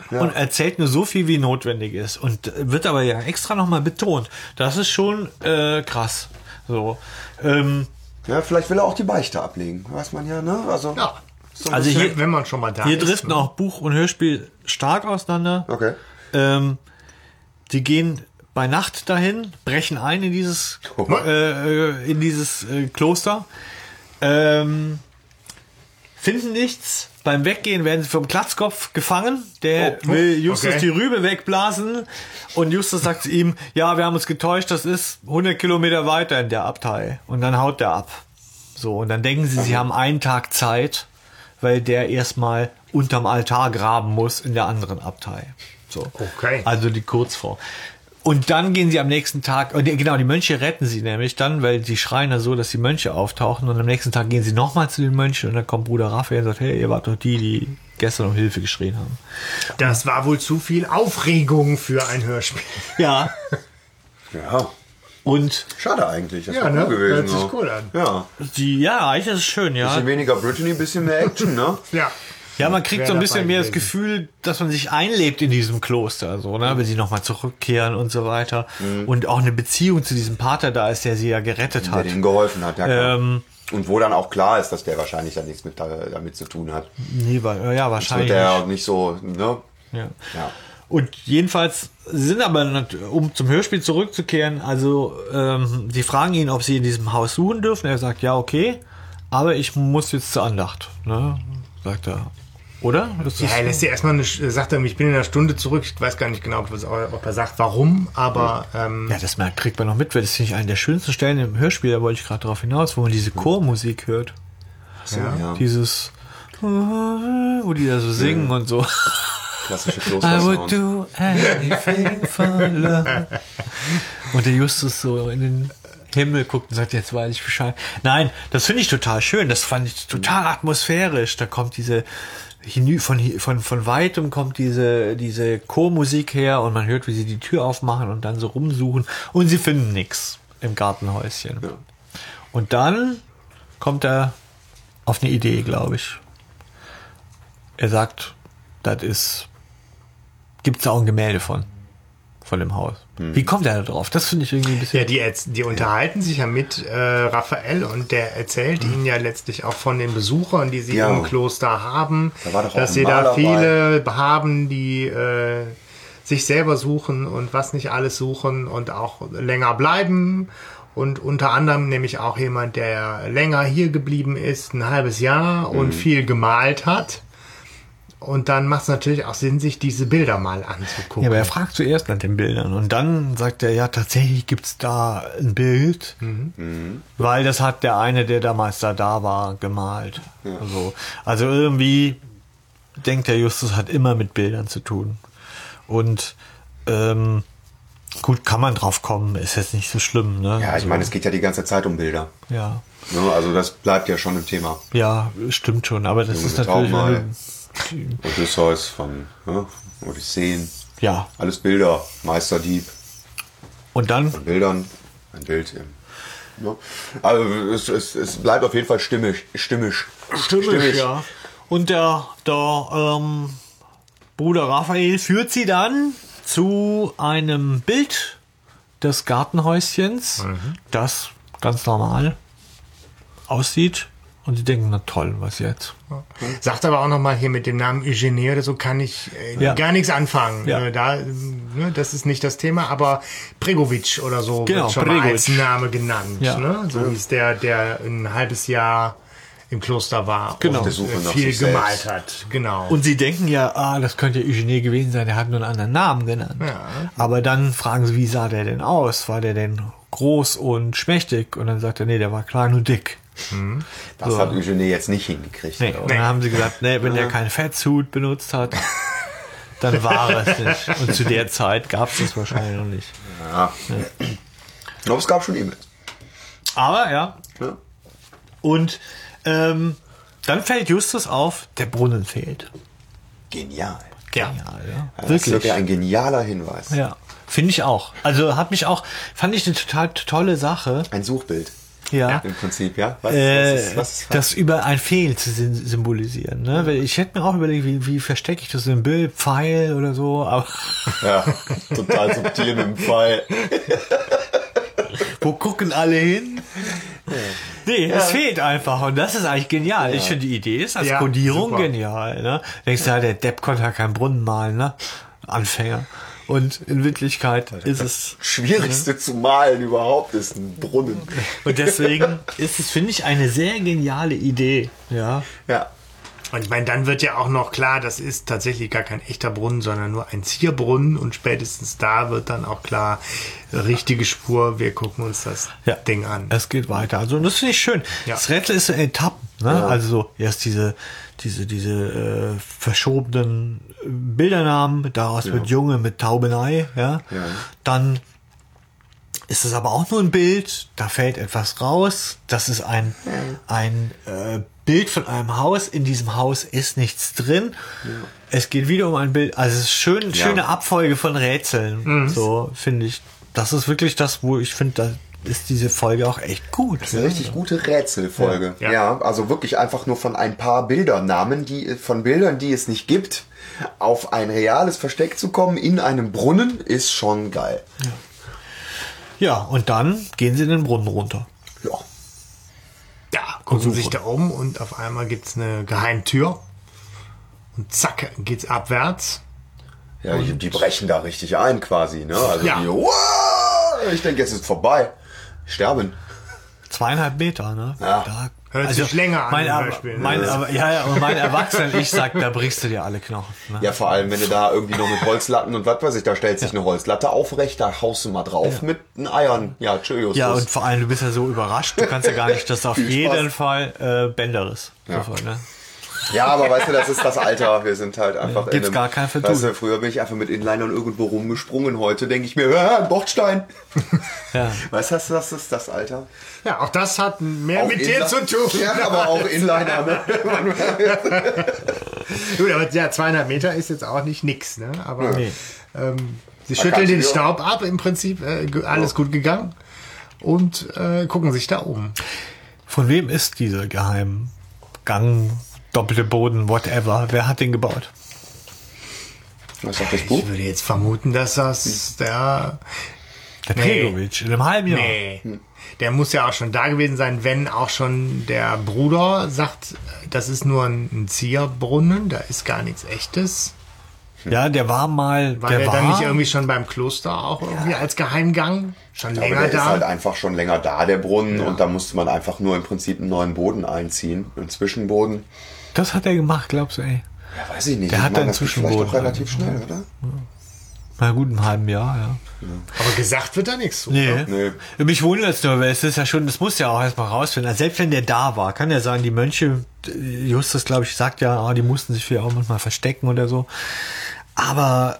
Speaker 3: und erzählt nur so viel, wie notwendig ist. Und wird aber ja extra nochmal betont. Das ist schon äh, krass. So. Ähm,
Speaker 1: Ja, vielleicht will er auch die Beichte ablegen. Weiß man ja, ne? Also,
Speaker 2: Ja.
Speaker 1: so
Speaker 3: Also
Speaker 2: Wenn-
Speaker 3: hier,
Speaker 2: wenn man schon mal da
Speaker 3: hier
Speaker 2: ist,
Speaker 3: driften
Speaker 2: ne?
Speaker 3: auch Buch und Hörspiel stark auseinander.
Speaker 1: Okay.
Speaker 3: Ähm, die gehen bei Nacht dahin, brechen ein in dieses,
Speaker 1: Oh.
Speaker 3: äh, äh, in dieses äh, Kloster, ähm, finden nichts. Beim Weggehen werden sie vom Glatzkopf gefangen. Der
Speaker 1: Oh,
Speaker 3: will Justus
Speaker 2: okay.
Speaker 3: die Rübe wegblasen. Und Justus sagt zu ihm, ja, wir haben uns getäuscht, das ist hundert Kilometer weiter in der Abtei. Und dann haut der ab. So, und dann denken sie, sie haben einen Tag Zeit, weil der erstmal unterm Altar graben muss in der anderen Abtei. So.
Speaker 2: Okay.
Speaker 3: Also die Kurzform. Und dann gehen sie am nächsten Tag, und die- genau, die Mönche retten sie nämlich dann, weil die schreien da so, dass die Mönche auftauchen, und am nächsten Tag gehen sie nochmal zu den Mönchen und dann kommt Bruder Raphael und sagt, hey, ihr wart doch die, die gestern um Hilfe geschrien haben.
Speaker 2: Das war wohl zu viel Aufregung für ein Hörspiel.
Speaker 3: Ja.
Speaker 1: Ja.
Speaker 3: Und
Speaker 1: Schade eigentlich. Das
Speaker 2: Ja,
Speaker 1: war
Speaker 2: ne?
Speaker 1: cool gewesen.
Speaker 2: Hört sich
Speaker 1: ne?
Speaker 2: cool an.
Speaker 1: Ja.
Speaker 3: die, ja, eigentlich ist es schön, ja.
Speaker 1: Bisschen weniger Brittany, bisschen mehr Action, ne?
Speaker 2: Ja.
Speaker 3: Ja, man kriegt
Speaker 2: Wär
Speaker 3: so ein
Speaker 2: dabei
Speaker 3: bisschen mehr das
Speaker 2: gewesen.
Speaker 3: Gefühl, dass man sich einlebt in diesem Kloster, so, ne, wenn sie nochmal zurückkehren und so weiter. Und auch eine Beziehung zu diesem Pater da ist, der sie ja gerettet
Speaker 1: Der
Speaker 3: hat.
Speaker 1: denen geholfen hat, ja klar.
Speaker 3: Ähm,
Speaker 1: Und wo dann auch klar ist, dass der wahrscheinlich dann nichts mit, damit zu tun hat.
Speaker 3: nee, wa- ja,
Speaker 1: Das wird
Speaker 3: wahrscheinlich.
Speaker 1: der nicht so, ne?
Speaker 3: Ja.
Speaker 1: Ja.
Speaker 3: Und jedenfalls sind aber, nat- um zum Hörspiel zurückzukehren, also ähm, sie fragen ihn, ob sie in diesem Haus suchen dürfen. Er sagt, ja, okay, aber ich muss jetzt zur Andacht, ne? Sagt er. Oder? Ist
Speaker 2: Ja,
Speaker 3: das-
Speaker 2: er lässt ja erstmal eine, sagt er, ich bin in einer Stunde zurück. Ich weiß gar nicht genau, ob, ob er sagt, warum, aber ähm,
Speaker 3: ja, das merkt, kriegt man noch mit, weil das finde ich eine der schönsten Stellen im Hörspiel, da wollte ich gerade darauf hinaus, wo man diese Chormusik hört.
Speaker 1: So, ja.
Speaker 3: Dieses, wo die da so singen und so.
Speaker 1: Klassische
Speaker 3: I would
Speaker 1: Klostersound.
Speaker 3: do anything for love. Und der Justus so in den Himmel guckt und sagt, jetzt weiß ich Bescheid. Nein, das finde ich total schön. Das fand ich total atmosphärisch. Da kommt diese, hinü- von, hi- von, von weitem kommt diese, diese Chormusik her und man hört, wie sie die Tür aufmachen und dann so rumsuchen. Und sie finden nichts im Gartenhäuschen.
Speaker 1: Ja.
Speaker 3: Und dann kommt er auf eine Idee, glaube ich. Er sagt, das ist, gibt es da auch ein Gemälde von, von dem Haus. Wie kommt er da drauf? Das finde ich irgendwie ein bisschen...
Speaker 2: ja, die, erz- die unterhalten sich ja mit äh, Raphael und der erzählt ihnen ja letztlich auch von den Besuchern, die sie
Speaker 1: Ja.
Speaker 2: im Kloster haben,
Speaker 1: Da war doch auch
Speaker 2: dass
Speaker 1: ein
Speaker 2: sie da
Speaker 1: Maler
Speaker 2: viele haben, die äh, sich selber suchen und was nicht alles suchen und auch länger bleiben. Und unter anderem nämlich auch jemand, der länger hier geblieben ist, ein halbes Jahr und viel gemalt hat. Und dann macht es natürlich auch Sinn, sich diese Bilder mal anzugucken.
Speaker 3: Ja, aber er fragt zuerst nach den Bildern und dann sagt er, ja, tatsächlich gibt's da ein Bild, weil das hat der eine, der damals da da war, gemalt. Also, also irgendwie denkt der Justus, hat immer mit Bildern zu tun. Und ähm, gut, kann man drauf kommen, ist jetzt nicht so schlimm. Ne?
Speaker 1: Ja, ich
Speaker 3: Also,
Speaker 1: meine, es geht ja die ganze Zeit um Bilder.
Speaker 3: ja,
Speaker 1: Ne? Also das bleibt ja schon im Thema.
Speaker 3: ja, stimmt schon, aber das
Speaker 1: Junge
Speaker 3: ist natürlich...
Speaker 1: Traummal.
Speaker 3: wenn du-
Speaker 1: Odysseus von ne? Odysseen.
Speaker 3: Ja,
Speaker 1: Alles Bilder. Meisterdieb.
Speaker 3: und dann
Speaker 1: Von Bildern. Ein Bild. Eben. Ne? Also es, es, es bleibt auf jeden Fall stimmig. Stimmig.
Speaker 3: Stimmig, ja. Und der, der ähm, Bruder Raphael führt sie dann zu einem Bild des Gartenhäuschens, das ganz normal aussieht. Und sie denken, na toll, was jetzt?
Speaker 2: Sagt aber auch nochmal hier mit dem Namen Eugenie oder so kann ich äh,
Speaker 3: Ja.
Speaker 2: gar nichts anfangen.
Speaker 3: Ja.
Speaker 2: Äh, da, äh, ne, das ist nicht das Thema, aber Pregovic oder so
Speaker 3: Genau,
Speaker 2: wird schon mal
Speaker 3: Pregovic.
Speaker 2: als Name genannt.
Speaker 3: Ja.
Speaker 2: Ne? So hieß der, der ein halbes Jahr im Kloster war
Speaker 3: Genau.
Speaker 2: und
Speaker 1: Der Suche
Speaker 2: äh,
Speaker 1: nach
Speaker 2: viel
Speaker 1: sich
Speaker 2: gemalt
Speaker 1: selbst.
Speaker 2: hat. Genau.
Speaker 3: Und sie denken ja, ah, das könnte Eugenie gewesen sein, der hat nur einen anderen Namen genannt.
Speaker 2: Ja.
Speaker 3: Aber dann fragen sie, wie sah der denn aus? War der denn groß und schmächtig? Und dann sagt er, nee, der war klein und dick.
Speaker 1: Das
Speaker 3: So.
Speaker 1: hat Eugenie jetzt nicht hingekriegt.
Speaker 3: Nee, und dann haben sie gesagt, nee, wenn der keinen Fettsuit benutzt hat, dann war es nicht. Und zu der Zeit gab es das wahrscheinlich noch nicht.
Speaker 1: Ja. Aber es gab schon E-Mails.
Speaker 3: Aber ja,
Speaker 1: Ja.
Speaker 3: und ähm, dann fällt Justus auf, der Brunnen fehlt.
Speaker 1: Genial.
Speaker 3: Ja, ja,
Speaker 1: Das ist
Speaker 3: wirklich.
Speaker 1: wirklich ein genialer Hinweis.
Speaker 3: Ja, finde ich auch. Also hat mich auch, fand ich eine total tolle Sache.
Speaker 1: Ein Suchbild.
Speaker 3: Ja.
Speaker 1: Im Prinzip, ja. Was,
Speaker 3: Äh,
Speaker 1: was ist, was ist
Speaker 3: das über ein Fehl zu sym- symbolisieren. Ne? Weil ich hätte mir auch überlegt, wie, wie verstecke ich das im Bild, Pfeil oder so, aber
Speaker 1: ja, total subtil mit dem Pfeil.
Speaker 3: wo gucken alle hin? Nee, es fehlt einfach und das ist eigentlich genial. Ich finde, die Idee ist als
Speaker 2: Ja,
Speaker 3: Kodierung
Speaker 2: super.
Speaker 3: genial. Ne? Denkst du, ja, der Depp konnte ja keinen Brunnen malen, ne? Anfänger. Und in Wirklichkeit ist es...
Speaker 1: Schwierigste zu malen überhaupt ist ein Brunnen.
Speaker 3: Und deswegen ist es, finde ich, eine sehr geniale Idee. Ja.
Speaker 1: Ja.
Speaker 2: Und ich meine, dann wird ja auch noch klar, das ist tatsächlich gar kein echter Brunnen, sondern nur ein Zierbrunnen. Und spätestens da wird dann auch klar, richtige Spur, wir gucken uns das
Speaker 3: Ja.
Speaker 2: Ding an.
Speaker 3: Es geht weiter. Also, und das finde ich schön.
Speaker 2: Ja.
Speaker 3: Das Rätsel ist so in Etappen. Ne?
Speaker 1: Ja.
Speaker 3: Also so erst diese, diese, diese äh, verschobenen Bildernamen, daraus wird Junge mit Taubenei. Ja?
Speaker 1: Ja.
Speaker 3: Dann ist es aber auch nur ein Bild, da fällt etwas raus. Das ist ein, ein äh, Bild von einem Haus. In diesem Haus ist nichts drin. Es geht wieder um ein Bild. Also es ist schön,
Speaker 1: Ja.
Speaker 3: schöne Abfolge von Rätseln. So finde ich. Das ist wirklich das, wo ich finde, da ist diese Folge auch echt gut.
Speaker 1: Das ist eine richtig gute Rätselfolge.
Speaker 2: Ja.
Speaker 1: Ja. also wirklich einfach nur von ein paar Bildernamen, die von Bildern, die es nicht gibt, auf ein reales Versteck zu kommen in einem Brunnen, ist schon geil.
Speaker 3: Ja, und dann gehen sie in den Brunnen runter.
Speaker 1: Ja.
Speaker 2: Ja, gucken
Speaker 3: suchen.
Speaker 2: sich da um und auf einmal gibt es eine Geheimtür. Und zack, geht's abwärts.
Speaker 1: Ja, die, die brechen da richtig ein quasi, ne? Also
Speaker 2: Ja.
Speaker 1: die, wow, ich denke, jetzt ist vorbei. Sterben.
Speaker 3: Zweieinhalb Meter, ne?
Speaker 1: Ja.
Speaker 3: Da,
Speaker 2: Hört sich länger an,
Speaker 3: Mein,
Speaker 2: zum
Speaker 3: aber,
Speaker 2: Beispiel, ne?
Speaker 3: mein, aber, ja, ja, und mein Erwachsener, ich sag, da brichst du dir alle Knochen. Ne?
Speaker 1: Ja, vor allem, wenn du da irgendwie noch mit Holzlatten und was weiß ich, da stellt sich eine Holzlatte aufrecht, da haust du mal drauf mit den Eiern. Ja, tschüss.
Speaker 3: Ja, und vor allem, du bist ja so überrascht, du kannst ja gar nicht, dass auf
Speaker 1: Viel
Speaker 3: jeden
Speaker 1: Spaß.
Speaker 3: Fall äh, Bänder ist.
Speaker 1: Ja.
Speaker 3: Sofort, ne?
Speaker 1: Ja, aber weißt du, das ist das Alter. Wir sind halt einfach in
Speaker 3: Gibt's
Speaker 1: einem,
Speaker 3: gar kein Vertun.
Speaker 1: weißt du, früher bin ich einfach mit Inlinern irgendwo rumgesprungen. Heute denke ich mir, ja, ein Bordstein.
Speaker 3: Ja.
Speaker 1: Weißt du, das ist das Alter.
Speaker 2: Ja, auch das hat mehr
Speaker 1: Auch
Speaker 2: mit dir
Speaker 1: Inli-
Speaker 2: zu tun.
Speaker 1: Ja, aber auch Inliner. Ne?
Speaker 2: Gut, aber ja, zweieinhalb Meter ist jetzt auch nicht nix, ne? Aber
Speaker 3: Nee.
Speaker 2: ähm, sie
Speaker 1: Man
Speaker 2: schütteln
Speaker 1: kann's
Speaker 2: den
Speaker 1: ja.
Speaker 2: Staub ab, im Prinzip äh, ge- alles gut gegangen und äh, gucken sich da um.
Speaker 3: Von wem ist dieser Geheimgang, doppelte Boden, whatever? Wer hat den gebaut?
Speaker 1: Was sagt das Buch?
Speaker 2: Ich würde jetzt vermuten, dass das der
Speaker 3: Der
Speaker 2: Nee.
Speaker 3: Pregovic, in einem halben Jahr.
Speaker 2: Nee. Der muss ja auch schon da gewesen sein, wenn auch schon der Bruder sagt, das ist nur ein, ein Zierbrunnen, da ist gar nichts Echtes.
Speaker 3: Ja, der war mal,
Speaker 2: War
Speaker 3: der,
Speaker 2: der,
Speaker 3: war,
Speaker 2: dann nicht irgendwie schon beim Kloster auch irgendwie als Geheimgang? Schon
Speaker 1: Aber
Speaker 2: länger
Speaker 1: der
Speaker 2: da?
Speaker 1: ist halt einfach schon länger da, der Brunnen. Und da musste man einfach nur im Prinzip einen neuen Boden einziehen. Einen Zwischenboden.
Speaker 3: das hat er gemacht, glaubst du, ey?
Speaker 1: Ja, weiß ich nicht.
Speaker 3: Der
Speaker 1: ich
Speaker 3: hat
Speaker 1: meine,
Speaker 3: einen
Speaker 1: das geht vielleicht
Speaker 3: Zwischenboden
Speaker 1: doch relativ schnell, oder?
Speaker 3: Na gut, im halben Jahr, ja.
Speaker 2: Aber gesagt wird da nichts.
Speaker 3: Nee.
Speaker 1: Nee.
Speaker 3: Mich wundert es nur, weil es ist ja schon, das muss ja auch erstmal rausfinden. Also selbst wenn der da war, kann ja sagen, die Mönche, Justus, glaube ich, sagt ja, ah, die mussten sich vielleicht auch manchmal verstecken oder so. Aber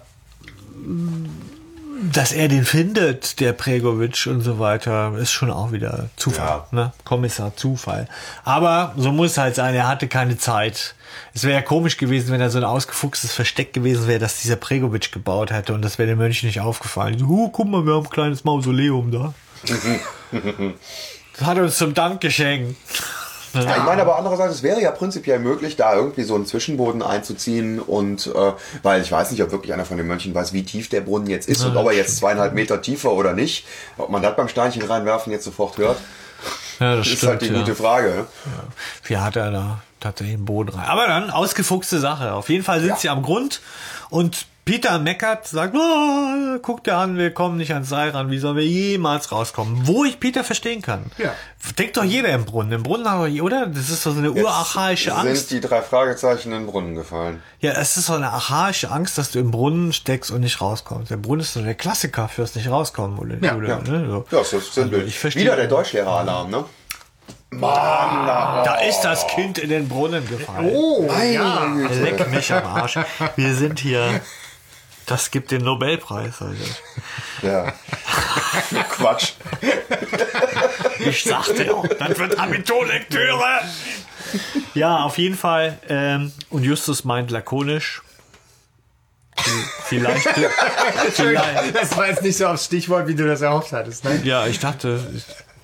Speaker 3: dass er den findet, der Pregovic und so weiter, ist schon auch wieder Zufall.
Speaker 1: Ja.
Speaker 3: Ne? Kommissar Zufall. Aber so muss es halt sein, er hatte keine Zeit. Es wäre ja komisch gewesen, wenn er so ein ausgefuchstes Versteck gewesen wäre, das dieser Pregovic gebaut hätte und das wäre den Mönchen nicht aufgefallen. Die so, oh, guck mal, wir haben ein kleines Mausoleum da. Das hat er uns zum Dank geschenkt.
Speaker 1: Ja, ich meine aber andererseits, es wäre ja prinzipiell möglich, da irgendwie so einen Zwischenboden einzuziehen und äh, weil ich weiß nicht, ob wirklich einer von den Mönchen weiß, wie tief der Brunnen jetzt ist und ob er jetzt zweieinhalb Meter tiefer oder nicht. Ob man das beim Steinchen reinwerfen jetzt sofort hört,
Speaker 3: Ja, das
Speaker 1: ist
Speaker 3: stimmt.
Speaker 1: halt die
Speaker 3: ja.
Speaker 1: gute Frage. Ne?
Speaker 3: Wie hat er da tatsächlich den Boden rein? Aber dann, ausgefuchste Sache. Auf jeden Fall sind
Speaker 1: Ja.
Speaker 3: sie am Grund und Peter meckert, sagt, oh, guck dir an, wir kommen nicht ans Seil ran, wie sollen wir jemals rauskommen? Wo ich Peter verstehen kann.
Speaker 2: Ja.
Speaker 3: Denkt doch jeder im Brunnen. Im Brunnen hat doch, oder? Das ist doch so eine urarchaische
Speaker 1: Jetzt
Speaker 3: Angst.
Speaker 1: sind die drei Fragezeichen in den Brunnen gefallen.
Speaker 3: Ja, es ist so eine archaische Angst, dass du im Brunnen steckst und nicht rauskommst. Der Brunnen ist so der Klassiker fürs nicht rauskommen, oder?
Speaker 2: Ja,
Speaker 3: oder
Speaker 1: Ja,
Speaker 3: Ne? So.
Speaker 1: ja das ist simpel.
Speaker 3: Also, ich verstehe-
Speaker 1: Wieder der Deutschlehreralarm, ne? Mann, na,
Speaker 3: Da ist das Kind in den Brunnen gefallen.
Speaker 2: Oh,
Speaker 1: Ei,
Speaker 2: ja.
Speaker 3: Leck mich am Arsch. Wir sind hier. Das gibt den Nobelpreis heute.
Speaker 1: ja. Quatsch.
Speaker 3: Ich sagte doch, das wird Abiturlektüre. Ja, auf jeden Fall. Ähm, und Justus meint lakonisch. Vielleicht, vielleicht.
Speaker 2: Das war jetzt nicht so aufs Stichwort, wie du das erhofft hattest. Ne?
Speaker 3: Ja, ich dachte, ich,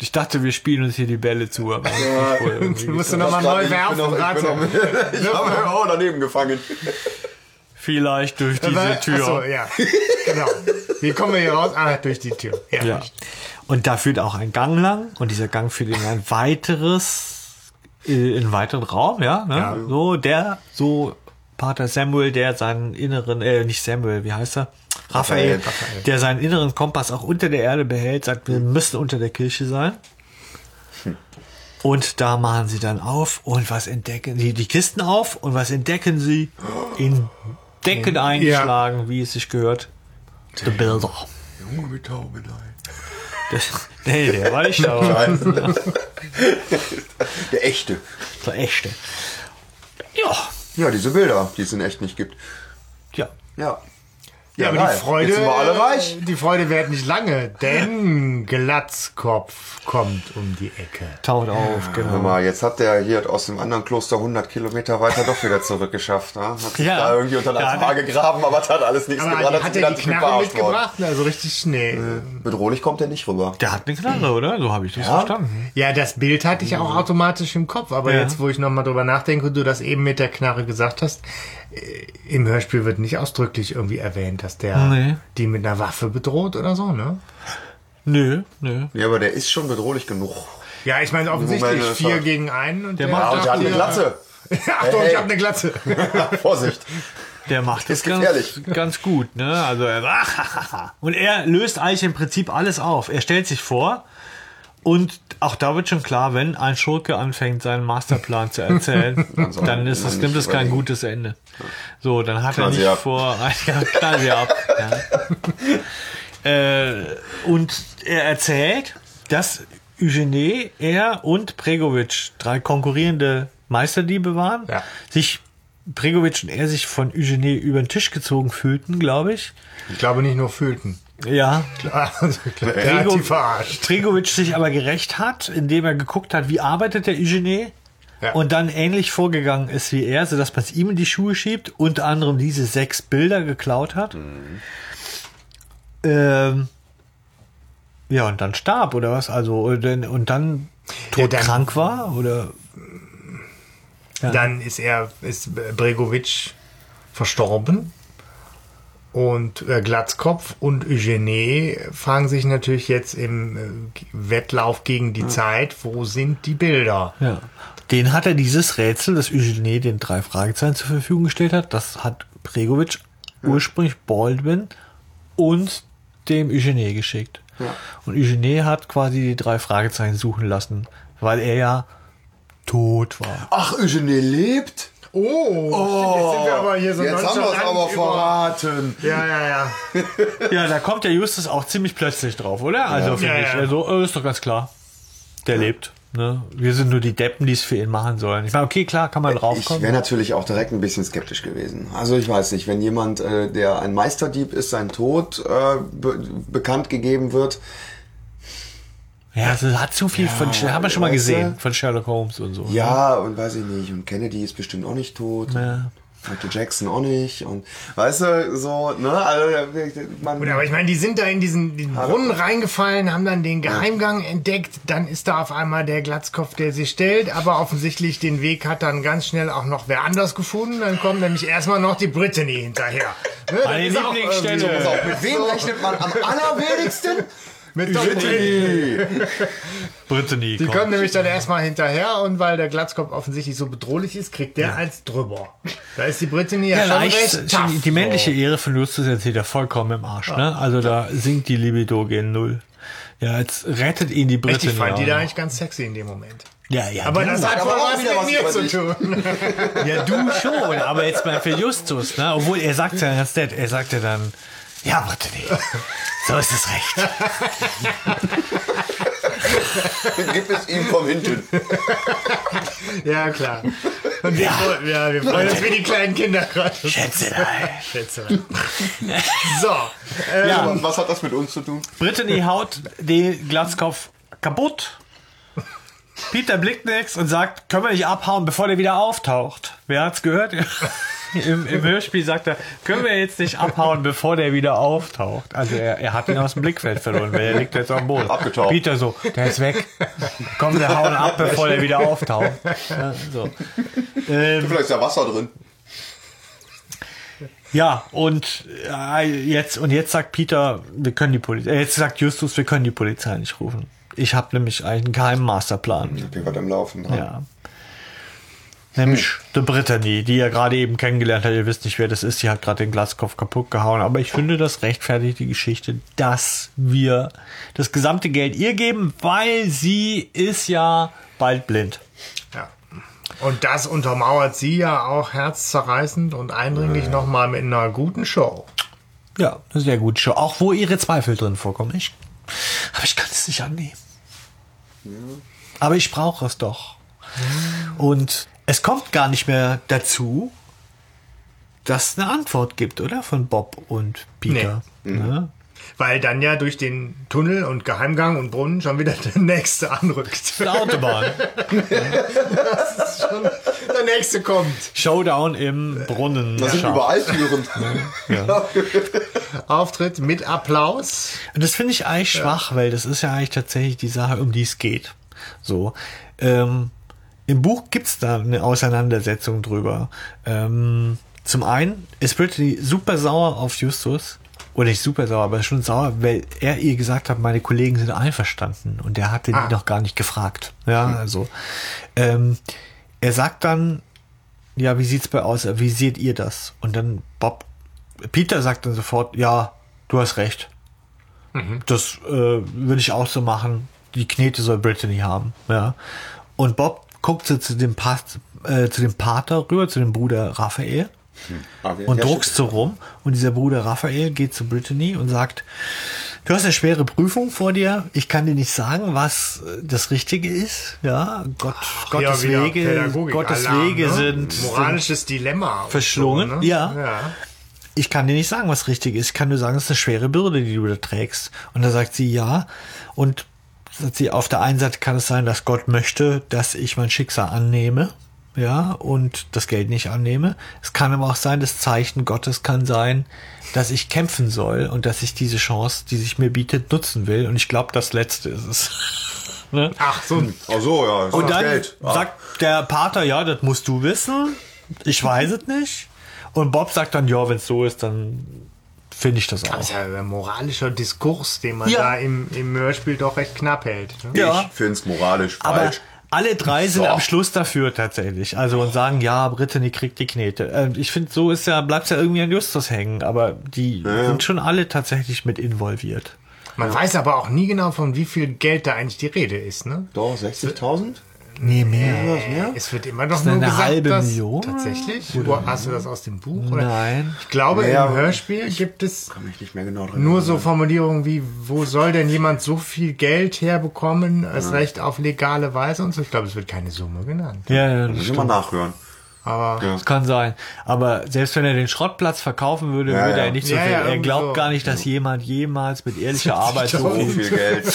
Speaker 3: Ich dachte, wir spielen uns hier die Bälle zu. Aber
Speaker 1: Ja,
Speaker 2: Du musst du nochmal neu werfen.
Speaker 1: Ich,
Speaker 2: Warte.
Speaker 1: ich habe auch daneben gefangen.
Speaker 3: vielleicht durch diese
Speaker 2: Aber-
Speaker 3: Tür.
Speaker 2: Achso, ja. Genau. Wie kommen wir hier raus? Ah, durch die Tür. Ja.
Speaker 3: Ja. Und da führt auch ein Gang lang und dieser Gang führt in ein weiteres, äh, in einen weiteren Raum, ja, ne?
Speaker 2: Ja.
Speaker 3: So, der, so Pater Samuel, der seinen inneren, äh, nicht Samuel, wie heißt er? Raphael,
Speaker 1: Raphael.
Speaker 3: der seinen inneren Kompass auch unter der Erde behält, sagt, wir müssen unter der Kirche sein. Und da machen sie dann auf und was entdecken sie? Die Kisten auf und was entdecken sie? In Decken eingeschlagen, wie es sich gehört. The Builder.
Speaker 1: Junge mit Taubenei.
Speaker 3: Das, nee, der war nicht da.
Speaker 1: Der echte.
Speaker 3: Der echte. Ja.
Speaker 1: Ja, diese Bilder, die es in echt nicht gibt.
Speaker 3: Ja.
Speaker 1: Ja.
Speaker 2: Ja, aber
Speaker 1: geil.
Speaker 2: die Freude,
Speaker 1: Jetzt sind wir alle reich.
Speaker 2: die Freude währt nicht lange, denn Glatzkopf kommt um die Ecke.
Speaker 3: Taucht auf,
Speaker 1: Hör
Speaker 3: genau.
Speaker 1: mal, jetzt hat der hier aus dem anderen Kloster hundert Kilometer weiter doch wieder zurückgeschafft. Ja? Hat sich
Speaker 3: Ja.
Speaker 1: da irgendwie unter den
Speaker 3: Ja,
Speaker 1: Altar gegraben, aber es hat alles nichts
Speaker 2: Aber
Speaker 1: gebracht.
Speaker 2: die, hat er die
Speaker 1: sich
Speaker 2: Knarre
Speaker 1: verarscht worden.
Speaker 2: mitgebracht? Also richtig Schnee.
Speaker 1: Bedrohlich kommt er nicht rüber.
Speaker 3: Der hat eine Knarre, oder? So habe ich das
Speaker 1: Ja?
Speaker 3: verstanden.
Speaker 2: Ja, das Bild hatte ich auch automatisch im Kopf. Aber
Speaker 3: Ja.
Speaker 2: jetzt, wo ich nochmal drüber nachdenke und du das eben mit der Knarre gesagt hast, äh, im Hörspiel wird nicht ausdrücklich irgendwie erwähnt, dass der
Speaker 3: Nee.
Speaker 2: die mit einer Waffe bedroht oder so, ne?
Speaker 3: Nö, nö.
Speaker 1: Ja, aber der ist schon bedrohlich genug.
Speaker 2: Ja, ich meine offensichtlich
Speaker 1: Moment, das
Speaker 2: vier
Speaker 1: hat-
Speaker 2: gegen einen. Und
Speaker 3: Der
Speaker 2: der
Speaker 3: macht-
Speaker 1: Ja, und der hat eine Glatze.
Speaker 2: Achtung,
Speaker 1: Hey,
Speaker 2: ich
Speaker 1: hey.
Speaker 2: habe eine Glatze.
Speaker 1: Vorsicht.
Speaker 3: Der macht das
Speaker 1: Ist
Speaker 3: ganz,
Speaker 1: gefährlich.
Speaker 3: ganz gut, ne? Also er, und er löst eigentlich im Prinzip alles auf. Er stellt sich vor und auch da wird schon klar, wenn ein Schurke anfängt, seinen Masterplan zu erzählen,
Speaker 1: soll
Speaker 3: dann ist
Speaker 1: man
Speaker 3: es,
Speaker 1: nicht
Speaker 3: nimmt es kein
Speaker 1: überlegen.
Speaker 3: gutes Ende. So, dann hat
Speaker 1: Knall
Speaker 3: er
Speaker 1: sie
Speaker 3: nicht
Speaker 1: ab.
Speaker 3: vor, ja, knall sie ab. Ja. äh, und er erzählt, dass Eugenie, er und Pregovic drei konkurrierende Meisterdiebe waren,
Speaker 2: Ja.
Speaker 3: sich Pregovic und er sich von Eugenie über den Tisch gezogen fühlten, glaube ich.
Speaker 2: Ich glaube nicht nur fühlten.
Speaker 3: Ja.
Speaker 2: Also, der hat die verarscht.
Speaker 3: Pregovic sich aber gerecht hat, indem er geguckt hat, wie arbeitet der Eugenie.
Speaker 2: Ja.
Speaker 3: Und dann ähnlich vorgegangen ist wie er, sodass man es ihm in die Schuhe schiebt, unter anderem diese sechs Bilder geklaut hat. Ähm, ja, und dann starb, oder was? Also, und dann, und dann
Speaker 2: Ja, dann-
Speaker 3: todkrank war, oder? Ja.
Speaker 2: Dann ist er, ist Bregovic verstorben. Und äh, Glatzkopf und Eugenie fragen sich natürlich jetzt im äh, Wettlauf gegen die Zeit, wo sind die Bilder?
Speaker 3: Ja. Den hat er dieses Rätsel, das Eugenie den drei Fragezeichen zur Verfügung gestellt hat, das hat Pregovic ursprünglich Baldwin und dem Eugenie geschickt.
Speaker 1: Ja.
Speaker 3: Und Eugenie hat quasi die drei Fragezeichen suchen lassen, weil er ja tot war.
Speaker 1: Ach, Eugenie lebt?
Speaker 2: Oh, jetzt sind wir aber hier so
Speaker 1: Jetzt haben wir es
Speaker 2: nonchalant
Speaker 1: aber
Speaker 2: über-
Speaker 1: verraten.
Speaker 2: Ja, ja, ja.
Speaker 3: Ja, da kommt der Justus auch ziemlich plötzlich drauf, oder? Also
Speaker 2: Ja.
Speaker 3: finde
Speaker 2: Ja,
Speaker 3: ich.
Speaker 2: ja.
Speaker 3: Also, äh, ist doch ganz klar. Der lebt. Ne? Wir sind nur die Deppen, die es für ihn machen sollen. Ich meine, okay, klar, kann man
Speaker 1: Ich
Speaker 3: draufkommen.
Speaker 1: wäre natürlich auch direkt ein bisschen skeptisch gewesen. Also ich weiß nicht, wenn jemand, äh, der ein Meisterdieb ist, sein Tod äh, be bekannt gegeben wird.
Speaker 3: Ja, also hat zu viel von, haben wir schon mal
Speaker 1: weißt
Speaker 3: gesehen,
Speaker 1: du?
Speaker 3: von Sherlock Holmes und so.
Speaker 1: Ja, und weiß ich nicht. Und Kennedy ist bestimmt auch nicht tot.
Speaker 3: Ja.
Speaker 1: Michael Jackson auch nicht. Und weißt du, so, ne? Also, man,
Speaker 2: Gut, aber ich meine, die sind da in diesen, diesen Brunnen reingefallen, haben dann den Geheimgang entdeckt. Dann ist da auf einmal der Glatzkopf, der sich stellt. Aber offensichtlich den Weg hat dann ganz schnell auch noch wer anders gefunden. Dann kommt nämlich erstmal noch die Brittany hinterher. Ne, das
Speaker 3: Meine
Speaker 2: ist auch
Speaker 3: Lieblingsstelle.
Speaker 2: irgendwie so.
Speaker 1: Pass auf, mit wem rechnet man am allerwenigsten?
Speaker 2: Mit Brittany.
Speaker 3: Brittany.
Speaker 2: Die
Speaker 3: kommt.
Speaker 2: kommen nämlich dann erstmal hinterher und weil der Glatzkopf offensichtlich so bedrohlich ist, kriegt der eins drüber. Da ist die Brittany ja,
Speaker 3: Ja,
Speaker 2: schon
Speaker 3: leicht,
Speaker 2: recht tough.
Speaker 3: die männliche
Speaker 2: So.
Speaker 3: Ehre von Justus erzählt er vollkommen im Arsch. Ne? Also da sinkt die Libido gen Null. Ja, jetzt rettet ihn die
Speaker 2: Echt,
Speaker 3: Brittany.
Speaker 2: ich fand die
Speaker 3: auch
Speaker 2: da
Speaker 3: noch.
Speaker 2: eigentlich ganz sexy in dem Moment.
Speaker 3: Ja, ja.
Speaker 2: Aber
Speaker 3: du,
Speaker 2: das hat
Speaker 1: aber
Speaker 2: wohl
Speaker 1: auch
Speaker 2: was
Speaker 1: wieder
Speaker 2: mit
Speaker 1: was
Speaker 2: mir
Speaker 1: über
Speaker 2: zu tun.
Speaker 3: ja, du schon, aber jetzt mal für Justus, ne? Obwohl er sagt ja ganz nett, er sagt ja dann, ja, Brittany, so ist es recht.
Speaker 1: Gib es ihm von hinten.
Speaker 2: Ja, klar. Und wir, freuen- ja, wir freuen uns wie die kleinen Kinder gerade.
Speaker 3: Schätze.
Speaker 2: Schätze. So. Äh,
Speaker 3: Ja,
Speaker 1: Und was hat das mit uns zu tun?
Speaker 3: Brittany haut den Glatzkopf kaputt. Peter blickt nichts und sagt, können wir nicht abhauen, bevor der wieder auftaucht. Wer hat's gehört? Im, Im Hörspiel sagt er, können wir jetzt nicht abhauen, bevor der wieder auftaucht. Also er, er hat ihn aus dem Blickfeld verloren, weil er liegt jetzt am Boden.
Speaker 1: Abgetaucht.
Speaker 3: Peter so, der ist weg. Komm, wir hauen ab, bevor der wieder auftaucht. Ja, so. ähm,
Speaker 1: Vielleicht ist da Wasser drin.
Speaker 3: Ja, und äh, jetzt und jetzt sagt Peter, wir können die Polizei. Äh, jetzt sagt Justus, wir können die Polizei nicht rufen. Ich habe nämlich einen geheimen Masterplan.
Speaker 1: Ich hab hier was am Laufen. Dran.
Speaker 3: Ja. Nämlich die Brittany, die ihr gerade eben kennengelernt habt. Ihr wisst nicht, wer das ist. Die hat gerade den Glaskopf kaputt gehauen. Aber ich finde, das rechtfertigt die Geschichte, dass wir das gesamte Geld ihr geben, weil sie ist ja bald blind.
Speaker 2: Ja. Und das untermauert sie ja auch herzzerreißend und eindringlich ja. nochmal mit einer guten Show.
Speaker 3: Ja, eine sehr gute Show. Auch wo ihre Zweifel drin vorkommen. Ich, aber ich kann es nicht annehmen. Ja. Aber ich brauche es doch. Ja. Und es kommt gar nicht mehr dazu, dass es eine Antwort gibt, oder? Von Bob und Peter.
Speaker 2: Nee. Mhm. Ja. Weil dann ja durch den Tunnel und Geheimgang und Brunnen schon wieder der nächste anrückt.
Speaker 3: Die Autobahn.
Speaker 2: Das ist schon, der nächste kommt.
Speaker 3: Showdown im Brunnen.
Speaker 1: Das sind überall Türen.
Speaker 3: Ja. Ja.
Speaker 2: Auftritt mit Applaus.
Speaker 3: Und das finde ich eigentlich schwach, ja. weil das ist ja eigentlich tatsächlich die Sache, um die es geht. So. Ähm, Im Buch gibt es da eine Auseinandersetzung drüber. Ähm, zum einen ist Brittany super sauer auf Justus. Oder nicht super sauer, aber schon sauer, weil er ihr gesagt hat, meine Kollegen sind einverstanden. Und er hatte ah. die noch gar nicht gefragt. Ja, hm. also. Ähm, er sagt dann, ja, wie sieht's bei aus? Wie seht ihr das? Und dann Bob, Peter sagt dann sofort, ja, du hast recht. Mhm. Das äh, würde ich auch so machen. Die Knete soll Brittany haben. Ja. Und Bob guckt so zu dem, Pat, äh, zu dem Pater rüber, zu dem Bruder Raphael. Hm. Und druckst so rum. Und dieser Bruder Raphael geht zu Brittany und sagt, du hast eine schwere Prüfung vor dir. Ich kann dir nicht sagen, was das Richtige ist. Ja, Gott, Ach, Gottes ja, Wege, Gottes Alarm, Wege ne? sind
Speaker 2: moralisches sind Dilemma.
Speaker 3: Verschlungen. So, ne? ja.
Speaker 2: ja.
Speaker 3: Ich kann dir nicht sagen, was richtig ist. Ich kann nur sagen, es ist eine schwere Bürde, die du da trägst. Und da sagt sie ja. Und sagt sie, auf der einen Seite kann es sein, dass Gott möchte, dass ich mein Schicksal annehme. Ja, und das Geld nicht annehme. Es kann aber auch sein, das Zeichen Gottes kann sein, dass ich kämpfen soll und dass ich diese Chance, die sich mir bietet, nutzen will. Und ich glaube, das Letzte ist es. Ne?
Speaker 2: Ach so.
Speaker 1: Ach so, ja.
Speaker 3: Und dann Geld. sagt der Pater, ja, das musst du wissen. Ich weiß es nicht. Und Bob sagt dann, ja, wenn es so ist, dann finde ich das auch.
Speaker 2: Das ist ja ein moralischer Diskurs, den man
Speaker 3: ja.
Speaker 2: da im, im Hörspiel doch recht knapp hält. Ne?
Speaker 3: Ja.
Speaker 1: Ich finde es moralisch
Speaker 3: aber
Speaker 1: falsch.
Speaker 3: Alle drei sind
Speaker 1: so.
Speaker 3: am Schluss dafür tatsächlich. Also und sagen, ja, Brittany kriegt die Knete. Ich finde, so ist ja, bleibt ja irgendwie an Justus hängen, aber die ja. sind schon alle tatsächlich mit involviert.
Speaker 2: Man ja. weiß aber auch nie genau, von wie viel Geld da eigentlich die Rede ist, ne?
Speaker 1: Doch, sechzigtausend?
Speaker 3: Nee, mehr.
Speaker 2: mehr. Es wird immer noch
Speaker 3: ist
Speaker 2: nur
Speaker 3: eine
Speaker 2: gesagt,
Speaker 3: halbe
Speaker 2: dass
Speaker 3: Million?
Speaker 2: Tatsächlich?
Speaker 3: Oder
Speaker 2: Hast du das aus dem Buch? Oder?
Speaker 3: Nein.
Speaker 2: Ich glaube,
Speaker 1: naja,
Speaker 2: im Hörspiel gibt es
Speaker 1: kann mich nicht mehr genau dran
Speaker 2: nur so Formulierungen wie, wo soll denn jemand so viel Geld herbekommen, als ja. recht auf legale Weise und so. Ich glaube, es wird keine Summe genannt.
Speaker 3: Ja, ja,
Speaker 1: das muss man nachhören.
Speaker 2: Aber
Speaker 3: ja. Das kann sein. Aber selbst wenn er den Schrottplatz verkaufen würde, ja, würde er nicht so
Speaker 2: ja,
Speaker 3: viel.
Speaker 2: Ja,
Speaker 3: er glaubt
Speaker 2: so.
Speaker 3: gar nicht, dass jemand jemals mit ehrlicher Arbeit so
Speaker 1: viel, viel Geld.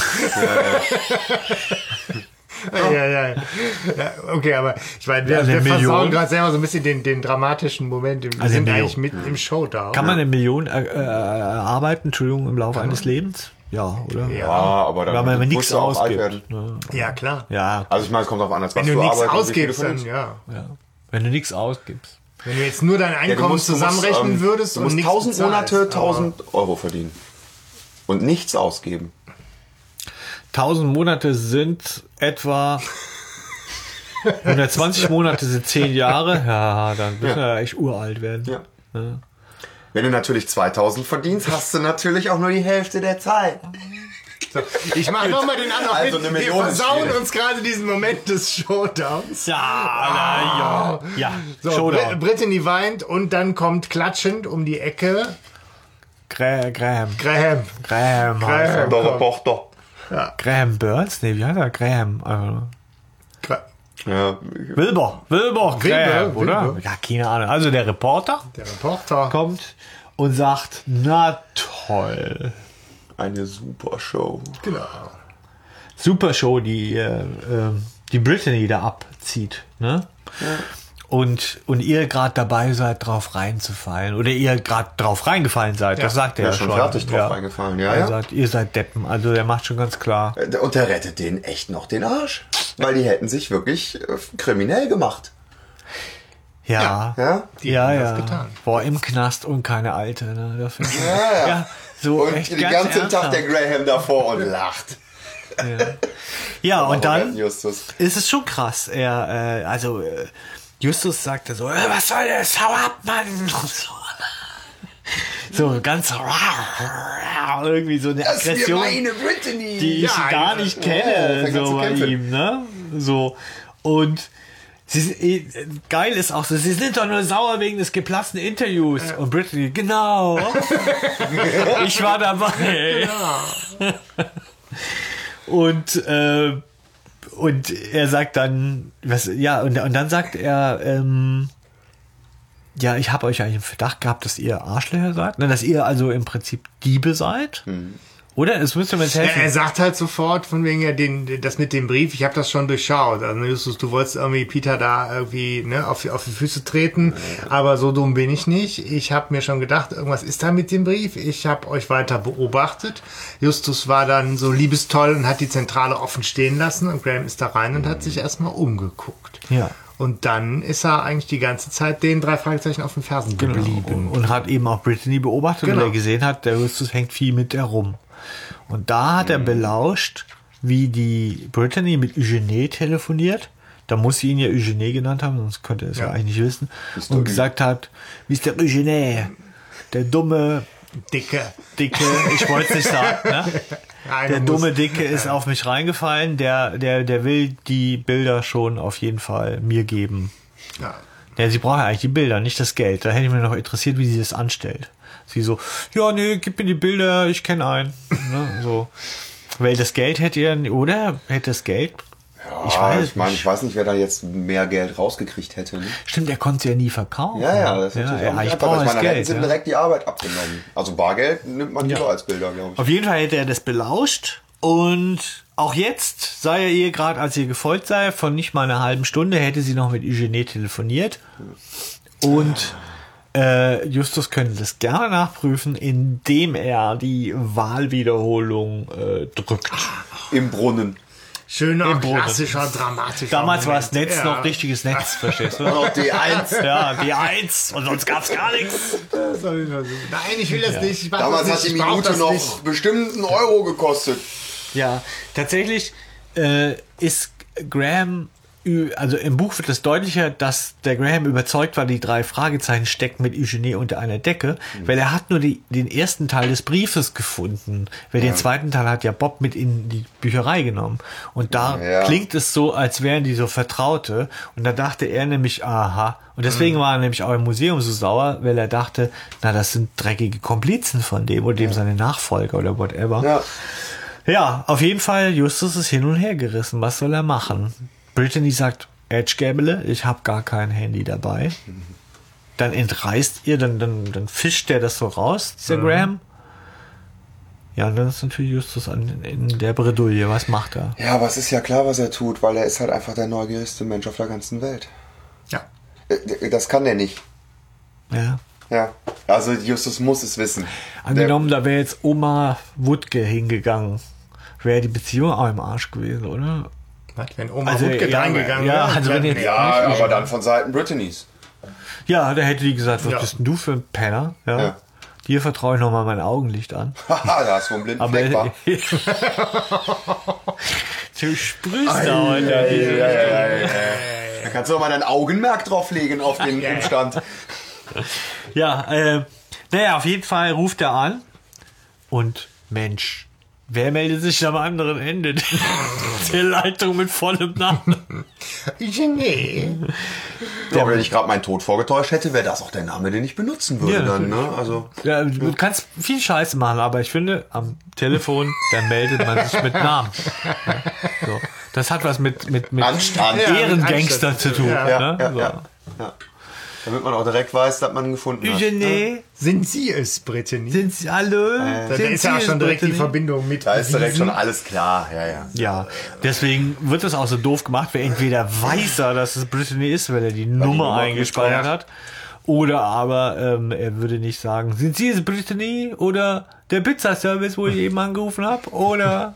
Speaker 2: ja, ja. ja, ja. Okay, aber ich meine, wir, wir versauen gerade selber so ein bisschen den, den dramatischen Moment. Wir
Speaker 3: also
Speaker 2: sind eigentlich mit im Showdown.
Speaker 3: Kann man eine Million äh, äh, erarbeiten, Entschuldigung, im Laufe eines Lebens? Ja, oder?
Speaker 1: Ja, aber dann
Speaker 3: weil man nichts ausgibt.
Speaker 2: Ne? Ja, klar.
Speaker 3: Ja.
Speaker 1: Also ich meine, es kommt darauf an, als was
Speaker 2: Wenn du,
Speaker 1: du
Speaker 2: nichts
Speaker 1: arbeitest.
Speaker 2: Ausgibst, dann, ja.
Speaker 3: ja. Wenn du nichts ausgibst.
Speaker 2: Wenn du jetzt nur dein Einkommen ja, musst, zusammenrechnen musst, würdest
Speaker 1: du musst
Speaker 2: und nichts
Speaker 1: tausend
Speaker 2: bezahlst,
Speaker 1: Monate tausend Euro verdienen. Und nichts ausgeben.
Speaker 3: tausend Monate sind etwa hundertzwanzig Monate sind zehn Jahre. Ja, dann müssen ja. wir echt uralt werden.
Speaker 1: Ja.
Speaker 3: Ja.
Speaker 1: Wenn du natürlich zweitausend verdienst, hast du natürlich auch nur die Hälfte der Zeit.
Speaker 2: So, ich mache nochmal den anderen.
Speaker 1: Also eine Million.
Speaker 2: Wir versauen uns gerade diesen Moment des Showdowns.
Speaker 3: Ja, ah. ja. ja.
Speaker 2: So, Showdown. Brittany weint und dann kommt klatschend um die Ecke
Speaker 3: Gra Graham.
Speaker 2: Graham.
Speaker 3: Graham.
Speaker 2: Graham.
Speaker 1: Der Reporter.
Speaker 2: Ja.
Speaker 3: Graham Burns? Nee, wie heißt er? Graham. Also.
Speaker 1: Gra ja.
Speaker 3: Wilbur. Wilbur Graham, oder? Wilbur. Ja, keine Ahnung. Also der Reporter.
Speaker 2: Der Reporter.
Speaker 3: Kommt und sagt, na toll.
Speaker 1: Eine super Show.
Speaker 2: Genau.
Speaker 3: Super Show, die, äh, die Brittany da abzieht. Ne?
Speaker 1: Ja.
Speaker 3: und, und ihr gerade dabei seid, drauf reinzufallen. Oder ihr gerade drauf reingefallen seid.
Speaker 2: Ja.
Speaker 3: Das sagt er ja,
Speaker 1: Ja, schon
Speaker 3: schon.
Speaker 1: fertig drauf reingefallen, ja,
Speaker 3: Er
Speaker 1: ja.
Speaker 3: sagt, ihr seid Deppen. Also der macht schon ganz klar.
Speaker 1: Und der rettet denen echt noch den Arsch. Weil die hätten sich wirklich äh, kriminell gemacht.
Speaker 3: Ja.
Speaker 1: Ja?
Speaker 2: Die
Speaker 3: ja,
Speaker 2: haben
Speaker 3: ja.
Speaker 2: das getan.
Speaker 3: Boah, im Knast und keine Alte. Ne? Das find ich-
Speaker 1: Ja, ja.
Speaker 3: so
Speaker 1: Und
Speaker 3: echt
Speaker 1: den
Speaker 3: ganz
Speaker 1: ganzen
Speaker 3: ernsthaft.
Speaker 1: Tag der Graham davor und lacht.
Speaker 3: Ja, und dann
Speaker 1: Arroganten Justus.
Speaker 3: ist es schon krass. Er, äh, also äh, Justus sagte so, äh, was soll das? Hau ab, Mann! Und so. So ganz irgendwie so eine
Speaker 1: Das ist mir
Speaker 3: Aggression,
Speaker 1: meine Brittany.
Speaker 3: die ich
Speaker 2: Ja,
Speaker 3: gar
Speaker 2: ja.
Speaker 3: nicht
Speaker 1: Ja,
Speaker 3: kenne,
Speaker 1: fängt an
Speaker 3: so
Speaker 1: zu
Speaker 3: bei
Speaker 1: kämpfen.
Speaker 3: ihm, ne? So. Und sie, sind- eh, geil ist auch so, sie sind doch nur sauer wegen des geplatzten Interviews. Und Brittany, genau. Ich war dabei. Und, äh, und er sagt dann, was, ja, und, und dann sagt er, ähm, ja, ich habe euch eigentlich im Verdacht gehabt, dass ihr Arschlöcher seid. Ne, dass ihr also im Prinzip Diebe seid. Oder? Es müsste mir jetzt
Speaker 2: Ja,
Speaker 3: helfen.
Speaker 2: er sagt halt sofort von wegen ja den das mit dem Brief, ich habe das schon durchschaut. Also Justus, du wolltest irgendwie Peter da irgendwie ne, auf, auf die Füße treten, aber so dumm bin ich nicht. Ich habe mir schon gedacht, irgendwas ist da mit dem Brief. Ich habe euch weiter beobachtet. Justus war dann so liebestoll und hat die Zentrale offen stehen lassen und Graham ist da rein und hat sich erstmal umgeguckt.
Speaker 3: Ja.
Speaker 2: Und dann ist er eigentlich die ganze Zeit den drei Fragezeichen auf den Fersen geblieben.
Speaker 3: Und, und hat eben auch Brittany beobachtet,
Speaker 2: Genau.
Speaker 3: und er gesehen hat, der Justus hängt viel mit der rum. Und da hat er belauscht, wie die Brittany mit Eugenie telefoniert. Da muss sie ihn ja Eugenie genannt haben, sonst könnte er es ja.
Speaker 2: Ja.
Speaker 3: eigentlich nicht wissen.
Speaker 1: Mister
Speaker 3: Und
Speaker 1: Ü.
Speaker 3: gesagt hat, Mister Eugenie, der dumme,
Speaker 2: Dicke.
Speaker 3: Dicke, ich wollte es nicht sagen, ne?
Speaker 2: Einer
Speaker 3: Der
Speaker 2: muss-
Speaker 3: dumme Dicke ist auf mich reingefallen, der, der, der will die Bilder schon auf jeden Fall mir geben.
Speaker 2: Ja.
Speaker 3: Ja, sie braucht ja eigentlich die Bilder, nicht das Geld. Da hätte ich mich noch interessiert, wie sie das anstellt. Sie so, ja, nee, gib mir die Bilder, ich kenne einen. Ne, so. Weil das Geld hätte er, oder? Hätte das Geld? ich
Speaker 1: Ja,
Speaker 3: weiß
Speaker 1: ich meine,
Speaker 3: nicht.
Speaker 1: ich weiß nicht, wer da jetzt mehr Geld rausgekriegt hätte. Ne?
Speaker 3: Stimmt, er konnte sie ja nie verkaufen.
Speaker 1: Ja, ja, das ist
Speaker 3: ja,
Speaker 1: natürlich
Speaker 3: ja,
Speaker 1: auch nicht
Speaker 3: ich
Speaker 1: einfach.
Speaker 3: brauche
Speaker 1: Ich
Speaker 3: das
Speaker 1: meine, dann hätten
Speaker 3: Geld.
Speaker 1: sie ihm
Speaker 3: Ja.
Speaker 1: direkt die Arbeit abgenommen. Also Bargeld nimmt man lieber als Bilder, glaube ich.
Speaker 3: Auf jeden Fall hätte er das belauscht und auch jetzt sei er ihr gerade, als ihr gefolgt sei, von nicht mal einer halben Stunde, hätte sie noch mit Eugenie telefoniert. Und äh, Justus könnte das gerne nachprüfen, indem er die Wahlwiederholung äh, drückt.
Speaker 1: Im Brunnen.
Speaker 2: Schöner,
Speaker 3: Im Boden.
Speaker 2: klassischer, dramatischer
Speaker 3: Damals war
Speaker 2: Moment.
Speaker 3: das Netz
Speaker 2: Ja.
Speaker 3: noch richtiges Netz, verstehst du?
Speaker 1: Noch die Eins.
Speaker 3: Ja, die Eins und sonst gab's gar nichts.
Speaker 2: Nein, ich will das nicht. Ich mach
Speaker 1: Damals
Speaker 2: das
Speaker 1: hat
Speaker 2: nicht.
Speaker 1: die
Speaker 2: Ich brauch
Speaker 1: Minute
Speaker 2: das
Speaker 1: noch
Speaker 2: nicht.
Speaker 1: bestimmt einen Euro gekostet.
Speaker 3: Ja, tatsächlich äh, ist Graham, ü- also im Buch wird es deutlicher, dass der Graham überzeugt war, die drei Fragezeichen stecken mit Eugenie unter einer Decke, weil er hat nur die, den ersten Teil des Briefes gefunden, weil den zweiten Teil hat ja Bob mit in die Bücherei genommen. Und da
Speaker 1: Ja.
Speaker 3: klingt es so, als wären die so Vertraute. Und da dachte er nämlich, aha. Und deswegen war er nämlich auch im Museum so sauer, weil er dachte, na, das sind dreckige Komplizen von dem oder dem seine Nachfolger oder whatever.
Speaker 1: Ja.
Speaker 3: Ja, auf jeden Fall, Justus ist hin und her gerissen. Was soll er machen? Brittany sagt, Edgegebele, ich habe gar kein Handy dabei. Dann entreißt ihr, dann, dann, dann fischt der das so raus, dieser
Speaker 2: Mhm.
Speaker 3: Graham. Ja, und dann ist natürlich Justus an, in der Bredouille. Was macht er?
Speaker 1: Ja, aber es ist ja klar, was er tut, weil er ist halt einfach der neugierigste Mensch auf der ganzen Welt.
Speaker 2: Ja.
Speaker 1: Äh, Das kann der nicht.
Speaker 3: Ja.
Speaker 1: Ja. Also Justus muss es wissen.
Speaker 3: Angenommen, da wäre jetzt Oma Wutke hingegangen. Wäre die Beziehung auch im Arsch gewesen, oder?
Speaker 2: Was, wenn Oma
Speaker 3: Also,
Speaker 2: Wutke
Speaker 3: ja,
Speaker 2: reingegangen
Speaker 3: ja,
Speaker 2: wäre?
Speaker 3: also wenn jetzt-
Speaker 1: Der, ja, aber dann von Seiten Brittany's.
Speaker 3: Ja, da hätte die gesagt, was
Speaker 2: Ja.
Speaker 3: bist denn du für ein Penner? Ja.
Speaker 1: Ja.
Speaker 3: Dir vertraue ich nochmal mein Augenlicht an.
Speaker 1: Haha, da hast du einen blinden
Speaker 3: Aber
Speaker 1: Fleck, wa?
Speaker 3: du sprühst da heute.
Speaker 1: Ja, ja, ja, ja. Da kannst du doch mal dein Augenmerk drauflegen auf den Umstand.
Speaker 3: Ja, äh, naja, auf jeden Fall ruft er an und Mensch, wer meldet sich am anderen Ende der Leitung mit vollem Namen?
Speaker 2: Genie.
Speaker 1: Ja, wenn ich gerade meinen Tod vorgetäuscht hätte, wäre das auch der Name, den ich benutzen würde
Speaker 3: Ja,
Speaker 1: dann, ne? Also,
Speaker 3: Ja, du kannst viel Scheiße machen, aber ich finde, am Telefon, da meldet man sich mit Namen. Ja, so. Das hat was mit, mit, mit
Speaker 1: Anstand.
Speaker 2: Ja, mit
Speaker 3: Ehrengangster
Speaker 2: Anstand.
Speaker 3: zu tun.
Speaker 2: Ja,
Speaker 3: ne?
Speaker 1: ja,
Speaker 3: so.
Speaker 1: ja, ja. Damit man auch direkt weiß, dass man ihn gefunden hat.
Speaker 3: Eugenie,
Speaker 2: Sind Sie es, Brittany?
Speaker 3: sind Sie alle?
Speaker 2: Da
Speaker 3: Sind
Speaker 2: ist ja auch
Speaker 3: Sie
Speaker 2: schon
Speaker 3: es,
Speaker 2: direkt die
Speaker 3: Brittany?
Speaker 2: Verbindung mit
Speaker 1: Da ist direkt
Speaker 2: diesen-
Speaker 1: schon alles klar. Ja, ja.
Speaker 3: Ja, deswegen wird das auch so doof gemacht, weil entweder weiß er, dass es Brittany ist, weil er die Nummer
Speaker 1: Nummer
Speaker 3: eingespeichert hat, oder aber ähm, er würde nicht sagen, sind Sie es, Brittany, oder der Pizzaservice, wo ich eben angerufen habe, oder...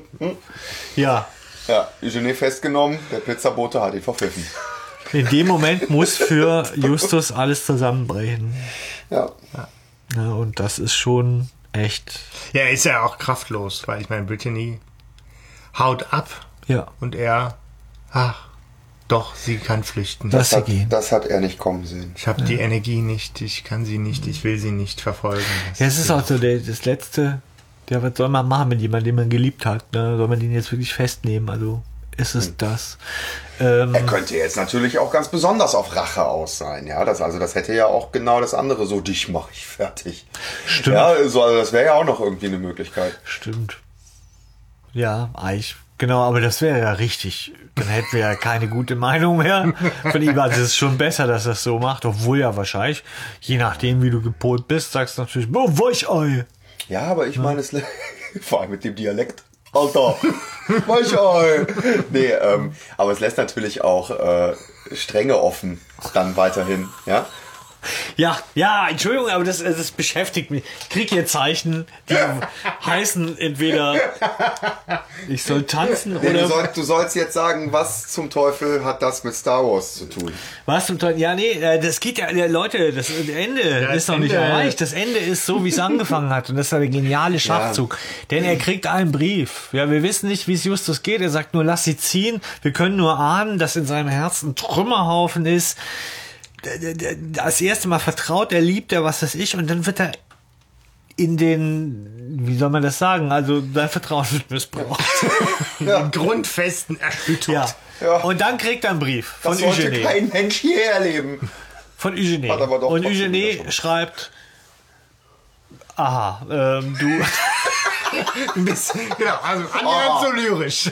Speaker 3: Ja,
Speaker 1: Ja, Eugenie festgenommen, der Pizzabote hat ihn verpfiffen.
Speaker 3: in dem Moment muss für Justus alles zusammenbrechen.
Speaker 1: Ja.
Speaker 3: Ja, und das ist schon echt...
Speaker 2: Ja, er ist ja auch kraftlos, weil ich meine, Brittany haut ab
Speaker 3: Ja,
Speaker 2: und er, ach, doch, sie kann flüchten.
Speaker 3: Lass sie
Speaker 1: Das hat,
Speaker 3: gehen.
Speaker 1: das hat er nicht kommen sehen.
Speaker 2: Ich habe die Energie nicht, ich kann sie nicht, ich will sie nicht verfolgen. Das
Speaker 3: Ja, es ist auch so der, das Letzte, ja, was soll man machen mit jemandem, den man geliebt hat? Ne? Soll man den jetzt wirklich festnehmen? Also ist es das? Ähm,
Speaker 1: Er könnte jetzt natürlich auch ganz besonders auf Rache aus sein, ja. Das, also das hätte ja auch genau das andere, so dich mache ich fertig.
Speaker 3: Stimmt.
Speaker 1: Ja, so, also das wäre ja auch noch irgendwie eine Möglichkeit.
Speaker 3: Stimmt. Ja, eigentlich. Genau, aber das wäre ja richtig. Dann hätten wir ja keine gute Meinung mehr von ihm. Also es ist schon besser, dass er es so macht. Obwohl ja wahrscheinlich, je nachdem, wie du gepolt bist, sagst du natürlich, oh, Weichei.
Speaker 1: Ja, aber ich meine, es vor allem mit dem Dialekt. Alter, Weichei. Nee, ähm, aber es lässt natürlich auch äh, Stränge offen dann weiterhin, ja.
Speaker 3: Ja, ja, Entschuldigung, aber das, das beschäftigt mich. Ich kriege hier Zeichen, die heißen entweder ich soll tanzen
Speaker 1: Nee, du,
Speaker 3: oder
Speaker 1: soll, du sollst jetzt sagen, was zum Teufel hat das mit Star Wars zu tun?
Speaker 3: was zum Teufel? Ja, nee, äh, das geht ja, ja, Leute, das Ende
Speaker 2: das
Speaker 3: ist noch nicht
Speaker 2: Ende.
Speaker 3: erreicht. Das Ende ist so, wie es angefangen hat. Und das ist der geniale Schachzug. Denn er kriegt einen Brief. Ja, wir wissen nicht, wie es Justus geht. Er sagt nur, lass sie ziehen. Wir können nur ahnen, dass in seinem Herzen ein Trümmerhaufen ist. Das erste Mal vertraut er, liebt er, was weiß ich, und dann wird er in den, wie soll man das sagen, also sein Vertrauen wird missbraucht.
Speaker 2: ja. Grundfesten erschüttert.
Speaker 3: Ja.
Speaker 1: Ja.
Speaker 3: Und dann kriegt er einen Brief von
Speaker 1: Das sollte
Speaker 3: Eugenie.
Speaker 1: kein Mensch je erleben.
Speaker 3: Von Eugenie.
Speaker 1: Hat aber doch
Speaker 3: Und
Speaker 1: trotzdem
Speaker 3: Eugenie
Speaker 1: wieder schon.
Speaker 3: schreibt, aha, ähm, du,
Speaker 2: Ein bisschen, genau, also annähernd so lyrisch.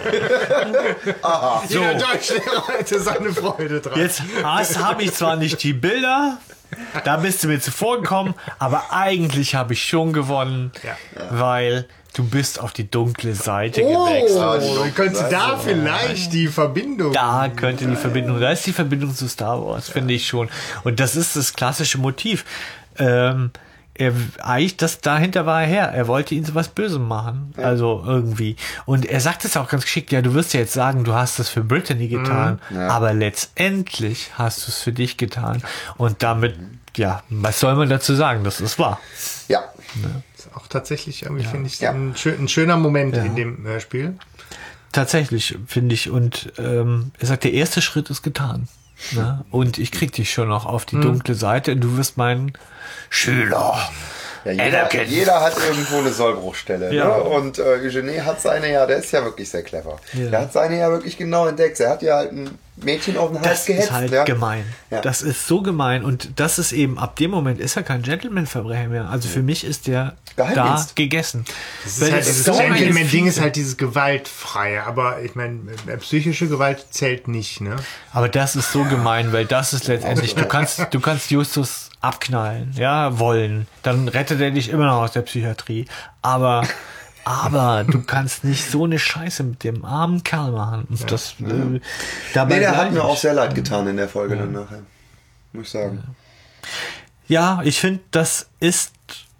Speaker 1: Aha.
Speaker 2: Jeder Deutschlehrer hätte seine Freude dran.
Speaker 3: jetzt habe ich zwar nicht die Bilder, da bist du mir zuvor gekommen, aber eigentlich habe ich schon gewonnen,
Speaker 2: Ja.
Speaker 3: weil du bist auf die dunkle Seite
Speaker 2: Oh,
Speaker 3: gewechselt.
Speaker 2: könnte da vielleicht die Verbindung.
Speaker 3: Da könnte die Verbindung, da ist die Verbindung zu Star Wars, finde ich schon. Und das ist das klassische Motiv. Ähm, er, eigentlich, das dahinter war er her. Er wollte ihn zu was Bösem machen. Also irgendwie. Und er sagt es auch ganz geschickt, ja, du wirst ja jetzt sagen, du hast das für Brittany getan,
Speaker 1: Ja.
Speaker 3: aber letztendlich hast du es für dich getan. Und damit, ja, was soll man dazu sagen? Das ist wahr.
Speaker 1: Ja.
Speaker 2: Das ist auch tatsächlich irgendwie, finde ich,
Speaker 1: Ja.
Speaker 2: ein, schön, ein schöner Moment in dem Hörspiel.
Speaker 3: Tatsächlich, finde ich. Und ähm, er sagt, der erste Schritt ist getan. Ne? Und ich krieg dich schon noch auf die dunkle Seite. Du wirst mein Schüler.
Speaker 1: Ja, jeder,
Speaker 3: Anakin.
Speaker 1: jeder hat irgendwo eine Sollbruchstelle.
Speaker 3: Ja.
Speaker 1: Ne? Und äh, Eugenie hat seine ja, der ist ja wirklich sehr clever.
Speaker 3: Ja.
Speaker 1: Der hat seine ja wirklich genau entdeckt. Er hat ja halt ein Mädchen auf den Hals
Speaker 3: Das
Speaker 1: gehetzt.
Speaker 3: ist halt
Speaker 1: ja.
Speaker 3: gemein.
Speaker 1: Ja.
Speaker 3: Das ist so gemein. Und das ist eben, ab dem Moment ist er kein Gentleman-Verbrecher mehr. Also für mich ist der da
Speaker 1: Geheimdienst.
Speaker 3: gegessen.
Speaker 2: Das
Speaker 3: Weil
Speaker 2: ist halt
Speaker 3: das
Speaker 2: dieses
Speaker 3: so eine
Speaker 2: Gentleman-Ding ist
Speaker 3: fiese-
Speaker 2: halt dieses Gewaltfreie, aber ich meine, äh, psychische Gewalt zählt nicht, ne?
Speaker 3: Aber das ist so gemein, weil das ist letztendlich, du kannst, du kannst Justus abknallen, ja, wollen. Dann rettet er dich immer noch aus der Psychiatrie. Aber, aber du kannst nicht so eine Scheiße mit dem armen Kerl machen. Und das, äh, dabei
Speaker 1: Nee, der
Speaker 3: bleib
Speaker 1: hat mir
Speaker 3: ich.
Speaker 1: auch sehr leid getan in der Folge dann nachher. Muss ich sagen.
Speaker 3: Ja, ich finde, das ist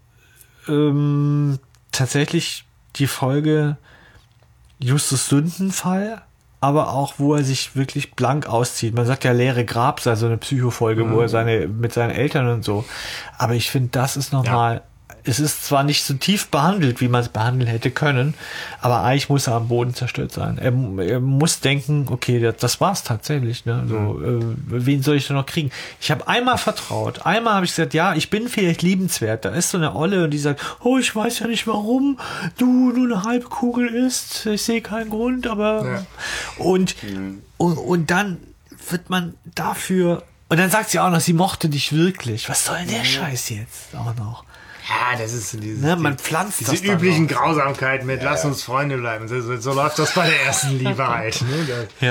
Speaker 3: ähm, tatsächlich die Folge Justus Sündenfall, aber auch, wo er sich wirklich blank auszieht. Man sagt ja leere Grab, sei so eine Psychofolge, mhm. wo er seine mit seinen Eltern und so. Aber ich finde, das ist nochmal, ja. Es ist zwar nicht so tief behandelt, wie man es behandeln hätte können, aber eigentlich muss er am Boden zerstört sein. Er, er muss denken, okay, das, das war's tatsächlich. Ne? So, mhm. äh, wen soll ich denn noch kriegen? Ich habe einmal vertraut. Einmal habe ich gesagt, ja, ich bin vielleicht liebenswert. Da ist so eine Olle und die sagt, oh, ich weiß ja nicht warum du nur eine halbe Kugel isst. Ich sehe keinen Grund, aber
Speaker 2: ja.
Speaker 3: und, mhm. und und dann wird man dafür und dann sagt sie auch noch, sie mochte dich wirklich. Was soll denn der mhm. Scheiß jetzt auch noch?
Speaker 2: Ja, das ist dieses,
Speaker 3: ne, man pflanzt
Speaker 2: diese
Speaker 3: das
Speaker 2: üblichen
Speaker 3: Grausamkeiten
Speaker 2: Grausamkeiten mit, ja, lass uns Freunde bleiben. So, so, so läuft das bei der ersten Liebe halt. Ne?
Speaker 3: Da, ja.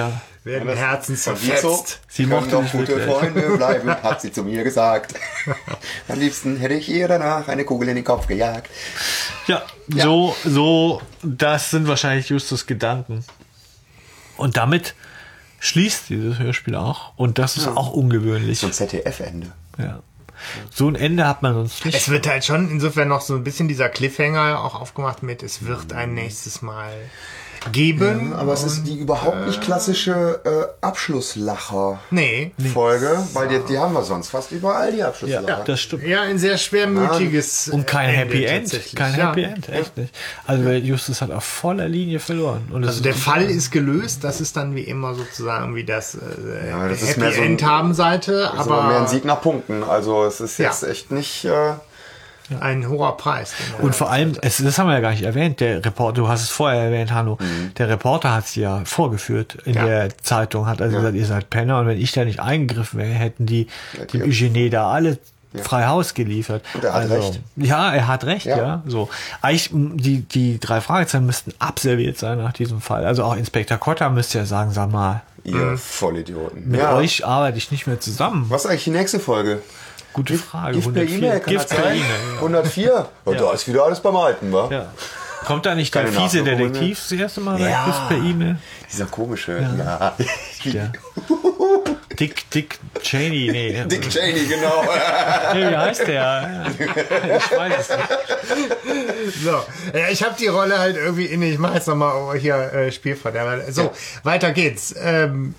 Speaker 2: werden Herzen
Speaker 1: zerfetzt.
Speaker 2: zerfetzt.
Speaker 3: Sie
Speaker 1: Können
Speaker 3: mochte
Speaker 1: doch
Speaker 3: mich
Speaker 1: gute
Speaker 3: wirklich.
Speaker 1: Freunde bleiben, hat sie zu mir gesagt. Am liebsten hätte ich ihr danach eine Kugel in den Kopf gejagt.
Speaker 3: Ja, so, so, das sind wahrscheinlich Justus Gedanken. Und damit schließt dieses Hörspiel auch. Und das ist
Speaker 1: Ja.
Speaker 3: auch ungewöhnlich.
Speaker 1: So ein Z D F-Ende.
Speaker 3: Ja. So ein Ende hat man sonst nicht.
Speaker 2: Es wird halt schon insofern noch so ein bisschen dieser Cliffhanger auch aufgemacht mit, es wird ein nächstes Mal geben.
Speaker 1: Aber es ist die überhaupt nicht klassische äh, Abschlusslacher-Folge,
Speaker 2: Nee.
Speaker 1: weil die, die haben wir sonst fast überall, die Abschlusslacher.
Speaker 3: Ja, das stimmt.
Speaker 2: Ja, ein sehr schwermütiges
Speaker 3: Und kein
Speaker 2: Ende
Speaker 3: Happy End.
Speaker 2: tatsächlich.
Speaker 3: Kein
Speaker 2: Ja.
Speaker 3: Happy End, echt nicht. Also weil Justus hat auf voller Linie verloren. Und das
Speaker 2: Also
Speaker 3: ist
Speaker 2: der
Speaker 3: total-
Speaker 2: Fall ist gelöst, das ist dann wie immer sozusagen wie das äh,
Speaker 1: Ja, das ist
Speaker 2: Happy
Speaker 1: mehr so ein-
Speaker 2: End haben Seite,
Speaker 1: aber
Speaker 2: aber
Speaker 1: mehr ein Sieg nach Punkten. Also es ist jetzt
Speaker 2: Ja.
Speaker 1: echt nicht... Äh,
Speaker 2: ein hoher Preis.
Speaker 3: Und vor allem, es, das haben wir ja gar nicht erwähnt, der Reporter, du hast es vorher erwähnt, Hanno, der Reporter hat es ja vorgeführt in
Speaker 2: Ja.
Speaker 3: der Zeitung, hat also gesagt, ihr seid Penner und wenn ich da nicht eingegriffen wäre, hätten die dem Eugenie da alle frei Haus geliefert.
Speaker 1: Und er hat recht.
Speaker 3: Ja, er hat recht, ja.
Speaker 1: Ja.
Speaker 3: So. Eigentlich, m, die, die drei Fragezeichen müssten abserviert sein nach diesem Fall. Also auch Inspektor Kotter müsste ja sagen, sag mal,
Speaker 1: ihr Vollidioten.
Speaker 3: mit
Speaker 1: Ja.
Speaker 3: euch arbeite ich nicht mehr zusammen.
Speaker 1: Was ist eigentlich die nächste Folge?
Speaker 3: Gute Frage.
Speaker 1: Gift per
Speaker 3: hundertvier.
Speaker 1: E-Mail, kann
Speaker 3: Gift
Speaker 1: das
Speaker 3: per
Speaker 1: sein?
Speaker 3: E-Mail. Ja.
Speaker 1: hundertvier? Ja, da ist wieder alles beim Alten, wa?
Speaker 3: Ja. Kommt da nicht der
Speaker 1: Keine
Speaker 3: fiese
Speaker 1: Nachfolge.
Speaker 3: Detektiv das erste Mal rein?
Speaker 1: Ja.
Speaker 3: Gift per E-Mail?
Speaker 1: Dieser komische, ja.
Speaker 3: Ja. Dick, Dick Cheney, nee.
Speaker 1: Dick Cheney, genau.
Speaker 3: Nee, wie heißt der? Ja. Ich weiß es nicht.
Speaker 2: So, ja, ich habe die Rolle halt irgendwie inne. Ich mache jetzt nochmal hier äh, Spielverderber. So,
Speaker 1: Ja.
Speaker 2: weiter geht's. Ähm,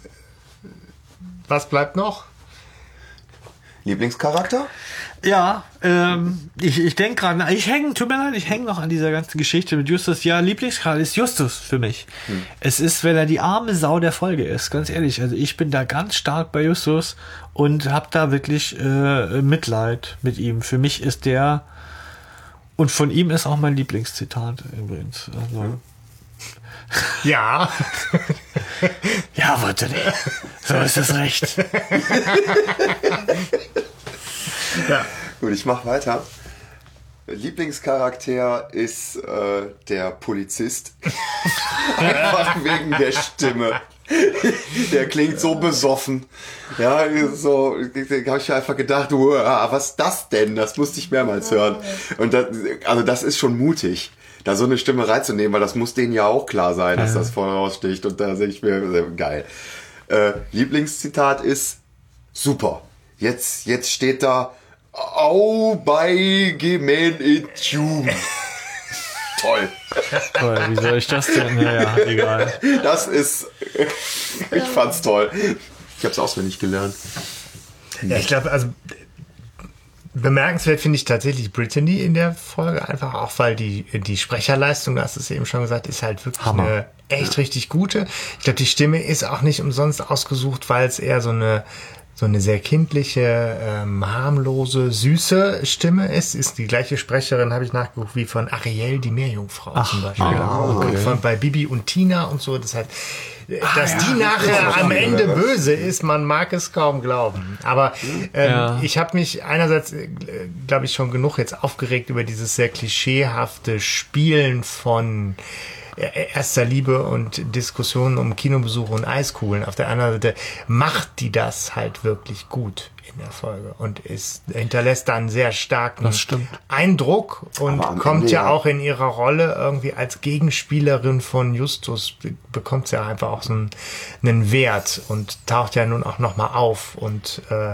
Speaker 2: was bleibt noch?
Speaker 1: Lieblingscharakter?
Speaker 3: Ja, ähm, ich, ich denke gerade, ich hänge, tut mir leid, ich hänge noch an dieser ganzen Geschichte mit Justus. Ja, Lieblingscharakter ist Justus für mich. Hm. Es ist, wenn er die arme Sau der Folge ist, ganz ehrlich. Also ich bin da ganz stark bei Justus und habe da wirklich äh, Mitleid mit ihm. Für mich ist der, und von ihm ist auch mein Lieblingszitat übrigens. Also,
Speaker 2: Ja.
Speaker 3: ja, warte, so ist es recht.
Speaker 2: Ja.
Speaker 1: Gut, ich mach weiter. Lieblingscharakter ist äh, der Polizist. Einfach wegen der Stimme. Der klingt so besoffen. Ja, so, da habe ich einfach gedacht, wow, was ist das denn? Das musste ich mehrmals hören. Und das, also das ist schon mutig, da so eine Stimme reinzunehmen, weil das muss denen ja auch klar sein, dass das voll raussticht. Und da sehe ich mir, geil. Äh, Lieblingszitat ist super. Jetzt, jetzt steht da, au bei Gemen it you. Toll.
Speaker 3: Toll, wie soll ich das denn? Naja, egal.
Speaker 1: Das ist, ich fand's toll. Ich hab's auswendig gelernt.
Speaker 2: Ja, ich glaube, also bemerkenswert finde ich tatsächlich Brittany in der Folge, einfach auch, weil die, die Sprecherleistung, du hast es eben schon gesagt, ist halt wirklich
Speaker 3: Hammer.
Speaker 2: eine echt richtig gute. Ich glaube, die Stimme ist auch nicht umsonst ausgesucht, weil es eher so eine so eine sehr kindliche, ähm, harmlose, süße Stimme ist. Ist die gleiche Sprecherin, habe ich nachgeguckt, wie von Ariel, die Meerjungfrau
Speaker 3: Ach,
Speaker 2: zum Beispiel.
Speaker 3: ah, okay.
Speaker 2: Und von, bei Bibi und Tina und so. Das heißt, dass
Speaker 3: ja,
Speaker 2: die nachher am Ende böse ist, man mag es kaum glauben. Aber ähm,
Speaker 3: Ja.
Speaker 2: ich habe mich einerseits, äh, glaube ich, schon genug jetzt aufgeregt über dieses sehr klischeehafte Spielen von erster Liebe und Diskussionen um Kinobesuche und Eiskugeln. Auf der anderen Seite macht die das halt wirklich gut in der Folge und ist, hinterlässt da einen sehr starken
Speaker 3: Das stimmt.
Speaker 2: Eindruck und
Speaker 1: Aber am
Speaker 2: kommt
Speaker 1: Ende,
Speaker 2: ja
Speaker 1: ja.
Speaker 2: auch in ihrer Rolle irgendwie als Gegenspielerin von Justus, be- bekommt sie ja einfach auch so einen, einen Wert und taucht ja nun auch nochmal auf und äh,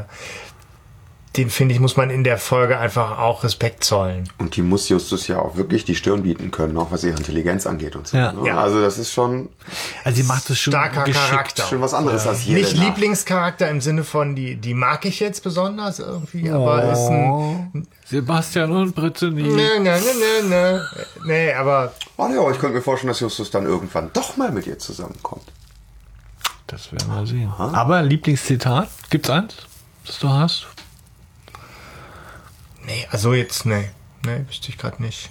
Speaker 2: den, finde ich, muss man in der Folge einfach auch Respekt zollen.
Speaker 1: Und die muss Justus ja auch wirklich die Stirn bieten können, auch was ihre Intelligenz angeht und so.
Speaker 3: Ja.
Speaker 1: Ne?
Speaker 2: Ja.
Speaker 1: Also das ist schon,
Speaker 3: Also sie macht es schon
Speaker 2: Starker
Speaker 3: geschickt.
Speaker 2: Charakter.
Speaker 1: schon was anderes als Jelena.
Speaker 2: Nicht Lieblingscharakter im Sinne von, die, die mag ich jetzt besonders irgendwie, aber ist ein...
Speaker 3: Oh, Sebastian und Brittany.
Speaker 2: Ne, ne, ne, ne, ne. Nee, aber
Speaker 1: Oh ja, aber ich könnte mir vorstellen, dass Justus dann irgendwann doch mal mit ihr zusammenkommt.
Speaker 3: Das werden wir sehen. Aber Lieblingszitat? Gibt's eins, das du hast?
Speaker 2: nee, also jetzt, nee. Nee, wüsste ich gerade nicht.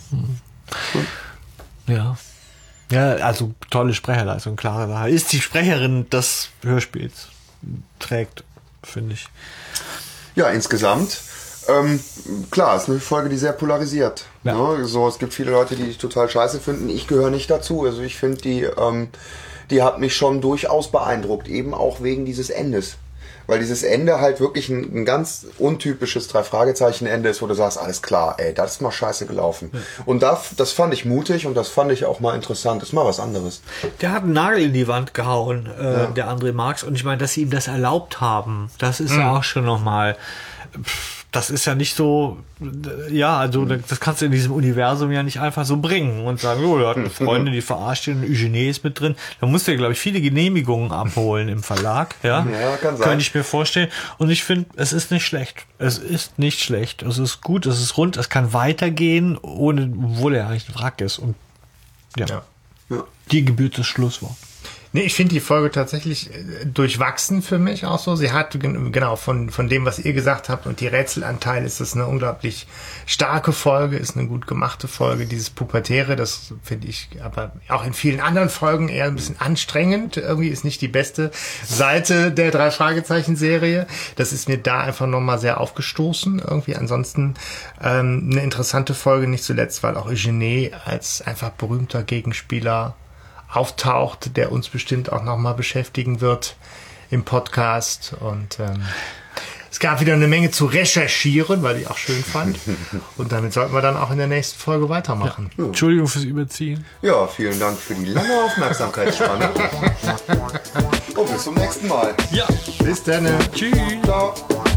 Speaker 3: Ja. Ja, also tolle Sprecherleistung, klare Sache. Ist die Sprecherin des Hörspiels. Trägt, finde ich.
Speaker 1: Ja, insgesamt, ähm, klar, ist eine Folge, die sehr polarisiert.
Speaker 3: Ja.
Speaker 1: Ne? So, es gibt viele Leute, die dich total scheiße finden. Ich gehöre nicht dazu. Also ich finde die, ähm, die hat mich schon durchaus beeindruckt, eben auch wegen dieses Endes. Weil dieses Ende halt wirklich ein, ein ganz untypisches Drei-Fragezeichen-Ende ist, wo du sagst, alles klar, ey, das ist mal scheiße gelaufen. Ja. Und da, das fand ich mutig und das fand ich auch mal interessant. Das ist mal was anderes.
Speaker 3: Der hat einen Nagel in die Wand gehauen, äh, ja. der André Marx. Und ich meine, dass sie ihm das erlaubt haben, das ist mhm. ja auch schon nochmal... Das ist ja nicht so, ja, also das kannst du in diesem Universum ja nicht einfach so bringen und sagen, oh, der hat eine Freundin, die verarscht ihn, Eugenie ist mit drin. Da musst du ja, glaube ich, viele Genehmigungen abholen im Verlag, ja.
Speaker 1: Ja, kann sein.
Speaker 3: Kann ich mir vorstellen. Und ich finde, es ist nicht schlecht. Es ist nicht schlecht. Es ist gut, es ist rund, es kann weitergehen, ohne, obwohl er eigentlich ein Wrack ist. Und ja, ja. ja. Die gebührt das Schlusswort.
Speaker 2: Nee, ich finde die Folge tatsächlich durchwachsen für mich auch so. Sie hat, genau, von, von dem, was ihr gesagt habt und die Rätselanteil ist das eine unglaublich starke Folge, ist eine gut gemachte Folge. Dieses Pubertäre, das finde ich aber auch in vielen anderen Folgen eher ein bisschen anstrengend. Irgendwie ist nicht die beste Seite der Drei-Fragezeichen-Serie. Das ist mir da einfach nochmal sehr aufgestoßen. Irgendwie ansonsten ähm, eine interessante Folge, nicht zuletzt, weil auch Eugenie als einfach berühmter Gegenspieler auftaucht, der uns bestimmt auch nochmal beschäftigen wird im Podcast. Und ähm, es gab wieder eine Menge zu recherchieren, weil ich auch schön fand. Und damit sollten wir dann auch in der nächsten Folge weitermachen.
Speaker 3: Ja. Entschuldigung fürs Überziehen.
Speaker 1: Ja, vielen Dank für die lange Aufmerksamkeitsspanne. Und bis zum nächsten Mal.
Speaker 3: Ja.
Speaker 2: Bis dann.
Speaker 3: Tschüss.
Speaker 1: Ciao.